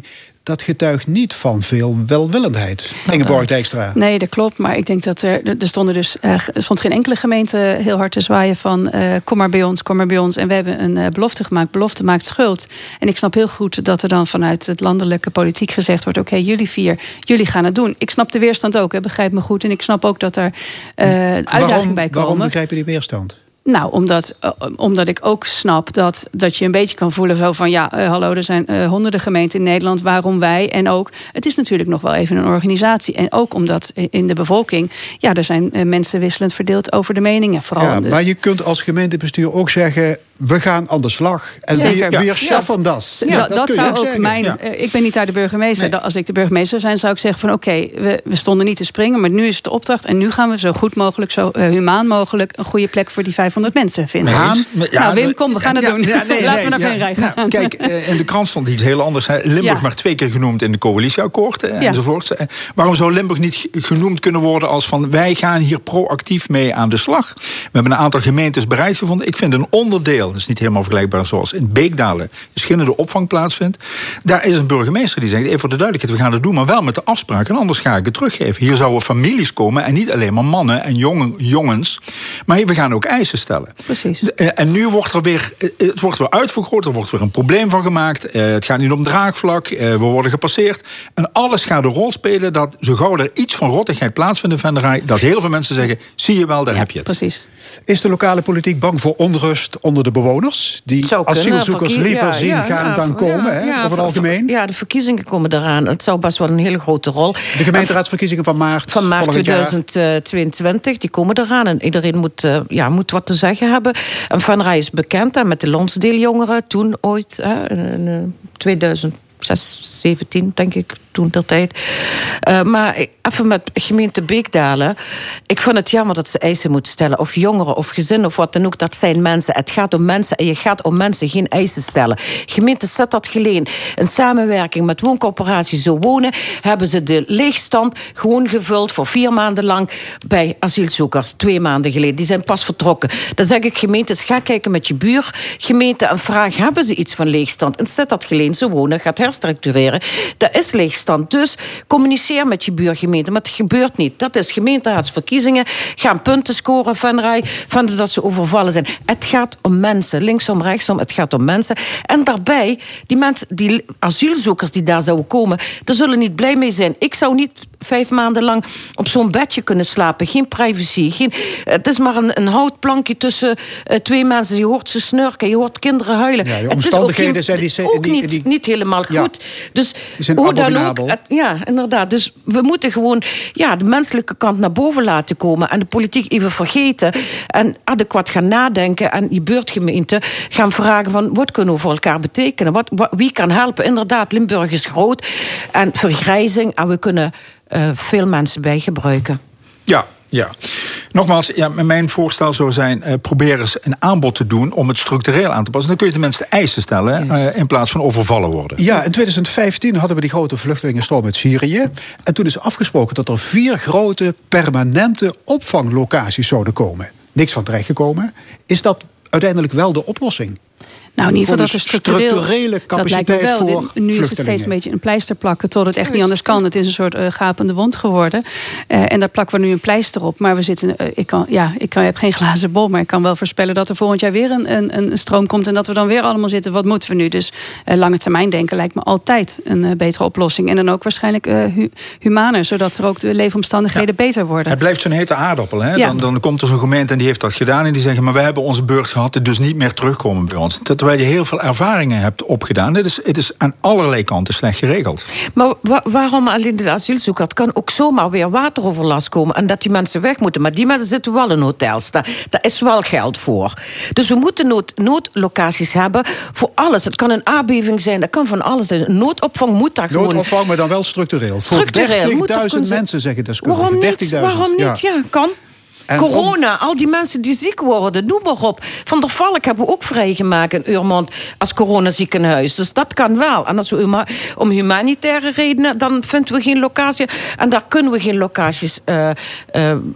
dat getuigt niet van veel welwillendheid. Ingeborg Dijkstra. Nee, dat klopt. Maar ik denk dat er, er, stonden dus, er stond geen enkele gemeente heel hard te zwaaien van uh, kom maar bij ons, kom maar bij ons. En we hebben een uh, belofte gemaakt. Belofte maakt schuld. En ik snap heel goed dat er dan vanuit het landelijke politiek gezegd wordt, oké, okay, jullie vier, jullie gaan het doen. Ik snap de weerstand ook, hè, begrijp me goed. En ik snap ook dat er uh, uitdagingen bij komen. Waarom begrijp je die weerstand? Nou, omdat, uh, omdat ik ook snap dat, dat je een beetje kan voelen zo van, ja, uh, hallo, er zijn uh, honderden gemeenten in Nederland, waarom wij? En ook, het is natuurlijk nog wel even een organisatie. En ook omdat in de bevolking, ja, er zijn uh, mensen wisselend verdeeld over de meningen. Vooral ja, de... maar je kunt als gemeentebestuur ook zeggen, we gaan aan de slag. En Zeker. weer, weer Ja. schaffen das. Ja, dat dat kun je zou ook ook zeggen. mijn... Ja. uh, ik ben niet daar de burgemeester. Nee. Als ik de burgemeester zou zijn, zou ik zeggen van oké, okay, we, we stonden niet te springen, maar nu is het de opdracht. En nu gaan we zo goed mogelijk, zo uh, humaan mogelijk, een goede plek voor die vijfhonderd mensen vinden. Haan? Ja, nou, Wim, kom, we gaan het ja, doen. Ja, nee, Laten nee, we naar ja, Venray gaan. Nou, kijk, uh, in de krant stond iets heel anders. Hè. Limburg Ja. maar twee keer genoemd in de coalitieakkoord uh, Ja. enzovoort. Uh, waarom zou Limburg niet g- genoemd kunnen worden als van wij gaan hier proactief mee aan de slag? We hebben een aantal gemeentes bereid gevonden. Ik vind een onderdeel, dat is niet helemaal vergelijkbaar zoals in Beekdalen verschillende opvang plaatsvindt. Daar is een burgemeester die zegt, even voor de duidelijkheid, we gaan het doen, maar wel met de afspraak en anders ga ik het teruggeven. Hier zouden families komen en niet alleen maar mannen en jongen, jongens, maar we gaan ook eisen stellen. Precies. En nu wordt er weer, het wordt weer uitvergroot, er wordt weer een probleem van gemaakt. Het gaat niet om draagvlak, we worden gepasseerd. En alles gaat een rol spelen dat zo gauw er iets van rottigheid plaatsvindt in Venray, dat heel veel mensen zeggen, zie je wel, daar Ja, heb je het. Precies. Is de lokale politiek bang voor onrust onder de bewoners? Die Zou kunnen, asielzoekers verkie- liever ja, zien ja, gaan ja, dan komen, ja, hè, ja, over het algemeen? Ja, de verkiezingen komen eraan. Het zou best wel een hele grote rol. De gemeenteraadsverkiezingen van maart Van maart volgend jaar. tweeduizend tweeëntwintig, die komen eraan. En iedereen moet, uh, ja, moet wat te zeggen hebben. En Venray is bekend hè, met de Lonsdeeljongeren. Toen ooit, hè, in, in tweeduizend zeventien, denk ik, toen der tijd. Uh, maar even met gemeente Beekdalen. Ik vind het jammer dat ze eisen moeten stellen. Of jongeren, of gezinnen, of wat dan ook. Dat zijn mensen. Het gaat om mensen en je gaat om mensen, geen eisen stellen. Gemeente Sittard-Geleen, in samenwerking met Wooncorporatie Zo Wonen, hebben ze de leegstand gewoon gevuld voor vier maanden lang bij asielzoekers. Twee maanden geleden. Die zijn pas vertrokken. Dan zeg ik, gemeentes, ga kijken met je buurgemeente en vraag, hebben ze iets van leegstand? In Sittard-Geleen, Zo Wonen, gaat herstructureren. Dat is leegstand. Dus communiceer met je buurgemeente. Maar het gebeurt niet. Dat is gemeenteraadsverkiezingen. Gaan punten scoren, Venray. Vinden dat ze overvallen zijn. Het gaat om mensen. Linksom, rechtsom. Het gaat om mensen. En daarbij, die mensen, die asielzoekers die daar zouden komen, daar zullen niet blij mee zijn. Ik zou niet vijf maanden lang op zo'n bedje kunnen slapen. Geen privacy. Geen, het is maar een, een houtplankje tussen uh, twee mensen. Je hoort ze snurken. Je hoort kinderen huilen. Ja, de Het is omstandigheden ook, zijn geen, die, ook die, niet, die, niet helemaal ja, goed. Dus die zijn hoe dan ook. abominabel. Het, ja, inderdaad. Dus we moeten gewoon ja, de menselijke kant naar boven laten komen. En de politiek even vergeten. En adequaat gaan nadenken. En je buurtgemeente gaan vragen van wat kunnen we voor elkaar betekenen? Wat, wat, wie kan helpen? Inderdaad, Limburg is groot. En vergrijzing. En we kunnen uh, veel mensen bij gebruiken. Ja, ja. Nogmaals, ja, mijn voorstel zou zijn, uh, probeer eens een aanbod te doen om het structureel aan te passen. Dan kun je tenminste eisen stellen uh, in plaats van overvallen worden. Ja, in twintig vijftien hadden we die grote vluchtelingenstroom uit Syrië. En toen is afgesproken dat er vier grote permanente opvanglocaties zouden komen. Niks van terechtgekomen. Is dat uiteindelijk wel de oplossing? Nou, in ieder geval dat Voor er de structureel... structurele capaciteit dat lijkt me wel. voor Dit, nu is het vluchtelingen. steeds een beetje een pleister plakken tot het echt niet anders kan. Het is een soort uh, gapende wond geworden. Uh, en daar plakken we nu een pleister op. Maar we zitten, uh, ik, kan, ja, ik kan, heb geen glazen bol, maar ik kan wel voorspellen dat er volgend jaar weer een, een, een stroom komt. En dat we dan weer allemaal zitten, wat moeten we nu? Dus uh, lange termijn denken lijkt me altijd een uh, betere oplossing. En dan ook waarschijnlijk uh, hu- humaner, zodat er ook de leefomstandigheden Ja. beter worden. Het blijft zo'n hete aardappel. Hè? Ja. Dan, dan komt er zo'n gemeente en die heeft dat gedaan. En die zeggen, maar wij hebben onze beurt gehad, dus niet meer terugkomen bij ons. Terwijl je heel veel ervaring hebt opgedaan. Het is, het is aan allerlei kanten slecht geregeld. Maar wa- waarom alleen de asielzoeker? Het kan ook zomaar weer wateroverlast komen en dat die mensen weg moeten. Maar die mensen zitten wel in hotels. Daar, daar is wel geld voor. Dus we moeten nood, noodlocaties hebben voor alles. Het kan een aardbeving zijn, dat kan van alles zijn. Noodopvang moet daar gewoon... Noodopvang, maar dan wel structureel. Structureel, Voor moet er dertigduizend kunnen- mensen, zeggen deskundigen. Waarom niet? dertigduizend. Waarom niet? Ja, kan. En Corona, al die mensen die ziek worden, noem maar op. Van der Valk hebben we ook vrijgemaakt in Urmond als coronaziekenhuis. Dus dat kan wel. En als we huma- om humanitaire redenen, dan vinden we geen locatie. En daar kunnen we geen locaties uh, uh,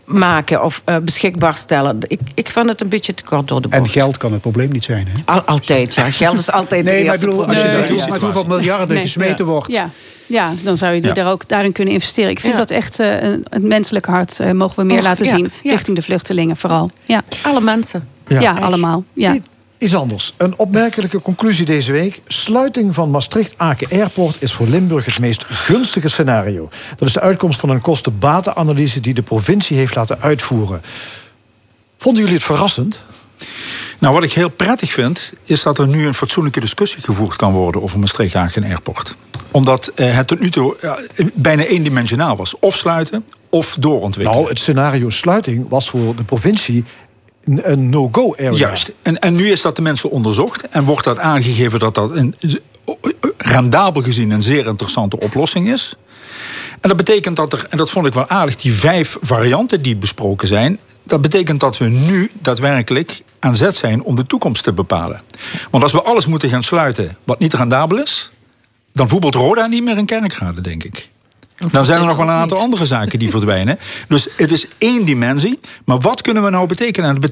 maken of uh, beschikbaar stellen. Ik, ik vind het een beetje te kort door de bocht. En geld kan het probleem niet zijn, hè? Al, altijd, ja. Geld is altijd nee, de maar eerste bedoel, als je probleem. nee, ziet met hoeveel miljarden nee, gesmeten ja. wordt. Ja. Ja, dan zou je ja. daar ook daarin kunnen investeren. Ik vind ja. dat echt uh, het menselijke hart uh, mogen we meer Och, laten ja. zien. Ja. Richting de vluchtelingen vooral. Ja. Alle mensen. Ja, ja allemaal. Ja. Iets anders. Een opmerkelijke conclusie deze week. Sluiting van Maastricht-Aken Airport is voor Limburg het meest gunstige scenario. Dat is de uitkomst van een kosten-batenanalyse die de provincie heeft laten uitvoeren. Vonden jullie het verrassend? Nou, wat ik heel prettig vind, is dat er nu een fatsoenlijke discussie gevoerd kan worden over Maastricht-Aken Airport. Omdat uh, het tot nu toe uh, bijna eendimensionaal was. Of sluiten, of doorontwikkelen. Nou, het scenario sluiting was voor de provincie een no-go area. Juist. En, en nu is dat de mensen onderzocht. En wordt dat aangegeven dat dat een, rendabel gezien een zeer interessante oplossing is. En dat betekent dat er, en dat vond ik wel aardig, die vijf varianten die besproken zijn, dat betekent dat we nu daadwerkelijk aan zet zijn om de toekomst te bepalen. Want als we alles moeten gaan sluiten wat niet rendabel is, dan voetbalt Roda niet meer in Kerkrade, denk ik. Dan zijn er nog wel een aantal andere zaken die verdwijnen. Dus het is één dimensie. Maar wat kunnen we nou betekenen?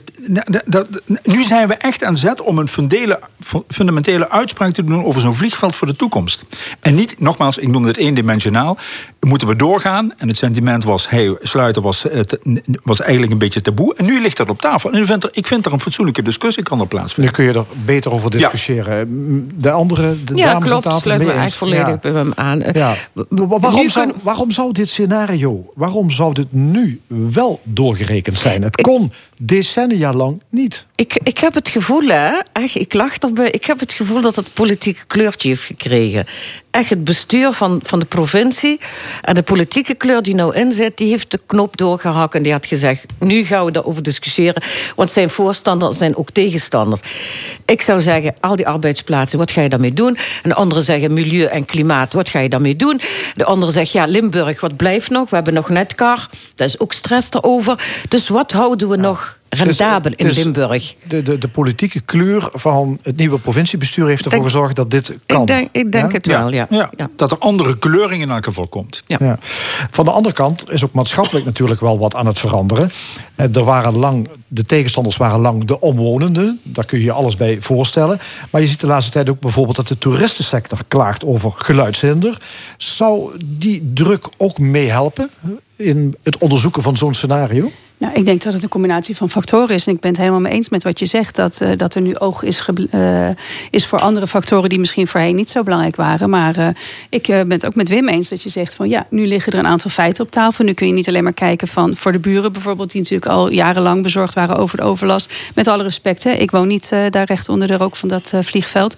Nu zijn we echt aan zet om een fundamentele uitspraak te doen over zo'n vliegveld voor de toekomst. En niet, nogmaals, ik noemde het eendimensionaal. Moeten we doorgaan? En het sentiment was, hey, sluiten was, was eigenlijk een beetje taboe. En nu ligt dat op tafel. En ik vind er, ik vind er een fatsoenlijke discussie kan er plaatsvinden. Nu kun je er beter over discussiëren. Ja. De andere, de ja, dames klopt, aan tafel sluit me mee eigenlijk volledig ja. bij hem aan. Ja. Waarom zou, waarom zou dit scenario, waarom zou dit nu wel doorgerekend zijn? Het kon decennia lang niet. Ik, ik heb het gevoel, hè, echt, ik lach erbij, ik heb het gevoel dat het politieke kleurtje heeft gekregen. Echt het bestuur van, van de provincie en de politieke kleur die nou in zit, die heeft de knop doorgehakt en die had gezegd, nu gaan we daarover discussiëren, want zijn voorstanders zijn ook tegenstanders. Ik zou zeggen, al die arbeidsplaatsen, wat ga je daarmee doen? En de anderen zeggen, milieu en klimaat, wat ga je daarmee doen? De andere zegt, ja, Limburg, wat blijft nog? We hebben nog Netcar, daar is ook stress erover. Dus wat houden we ja. nog rendabel in Limburg? De, de, de politieke kleur van het nieuwe provinciebestuur heeft ervoor denk, gezorgd dat dit kan. Ik denk, ik denk ja? het wel, ja. Ja. Ja. Dat er andere kleuring in elk geval komt. Ja. Ja. Van de andere kant is ook maatschappelijk natuurlijk wel wat aan het veranderen. Er waren lang, de tegenstanders waren lang de omwonenden. Daar kun je je alles bij voorstellen. Maar je ziet de laatste tijd ook bijvoorbeeld dat de toeristensector klaagt over geluidshinder. Zou die druk ook meehelpen in het onderzoeken van zo'n scenario? Nou, ik denk dat het een combinatie van factoren is. En ik ben het helemaal mee eens met wat je zegt. Dat, uh, dat er nu oog is, uh, is voor andere factoren die misschien voorheen niet zo belangrijk waren. Maar uh, ik uh, ben het ook met Wim eens dat je zegt van ja, nu liggen er een aantal feiten op tafel. Nu kun je niet alleen maar kijken van voor de buren bijvoorbeeld, die natuurlijk al jarenlang bezorgd waren over de overlast. Met alle respect, hè. Ik woon niet uh, daar recht onder de rook van dat uh, vliegveld.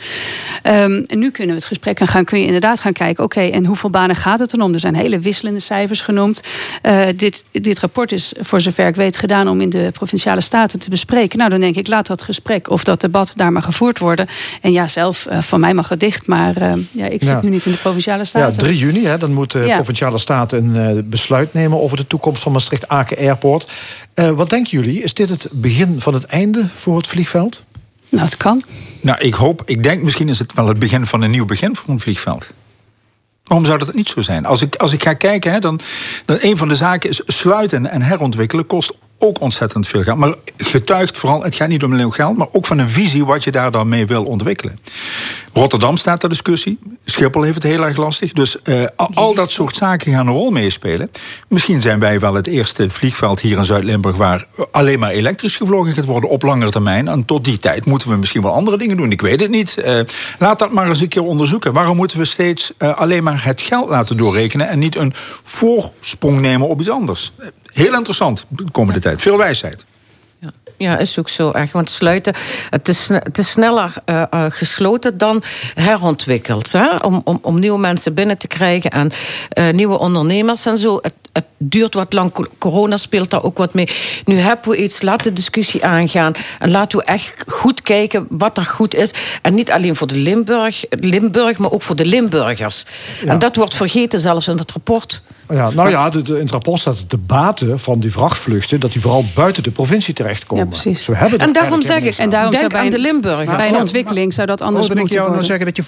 Um, en nu kunnen we het gesprek aan gaan. Kun je inderdaad gaan kijken, oké, okay, en hoeveel banen gaat het dan om? Er zijn hele wisselende cijfers genoemd. Uh, dit, dit rapport is voor zover ik weet gedaan om in de Provinciale Staten te bespreken. Nou, dan denk ik, laat dat gesprek of dat debat daar maar gevoerd worden. En ja, zelf, uh, van mij mag het dicht, maar uh, ja, ik zit ja. nu niet in de Provinciale Staten. Ja, drie juni, hè, dan moet de ja. Provinciale Staten een uh, besluit nemen over de toekomst van Maastricht-Aken Airport. Uh, wat denken jullie? Is dit het begin van het einde voor het vliegveld? Nou, het kan. Nou, ik hoop, ik denk misschien is het wel het begin van een nieuw begin voor een vliegveld. Waarom zou dat niet zo zijn? Als ik, als ik ga kijken, hè, dan, dan een van de zaken is sluiten en herontwikkelen kost ook ontzettend veel geld. Maar getuigt vooral, het gaat niet om alleen geld, maar ook van een visie wat je daar dan mee wil ontwikkelen. Rotterdam staat ter discussie. Schiphol heeft het heel erg lastig. Dus uh, al dat soort zaken gaan een rol meespelen. Misschien zijn wij wel het eerste vliegveld hier in Zuid-Limburg waar alleen maar elektrisch gevlogen gaat worden op langere termijn. En tot die tijd moeten we misschien wel andere dingen doen. Ik weet het niet. Uh, laat dat maar eens een keer onderzoeken. Waarom moeten we steeds uh, alleen maar het geld laten doorrekenen en niet een voorsprong nemen op iets anders? Heel interessant de komende tijd. Veel wijsheid. Ja. Ja, is ook zo erg. Want sluiten, het is, het is sneller uh, uh, gesloten dan herontwikkeld. Hè? Om, om, om nieuwe mensen binnen te krijgen en uh, nieuwe ondernemers en zo. Het, het duurt wat lang. Corona speelt daar ook wat mee. Nu hebben we iets, laat de discussie aangaan. En laten we echt goed kijken wat er goed is. En niet alleen voor de Limburg, Limburg maar ook voor de Limburgers. Ja. En dat wordt vergeten zelfs in het rapport. Ja, nou ja, de, de, in het rapport staat dat de baten van die vrachtvluchten, dat die vooral buiten de provincie terechtkomen. Ja, precies. Zo hebben en daarom zeg ik, en daarom denk bij aan de Limburgers. Bij een ontwikkeling zou dat anders moeten worden. Ik jou nou zeggen dat je voor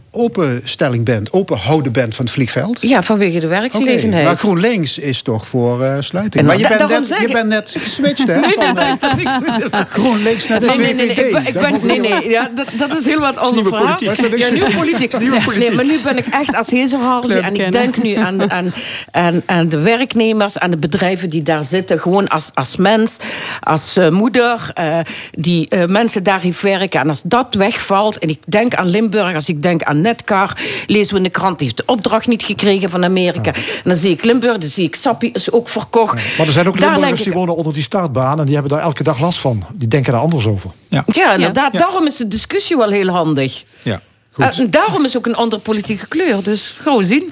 openstelling bent, openhouden bent van het vliegveld? Ja, vanwege de werkgelegenheid. Okay, maar GroenLinks is toch voor uh, sluiting. En maar je, da- bent net, zeg je ik... bent net geswitcht, hè? Nee, van, nee, dat heeft er niks mee te maken. GroenLinks naar de nee, V V D. Nee, nee, nee, ik ben, ik ben, nee, nee ja, dat, dat is heel wat ander verhaal. Politiek. Ja, nieuwe politiek. Nieuwe politiek. Nee, maar nu ben ik echt als Hezenharze en ik denk nu aan, aan, aan, aan de werknemers, aan de bedrijven die daar zitten, gewoon als, als mens, als uh, moeder, uh, die uh, mensen daar heeft werken. En als dat wegvalt, en ik denk aan Limburg, als ik denk aan Netcar, lezen we in de krant, die heeft de opdracht niet gekregen van Amerika. Ja. En dan zie ik Limburg, dan zie ik Sappi is ook verkocht. Ja. Maar er zijn ook daar Limburgers die wonen onder die startbaan en die hebben daar elke dag last van. Die denken daar anders over. Ja, ja inderdaad. Ja. Daarom is de discussie wel heel handig. Ja. Goed. En daarom is ook een andere politieke kleur. Dus gaan we zien.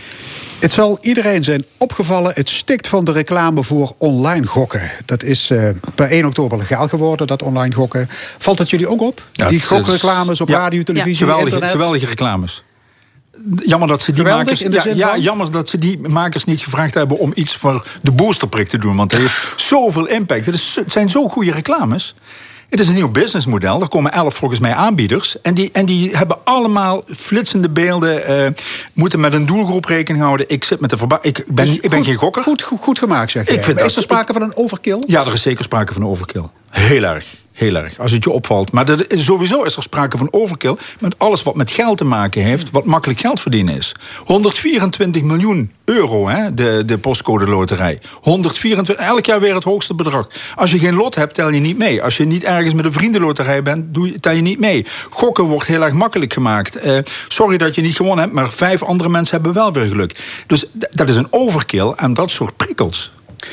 Het zal iedereen zijn opgevallen. Het stikt van de reclame voor online gokken. Dat is uh, per één oktober legaal geworden, dat online gokken. Valt dat jullie ook op? Ja, die gokreclames op ja, radio, televisie, ja, geweldige, internet? geweldige reclames. Jammer dat ze die Geweldig, makers, in de ja, zin ja, van? jammer dat ze die makers niet gevraagd hebben om iets voor de boosterprik te doen. Want dat heeft zoveel impact. Het, is, het zijn zo goede reclames. Het is een nieuw businessmodel. Er komen elf volgens mij aanbieders. En die, en die hebben allemaal flitsende beelden. Uh, moeten met een doelgroep rekening houden. Ik zit met de verba- ik ben, dus ik ben goed, geen gokker. Goed, goed, goed gemaakt, zeg je. Ik vind is dat, er sprake ik, van een overkill? Ja, er is zeker sprake van een overkill. Heel erg. Heel erg, als het je opvalt. Maar er is, sowieso is er sprake van overkill met alles wat met geld te maken heeft, wat makkelijk geld verdienen is. honderdvierentwintig miljoen euro, hè, de, de postcode loterij. honderdvierentwintig, elk jaar weer het hoogste bedrag. Als je geen lot hebt, tel je niet mee. Als je niet ergens met een vriendenloterij bent, doe je, tel je niet mee. Gokken wordt heel erg makkelijk gemaakt. Uh, sorry dat je niet gewonnen hebt, maar vijf andere mensen hebben wel weer geluk. Dus d- dat is een overkill en dat soort prikkels.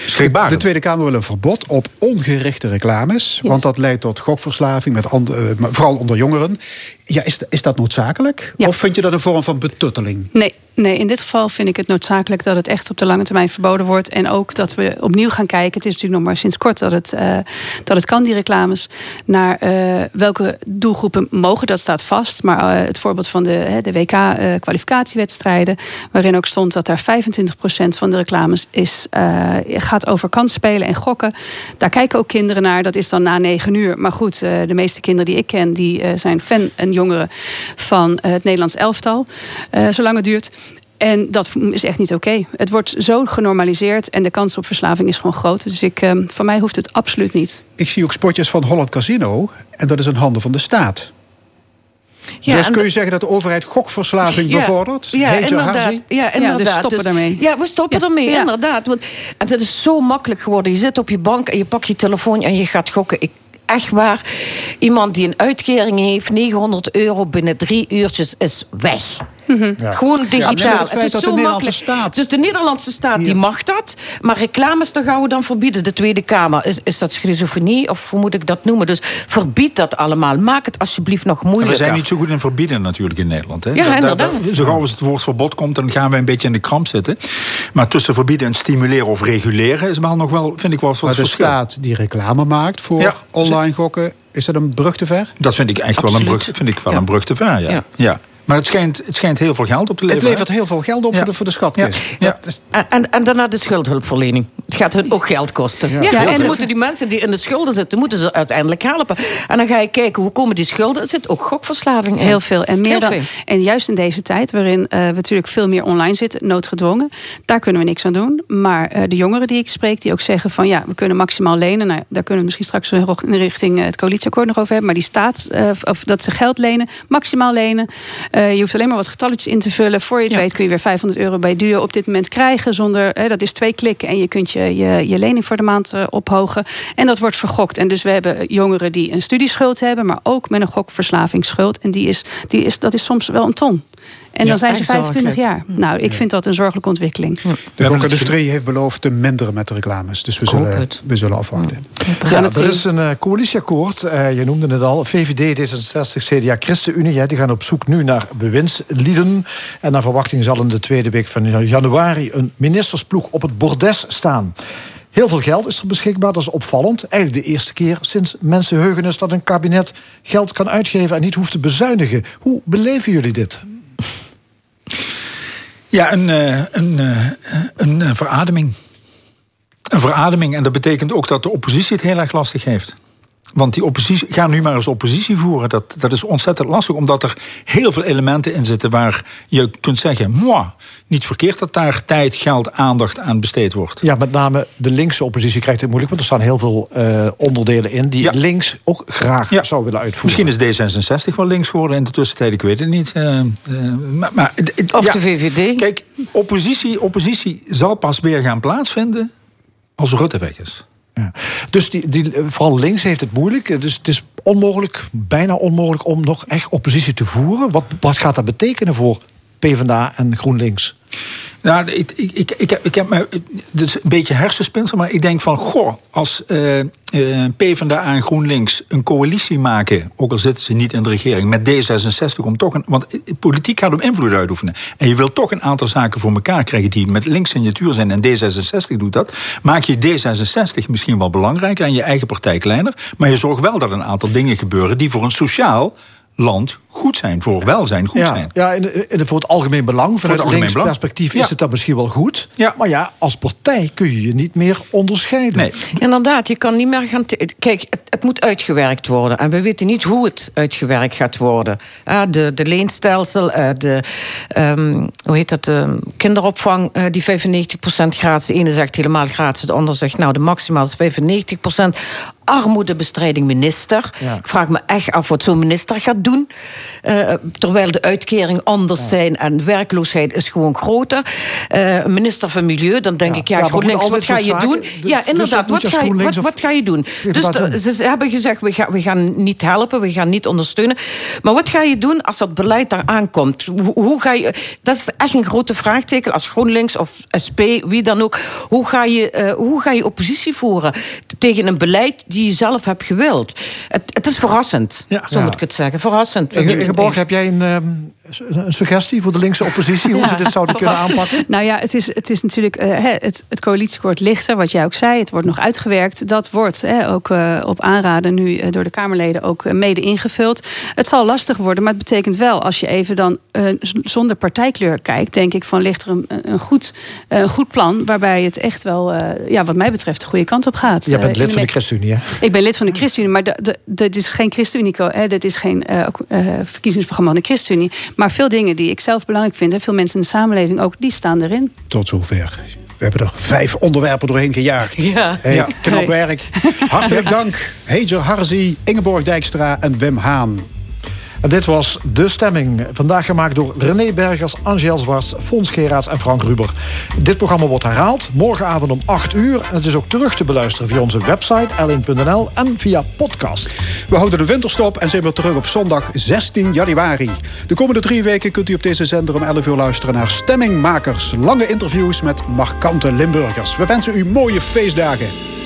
De Tweede Kamer wil een verbod op ongerichte reclames. Yes. Want dat leidt tot gokverslaving, met and- uh, vooral onder jongeren. Ja, is, is dat noodzakelijk? Ja. Of vind je dat een vorm van betutteling? Nee, nee, in dit geval vind ik het noodzakelijk dat het echt op de lange termijn verboden wordt. En ook dat we opnieuw gaan kijken. Het is natuurlijk nog maar sinds kort dat het, uh, dat het kan, die reclames. Naar uh, welke doelgroepen mogen, dat staat vast. Maar uh, het voorbeeld van de, de W K-kwalificatiewedstrijden... Uh, waarin ook stond dat daar vijfentwintig procent van de reclames is, uh, gaat over kansspelen en gokken. Daar kijken ook kinderen naar. Dat is dan na negen uur. Maar goed, uh, de meeste kinderen die ik ken, die uh, zijn fan en jongeren van uh, het Nederlands elftal. Uh, zolang het duurt. En dat is echt niet oké. Okay. Het wordt zo genormaliseerd en de kans op verslaving is gewoon groot. Dus ik, uh, van mij hoeft het absoluut niet. Ik zie ook spotjes van Holland Casino. En dat is in handen van de staat. Ja, dus kun je zeggen dat de overheid gokverslaving ja, bevordert? Ja, inderdaad. Ja, inderdaad. Ja, dus stoppen dus, daarmee. Ja, we stoppen ja. ermee, ja. inderdaad. Want het is zo makkelijk geworden. Je zit op je bank en je pakt je telefoon en je gaat gokken. Ik, echt waar. Iemand die een uitkering heeft, negenhonderd euro binnen drie uurtjes is weg. Mm-hmm. Ja. Gewoon digitaal. Ja, het, het is zo makkelijk. Staat... Dus de Nederlandse staat die mag dat. Maar reclames, dat gaan we dan verbieden. De Tweede Kamer. Is, is dat schizofrenie? Of hoe moet ik dat noemen? Dus verbied dat allemaal. Maak het alsjeblieft nog moeilijker. We zijn niet zo goed in verbieden natuurlijk in Nederland. Hè? Ja, da, inderdaad. Da, da, zo gauw als het woord verbod komt, dan gaan wij een beetje in de kramp zitten. Maar tussen verbieden en stimuleren of reguleren is wel nog wel, vind ik wel wat maar de verschil. Staat die reclame maakt voor ja, online gokken, is dat een brug te ver? Dat vind ik echt Absoluut. wel een brug, vind ik wel ja. een brug te ver, ja. ja. ja. Maar het schijnt, het schijnt heel veel geld op te leveren. Het levert heel veel geld op ja. voor, de, voor de schatkist. Ja. Ja. Is... En, en, en daarna de schuldhulpverlening. Het gaat hun ook geld kosten. Ja. Ja, ja, en dan moeten die mensen die in de schulden zitten, moeten ze uiteindelijk helpen. En dan ga je kijken, hoe komen die schulden? Er zit ook gokverslaving in. Heel veel. En, meer heel dan, veel. En juist in deze tijd, waarin uh, we natuurlijk veel meer online zitten, noodgedwongen, daar kunnen we niks aan doen. Maar uh, de jongeren die ik spreek, die ook zeggen van ja, we kunnen maximaal lenen. Nou, daar kunnen we misschien straks in richting uh, het coalitieakkoord nog over hebben. Maar die staat, uh, of dat ze geld lenen, maximaal lenen. Uh, je hoeft alleen maar wat getalletjes in te vullen. Voor je het ja. weet kun je weer vijfhonderd euro bij Duo op dit moment krijgen. Zonder, hè, dat is twee klikken en je kunt je, je, je lening voor de maand uh, ophogen. En dat wordt vergokt. En dus we hebben jongeren die een studieschuld hebben, maar ook met een gokverslavingsschuld. En die is, die is, dat is soms wel een ton. En ja, dan zijn ze vijfentwintig jaar. Nou, ik vind dat een zorgelijke ontwikkeling. Ja. De gokindustrie heeft beloofd te minderen met de reclames. Dus we zullen, we zullen afwachten. Ja, ja, er is een uh, coalitieakkoord. Uh, je noemde het al. V V D, D zesenzestig, C D A, ChristenUnie. Ja, die gaan op zoek nu naar bewindslieden. En naar verwachting zal in de tweede week van januari een ministersploeg op het bordes staan. Heel veel geld is er beschikbaar, dat is opvallend. Eigenlijk de eerste keer sinds mensenheugenis dat een kabinet geld kan uitgeven en niet hoeft te bezuinigen. Hoe beleven jullie dit? Ja, een, een, een, een verademing. Een verademing. En dat betekent ook dat de oppositie het heel erg lastig heeft. Want die oppositie, ga nu maar eens oppositie voeren. Dat, dat is ontzettend lastig, omdat er heel veel elementen in zitten waar je kunt zeggen, moi, niet verkeerd dat daar tijd, geld, aandacht aan besteed wordt. Ja, met name de linkse oppositie krijgt het moeilijk, want er staan heel veel uh, onderdelen in die ja. links ook graag ja. zou willen uitvoeren. Misschien is D zesenzestig wel links geworden in de tussentijd, ik weet het niet. Uh, uh, maar, maar, uh, of ja, de V V D. Kijk, oppositie, oppositie zal pas weer gaan plaatsvinden als Rutte weg is. Ja. Dus die, die, vooral links heeft het moeilijk. Dus het is onmogelijk, bijna onmogelijk om nog echt oppositie te voeren. Wat, wat gaat dat betekenen voor PvdA en GroenLinks? Nou, ik, ik, ik, ik, heb, ik heb me, het is een beetje hersenspinsel, maar ik denk van, goh, als uh, uh, PvdA en GroenLinks een coalitie maken, ook al zitten ze niet in de regering, met D zesenzestig, om toch een, want politiek gaat om invloed uitoefenen. En je wilt toch een aantal zaken voor elkaar krijgen die met links signatuur zijn, en D zesenzestig doet dat. Maak je D zesenzestig misschien wel belangrijker en je eigen partij kleiner, maar je zorgt wel dat een aantal dingen gebeuren die voor een sociaal land goed zijn, voor welzijn goed ja, zijn. Ja, in, in, voor het algemeen belang, vanuit het links perspectief is ja. het dat misschien wel goed. Ja. Maar ja, als partij kun je je niet meer onderscheiden. Nee. Inderdaad, je kan niet meer gaan... Kijk, het, het moet uitgewerkt worden. En we weten niet hoe het uitgewerkt gaat worden. Uh, de, de leenstelsel, uh, de um, hoe heet dat, uh, kinderopvang, uh, die vijfennegentig procent gratis. De ene zegt helemaal gratis, de ander zegt nou, de maximaal is vijfennegentig procent. Armoedebestrijding minister. Ja. Ik vraag me echt af wat zo'n minister gaat doen. Uh, terwijl de uitkeringen anders ja. zijn en de werkloosheid is gewoon groter. Uh, minister van Milieu, dan denk ja. ik, ja, ja GroenLinks, wat ga je zaken, doen? Dus, ja, inderdaad, dus wat, ga je, wat, wat ga je doen? Dus de, ze hebben gezegd, we gaan, we gaan niet helpen, we gaan niet ondersteunen. Maar wat ga je doen als dat beleid daar aankomt? Hoe, hoe ga je, dat is echt een grote vraagteken als GroenLinks of S P, wie dan ook. Hoe ga je, uh, hoe ga je oppositie voeren tegen een beleid die je zelf hebt gewild? Het, het is verrassend, ja. zo ja. moet ik het zeggen. Verrassend. Ingeborg, heb jij een, um, een suggestie voor de linkse oppositie? Hoe ja. ze dit zouden kunnen aanpakken? Nou ja, het is, het is natuurlijk... Uh, het, het coalitieakkoord ligt er, wat jij ook zei. Het wordt nog uitgewerkt. Dat wordt uh, ook uh, op aanraden nu uh, door de Kamerleden ook uh, mede ingevuld. Het zal lastig worden, maar het betekent wel... als je even dan uh, zonder partijkleur kijkt... denk ik van, ligt er een, een, goed, uh, een goed plan... waarbij het echt wel, uh, ja, wat mij betreft... de goede kant op gaat. Jij bent uh, lid van de ChristenUnie, hè? Ik ben lid van de ChristenUnie, maar dit is geen ChristenUnie. Hè, dit is geen uh, uh, verkiezingsprogramma van de ChristenUnie. Maar veel dingen die ik zelf belangrijk vind... en veel mensen in de samenleving ook, die staan erin. Tot zover. We hebben er vijf onderwerpen doorheen gejaagd. Ja. Hey, ja. Knap hey. werk. Hartelijk dank. Heger Harzi, Ingeborg Dijkstra en Wim Haan. En dit was De Stemming. Vandaag gemaakt door René Bergers, Angel Zwarts, Fons Geraerts en Frank Ruber. Dit programma wordt herhaald morgenavond om acht uur. En het is ook terug te beluisteren via onze website l één punt n l en via podcast. We houden de winterstop en zijn weer terug op zondag zestien januari. De komende drie weken kunt u op deze zender om elf uur luisteren naar Stemmingmakers. Lange interviews met markante Limburgers. We wensen u mooie feestdagen.